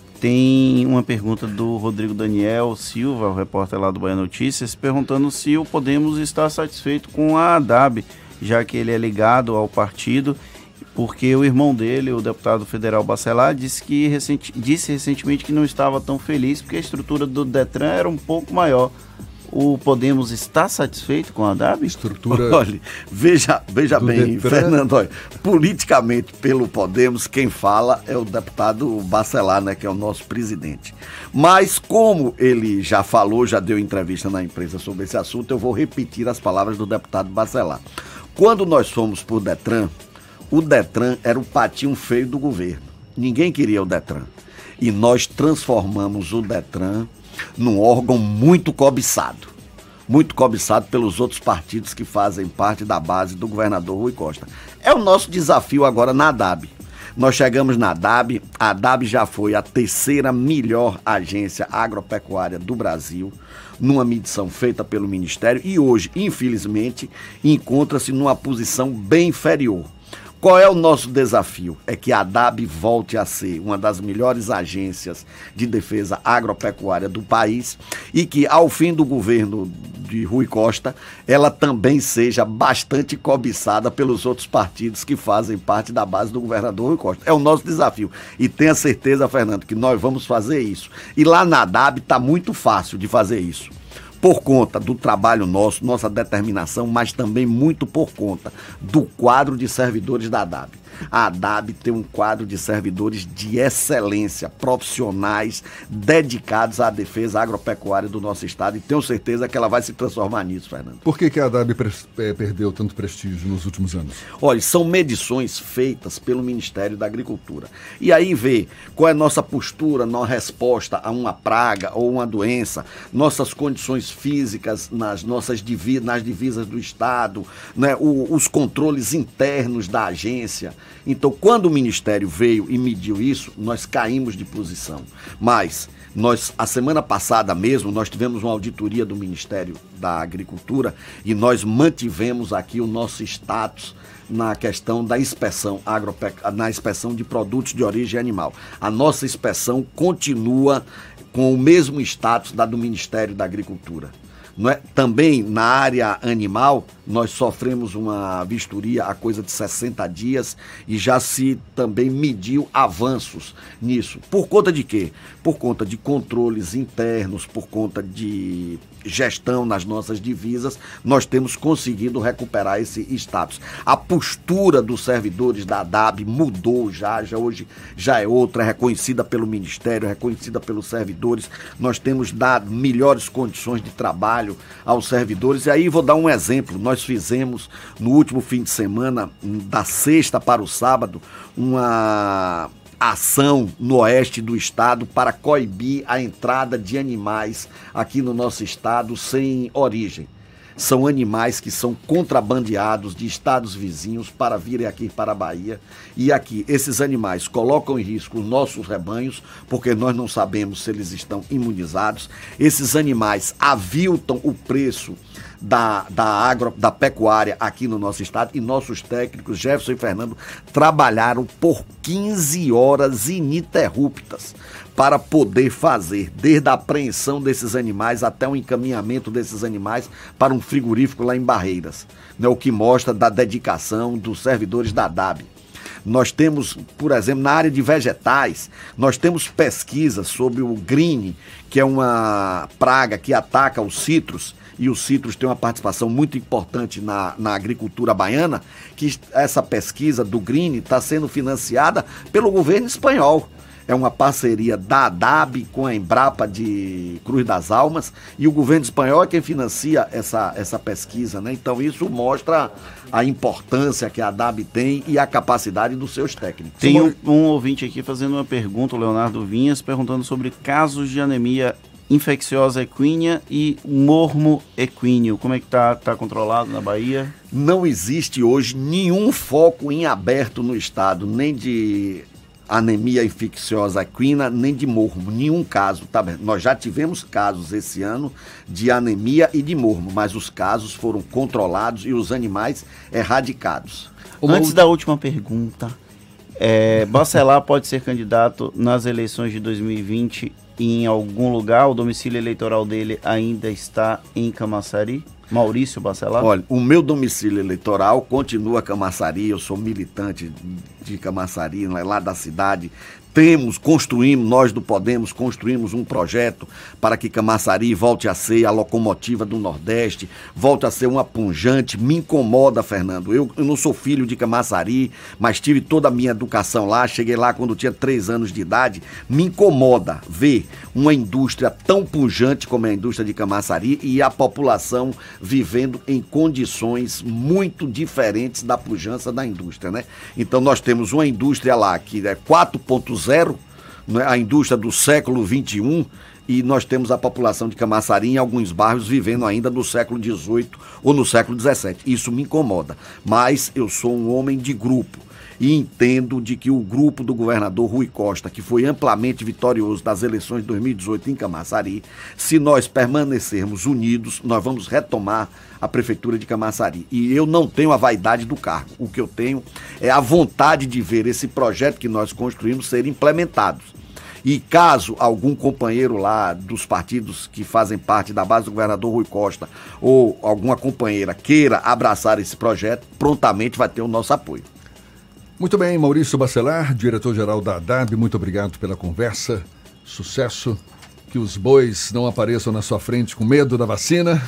D: Tem uma pergunta do Rodrigo Daniel Silva, o repórter lá do Bahia Notícias, perguntando se o Podemos está satisfeito com a Haddad, já que ele é ligado ao partido, porque o irmão dele, o deputado federal Bacelar, disse, que recenti- disse recentemente que não estava tão feliz porque a estrutura do Detran era um pouco maior. O Podemos está satisfeito com a Haddad?
C: Estrutura.
L: Olha, veja, veja bem,
C: Detran.
L: Fernando, olha, politicamente pelo Podemos, quem fala é o deputado Bacelar, né, que é o nosso presidente. Mas como ele já falou, já deu entrevista na imprensa sobre esse assunto, eu vou repetir as palavras do deputado Bacelar. Quando nós fomos pro Detran, o Detran era o patinho feio do governo. Ninguém queria o Detran. E nós transformamos o Detran num órgão muito cobiçado, muito cobiçado pelos outros partidos que fazem parte da base do governador Rui Costa. É o nosso desafio agora na Haddad. Nós chegamos na Haddad, a Haddad já foi a terceira melhor agência agropecuária do Brasil, numa medição feita pelo Ministério, e hoje, infelizmente, encontra-se numa posição bem inferior. Qual é o nosso desafio? É que a Haddad volte a ser uma das melhores agências de defesa agropecuária do país e que, ao fim do governo de Rui Costa, ela também seja bastante cobiçada pelos outros partidos que fazem parte da base do governador Rui Costa. É o nosso desafio. E tenha certeza, Fernando, que nós vamos fazer isso. E lá na Haddad está muito fácil de fazer isso. Por conta do trabalho nosso, nossa determinação, mas também muito por conta do quadro de servidores da Haddad. A Haddad tem um quadro de servidores de excelência, profissionais, dedicados à defesa agropecuária do nosso estado, e tenho certeza que ela vai se transformar nisso, Fernando.
C: Por que, que a Haddad pre- perdeu tanto prestígio nos últimos anos?
L: Olha, são medições feitas pelo Ministério da Agricultura. E aí vê qual é a nossa postura na resposta a uma praga ou uma doença, nossas condições físicas nas nossas divi- nas divisas do estado, né, o, os controles internos da agência. Então, quando o Ministério veio e mediu isso, nós caímos de posição. Mas, nós, a semana passada mesmo, nós tivemos uma auditoria do Ministério da Agricultura e nós mantivemos aqui o nosso status na questão da inspeção agropecuária, na inspeção de produtos de origem animal. A nossa inspeção continua com o mesmo status da do Ministério da Agricultura. Não é? Também na área animal, nós sofremos uma vistoria há coisa de sessenta dias e já se também mediu avanços nisso. Por conta de quê? Por conta de controles internos, por conta de gestão nas nossas divisas, nós temos conseguido recuperar esse status. A postura dos servidores da Haddad mudou já, já hoje já é outra, é reconhecida pelo Ministério, é reconhecida pelos servidores. Nós temos dado melhores condições de trabalho aos servidores. E aí vou dar um exemplo. Nós fizemos no último fim de semana, da sexta para o sábado, uma ação no oeste do estado para coibir a entrada de animais aqui no nosso estado sem origem. São animais que são contrabandeados de estados vizinhos para virem aqui para a Bahia. E aqui, esses animais colocam em risco os nossos rebanhos, porque nós não sabemos se eles estão imunizados. Esses animais aviltam o preço da, da, agro, da pecuária aqui no nosso estado, e nossos técnicos, Jefferson e Fernando, trabalharam por quinze horas ininterruptas para poder fazer, desde a apreensão desses animais até o encaminhamento desses animais para um frigorífico lá em Barreiras, né, o que mostra da dedicação dos servidores da Haddad. Nós temos, por exemplo, na área de vegetais, nós temos pesquisas sobre o green, que é uma praga que ataca os citros, e os citros têm uma participação muito importante na, na agricultura baiana, que essa pesquisa do Green está sendo financiada pelo governo espanhol. É uma parceria da A D A B com a Embrapa de Cruz das Almas, e o governo espanhol é quem financia essa, essa pesquisa, né? Então isso mostra a importância que a A D A B tem e a capacidade dos seus técnicos.
D: Tem um, um ouvinte aqui fazendo uma pergunta, o Leonardo Vinhas, perguntando sobre casos de anemia infecciosa equínea e mormo equíneo. Como é que está tá controlado na Bahia?
L: Não existe hoje nenhum foco em aberto no estado, nem de anemia infecciosa equina, nem de mormo, nenhum caso, tá bem? Nós já tivemos casos esse ano de anemia e de mormo, mas os casos foram controlados e os animais erradicados.
D: Uma Antes da última pergunta, é, Bacelar pode ser candidato nas eleições de dois mil e vinte em algum lugar? O domicílio eleitoral dele ainda está em Camaçari? Maurício Bacelar?
L: Olha, o meu domicílio eleitoral continua Camaçari, eu sou militante de Camaçari, lá da cidade. Temos, construímos, nós do Podemos, construímos um projeto para que Camaçari volte a ser a locomotiva do Nordeste, volte a ser uma pungente. Me incomoda, Fernando, eu, eu não sou filho de Camaçari, mas tive toda a minha educação lá, cheguei lá quando tinha três anos de idade. Me incomoda ver uma indústria tão pujante como é a indústria de Camaçari e a população vivendo em condições muito diferentes da pujança da indústria, né? Então nós temos uma indústria lá que é quatro ponto zero, né, a indústria do século vinte e um, e nós temos a população de Camaçari em alguns bairros vivendo ainda no século dezoito ou no século dezessete. Isso me incomoda, mas eu sou um homem de grupo e entendo de que o grupo do governador Rui Costa, que foi amplamente vitorioso das eleições de dois mil e dezoito em Camaçari, se nós permanecermos unidos, nós vamos retomar a prefeitura de Camaçari. E eu não tenho a vaidade do cargo. O que eu tenho é a vontade de ver esse projeto que nós construímos ser implementado. E caso algum companheiro lá dos partidos que fazem parte da base do governador Rui Costa ou alguma companheira queira abraçar esse projeto, prontamente vai ter o nosso apoio.
C: Muito bem, Maurício Bacelar, diretor-geral da A D A B, muito obrigado pela conversa. Sucesso. Que os bois não apareçam na sua frente com medo da vacina.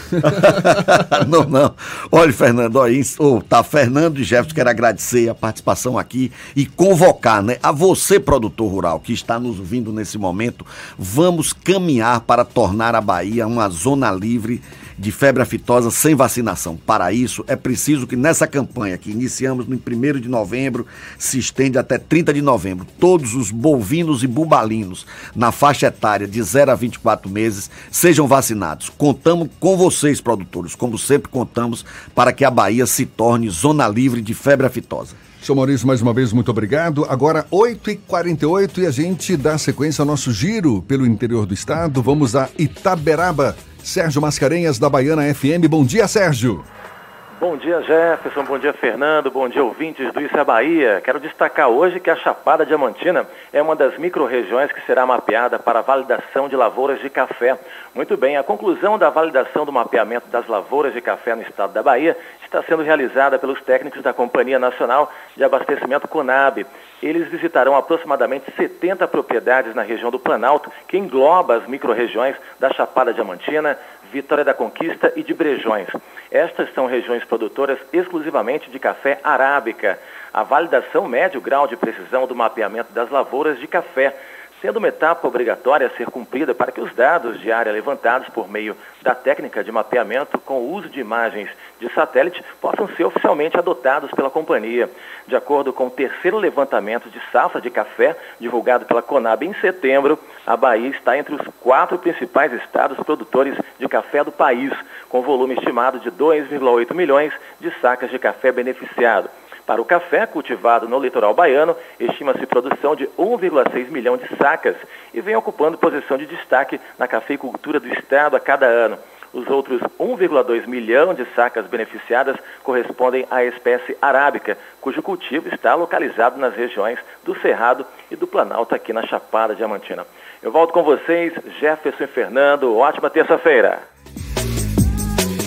L: Não, não. Olha, Fernando, ó, oh, tá, Fernando e Jefferson, quero agradecer a participação aqui e convocar, né, a você, produtor rural, que está nos ouvindo nesse momento, vamos caminhar para tornar a Bahia uma zona livre de febre aftosa sem vacinação. Para isso, é preciso que nessa campanha que iniciamos no primeiro de novembro, se estende até trinta de novembro, todos os bovinos e bubalinos na faixa etária de zero a vinte e quatro meses sejam vacinados. Contamos com vocês, produtores, como sempre contamos, para que a Bahia se torne zona livre de febre aftosa.
C: Seu Maurício, mais uma vez, muito obrigado. Agora, oito e quarenta e oito e a gente dá sequência ao nosso giro pelo interior do estado. Vamos a Itaberaba. Sérgio Mascarenhas, da Baiana F M. Bom dia, Sérgio.
G: Bom dia, Jefferson. Bom dia, Fernando. Bom dia, ouvintes do Isso é Bahia. Quero destacar hoje que a Chapada Diamantina é uma das micro-regiões que será mapeada para a validação de lavouras de café. Muito bem, a conclusão da validação do mapeamento das lavouras de café no estado da Bahia está sendo realizada pelos técnicos da Companhia Nacional de Abastecimento Conab. Eles visitarão aproximadamente setenta propriedades na região do Planalto, que engloba as micro-regiões da Chapada Diamantina, Vitória da Conquista e de Brejões. Estas são regiões produtoras exclusivamente de café arábica. A validação mede o grau de precisão do mapeamento das lavouras de café, sendo uma etapa obrigatória a ser cumprida para que os dados de área levantados por meio da técnica de mapeamento com o uso de imagens de satélite possam ser oficialmente adotados pela companhia. De acordo com o terceiro levantamento de safra de café, divulgado pela Conab em setembro, a Bahia está entre os quatro principais estados produtores de café do país, com volume estimado de dois vírgula oito milhões de sacas de café beneficiado. Para o café cultivado no litoral baiano, estima-se produção de um vírgula seis milhão de sacas e vem ocupando posição de destaque na cafeicultura do estado a cada ano. Os outros um vírgula dois milhão de sacas beneficiadas correspondem à espécie arábica, cujo cultivo está localizado nas regiões do Cerrado e do Planalto aqui na Chapada Diamantina. Eu volto com vocês, Jefferson e Fernando. Ótima terça-feira.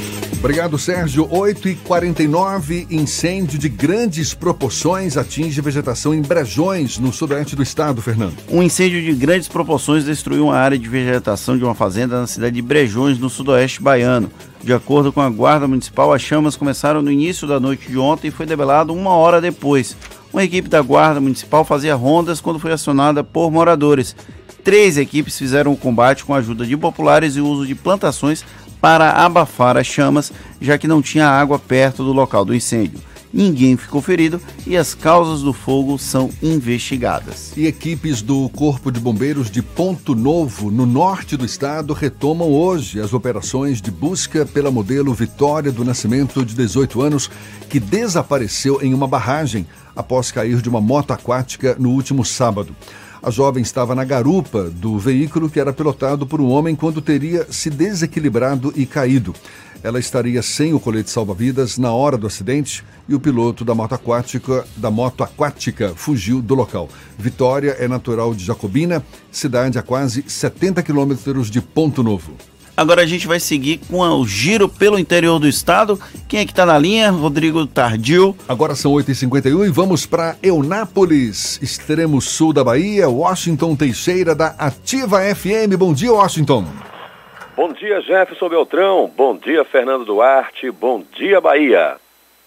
C: Obrigado, Sérgio. oito e quarenta e nove, incêndio de grandes proporções atinge vegetação em Brejões, no sudoeste do estado, Fernando.
D: Um incêndio de grandes proporções destruiu uma área de vegetação de uma fazenda na cidade de Brejões, no sudoeste baiano. De acordo com a Guarda Municipal, as chamas começaram no início da noite de ontem e foi debelado uma hora depois. Uma equipe da Guarda Municipal fazia rondas quando foi acionada por moradores. Três equipes fizeram o combate com a ajuda de populares e o uso de plantações para abafar as chamas, já que não tinha água perto do local do incêndio. Ninguém ficou ferido e as causas do fogo são investigadas.
C: E equipes do Corpo de Bombeiros de Ponto Novo, no norte do estado, retomam hoje as operações de busca pela modelo Vitória do Nascimento, de dezoito anos, que desapareceu em uma barragem após cair de uma moto aquática no último sábado. A jovem estava na garupa do veículo, que era pilotado por um homem, quando teria se desequilibrado e caído. Ela estaria sem o colete salva-vidas na hora do acidente e o piloto da moto aquática, da moto aquática fugiu do local. Vitória é natural de Jacobina, cidade a quase setenta quilômetros de Ponto Novo.
D: Agora a gente vai seguir com o giro pelo interior do estado. Quem é que está na linha? Rodrigo Tardio.
C: Agora são oito e cinquenta e um e vamos para Eunápolis, extremo sul da Bahia. Washington Teixeira, da Ativa F M. Bom dia, Washington.
E: Bom dia, Jefferson Beltrão. Bom dia, Fernando Duarte. Bom dia, Bahia.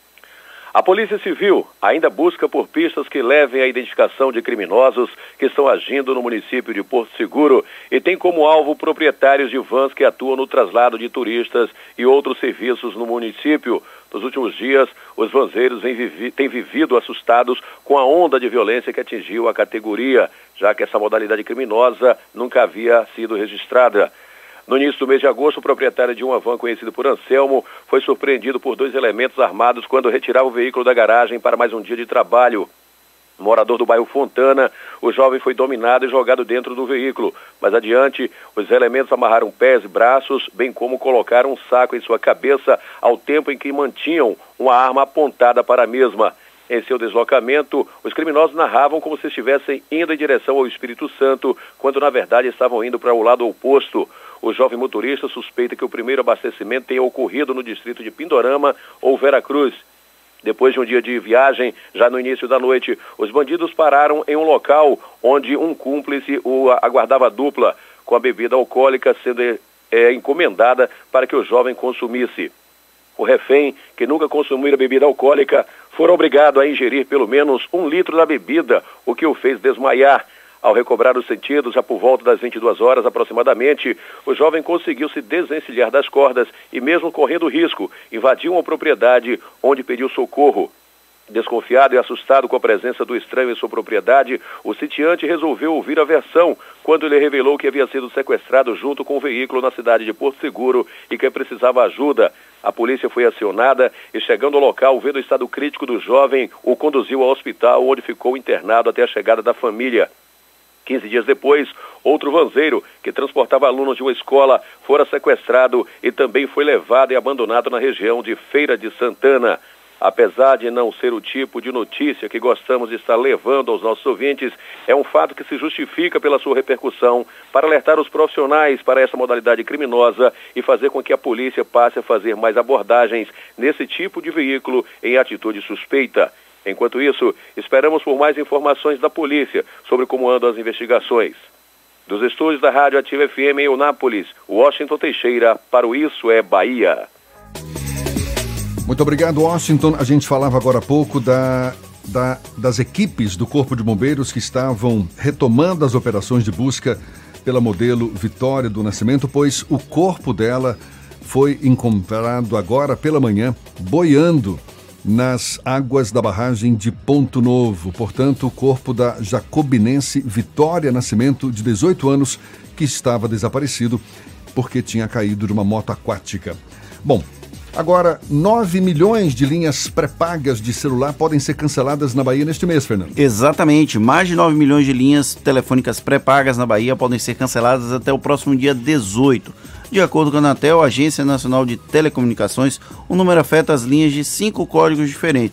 E: A Polícia Civil ainda busca por pistas que levem à identificação de criminosos que estão agindo no município de Porto Seguro e tem como alvo proprietários de vans que atuam no traslado de turistas e outros serviços no município. Nos últimos dias, os vanzeiros têm vivido assustados com a onda de violência que atingiu a categoria, já que essa modalidade criminosa nunca havia sido registrada. No início do mês de agosto, o proprietário de uma van conhecido por Anselmo foi surpreendido por dois elementos armados quando retirava o veículo da garagem para mais um dia de trabalho. Morador do bairro Fontana, o jovem foi dominado e jogado dentro do veículo. Mais adiante, os elementos amarraram pés e braços, bem como colocaram um saco em sua cabeça, ao tempo em que mantinham uma arma apontada para a mesma. Em seu deslocamento, os criminosos narravam como se estivessem indo em direção ao Espírito Santo, quando na verdade estavam indo para o lado oposto. O jovem motorista suspeita que o primeiro abastecimento tenha ocorrido no distrito de Pindorama ou Veracruz. Depois de um dia de viagem, já no início da noite, os bandidos pararam em um local onde um cúmplice o aguardava a dupla, com a bebida alcoólica sendo é, encomendada para que o jovem consumisse. O refém, que nunca consumiu a bebida alcoólica, foi obrigado a ingerir pelo menos um litro da bebida, o que o fez desmaiar. Ao recobrar os sentidos, já por volta das vinte e duas horas aproximadamente, o jovem conseguiu se desencilhar das cordas e, mesmo correndo risco, invadiu uma propriedade onde pediu socorro. Desconfiado e assustado com a presença do estranho em sua propriedade, o sitiante resolveu ouvir a versão quando ele revelou que havia sido sequestrado junto com o veículo na cidade de Porto Seguro e que precisava ajuda. A polícia foi acionada e, chegando ao local, vendo o estado crítico do jovem, o conduziu ao hospital, onde ficou internado até a chegada da família. quinze dias depois, outro vanzeiro, que transportava alunos de uma escola, fora sequestrado e também foi levado e abandonado na região de Feira de Santana. Apesar de não ser o tipo de notícia que gostamos de estar levando aos nossos ouvintes, é um fato que se justifica pela sua repercussão para alertar os profissionais para essa modalidade criminosa e fazer com que a polícia passe a fazer mais abordagens nesse tipo de veículo em atitude suspeita. Enquanto isso, esperamos por mais informações da polícia sobre como andam as investigações. Dos estúdios da Rádio Ativa F M em Eunápolis, Washington Teixeira para o Isso é Bahia.
C: Muito obrigado, Washington. A gente falava agora há pouco da, da, das equipes do Corpo de Bombeiros que estavam retomando as operações de busca pela modelo Vitória do Nascimento, pois o corpo dela foi encontrado agora pela manhã, boiando nas águas da barragem de Ponto Novo. Portanto, o corpo da jacobinense Vitória Nascimento, de dezoito anos, que estava desaparecido porque tinha caído de uma moto aquática. Bom, agora, nove milhões de linhas pré-pagas de celular podem ser canceladas na Bahia neste mês, Fernando.
D: Exatamente. Mais de nove milhões de linhas telefônicas pré-pagas na Bahia podem ser canceladas até o próximo dia dezoito. De acordo com a Anatel, a Agência Nacional de Telecomunicações, o número afeta as linhas de cinco códigos diferentes.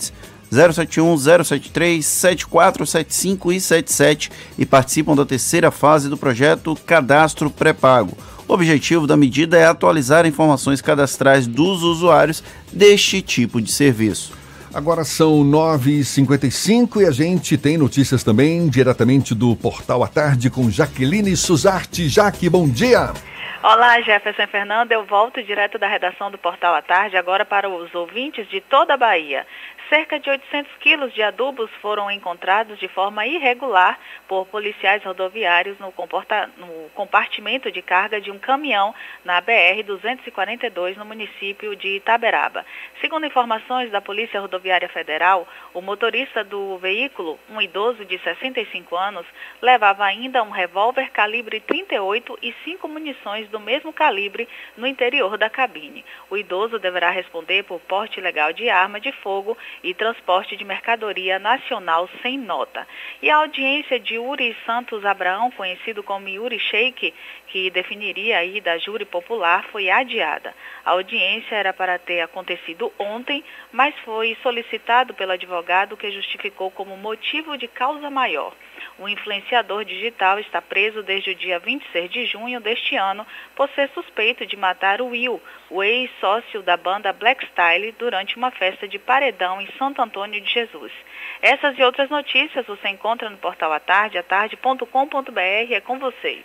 D: zero sete um, zero sete três, sete quatro sete cinco e sete sete e participam da terceira fase do projeto Cadastro Pré-Pago. O objetivo da medida é atualizar informações cadastrais dos usuários deste tipo de serviço.
C: Agora são nove e cinquenta e cinco e a gente tem notícias também diretamente do Portal à Tarde com Jaqueline Suzarte. Jaque, bom dia!
M: Olá, Jefferson Fernando, eu volto direto da redação do Portal à Tarde agora para os ouvintes de toda a Bahia. Cerca de oitocentos quilos de adubos foram encontrados de forma irregular por policiais rodoviários no, comporta... no compartimento de carga de um caminhão na B R duzentos e quarenta e dois, no município de Itaberaba. Segundo informações da Polícia Rodoviária Federal, o motorista do veículo, um idoso de sessenta e cinco anos, levava ainda um revólver calibre trinta e oito e cinco munições do mesmo calibre no interior da cabine. O idoso deverá responder por porte ilegal de arma de fogo e transporte de mercadoria nacional sem nota. E a audiência de Yuri Santos Abraão, conhecido como Yuri Sheik, que definiria a ida à júri popular, foi adiada. A audiência era para ter acontecido ontem, mas foi solicitado pelo advogado, que justificou como motivo de causa maior. O influenciador digital está preso desde o dia vinte e seis de junho deste ano por ser suspeito de matar o Will, o ex-sócio da banda Black Style, durante uma festa de paredão em Santo Antônio de Jesus. Essas e outras notícias você encontra no Portal à Tarde, atarde ponto com ponto b r. É com vocês.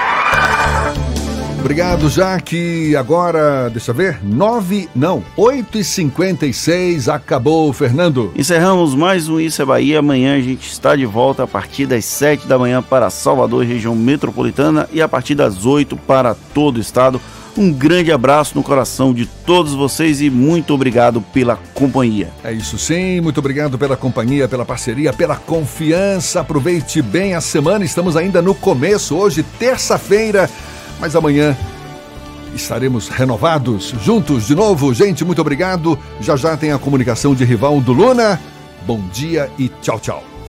C: Obrigado, Jaque. Agora, deixa eu ver, nove, não, oito e cinquenta e seis, acabou, Fernando.
D: Encerramos mais um Isso é Bahia. Amanhã a gente está de volta a partir das sete da manhã para Salvador, região metropolitana, e a partir das oito para todo o estado. Um grande abraço no coração de todos vocês e muito obrigado pela companhia.
C: É isso sim, muito obrigado pela companhia, pela parceria, pela confiança. Aproveite bem a semana, estamos ainda no começo, hoje terça-feira, mas amanhã estaremos renovados, juntos de novo. Gente, muito obrigado. Já já tem a comunicação de Rivaldo Luna. Bom dia e tchau, tchau.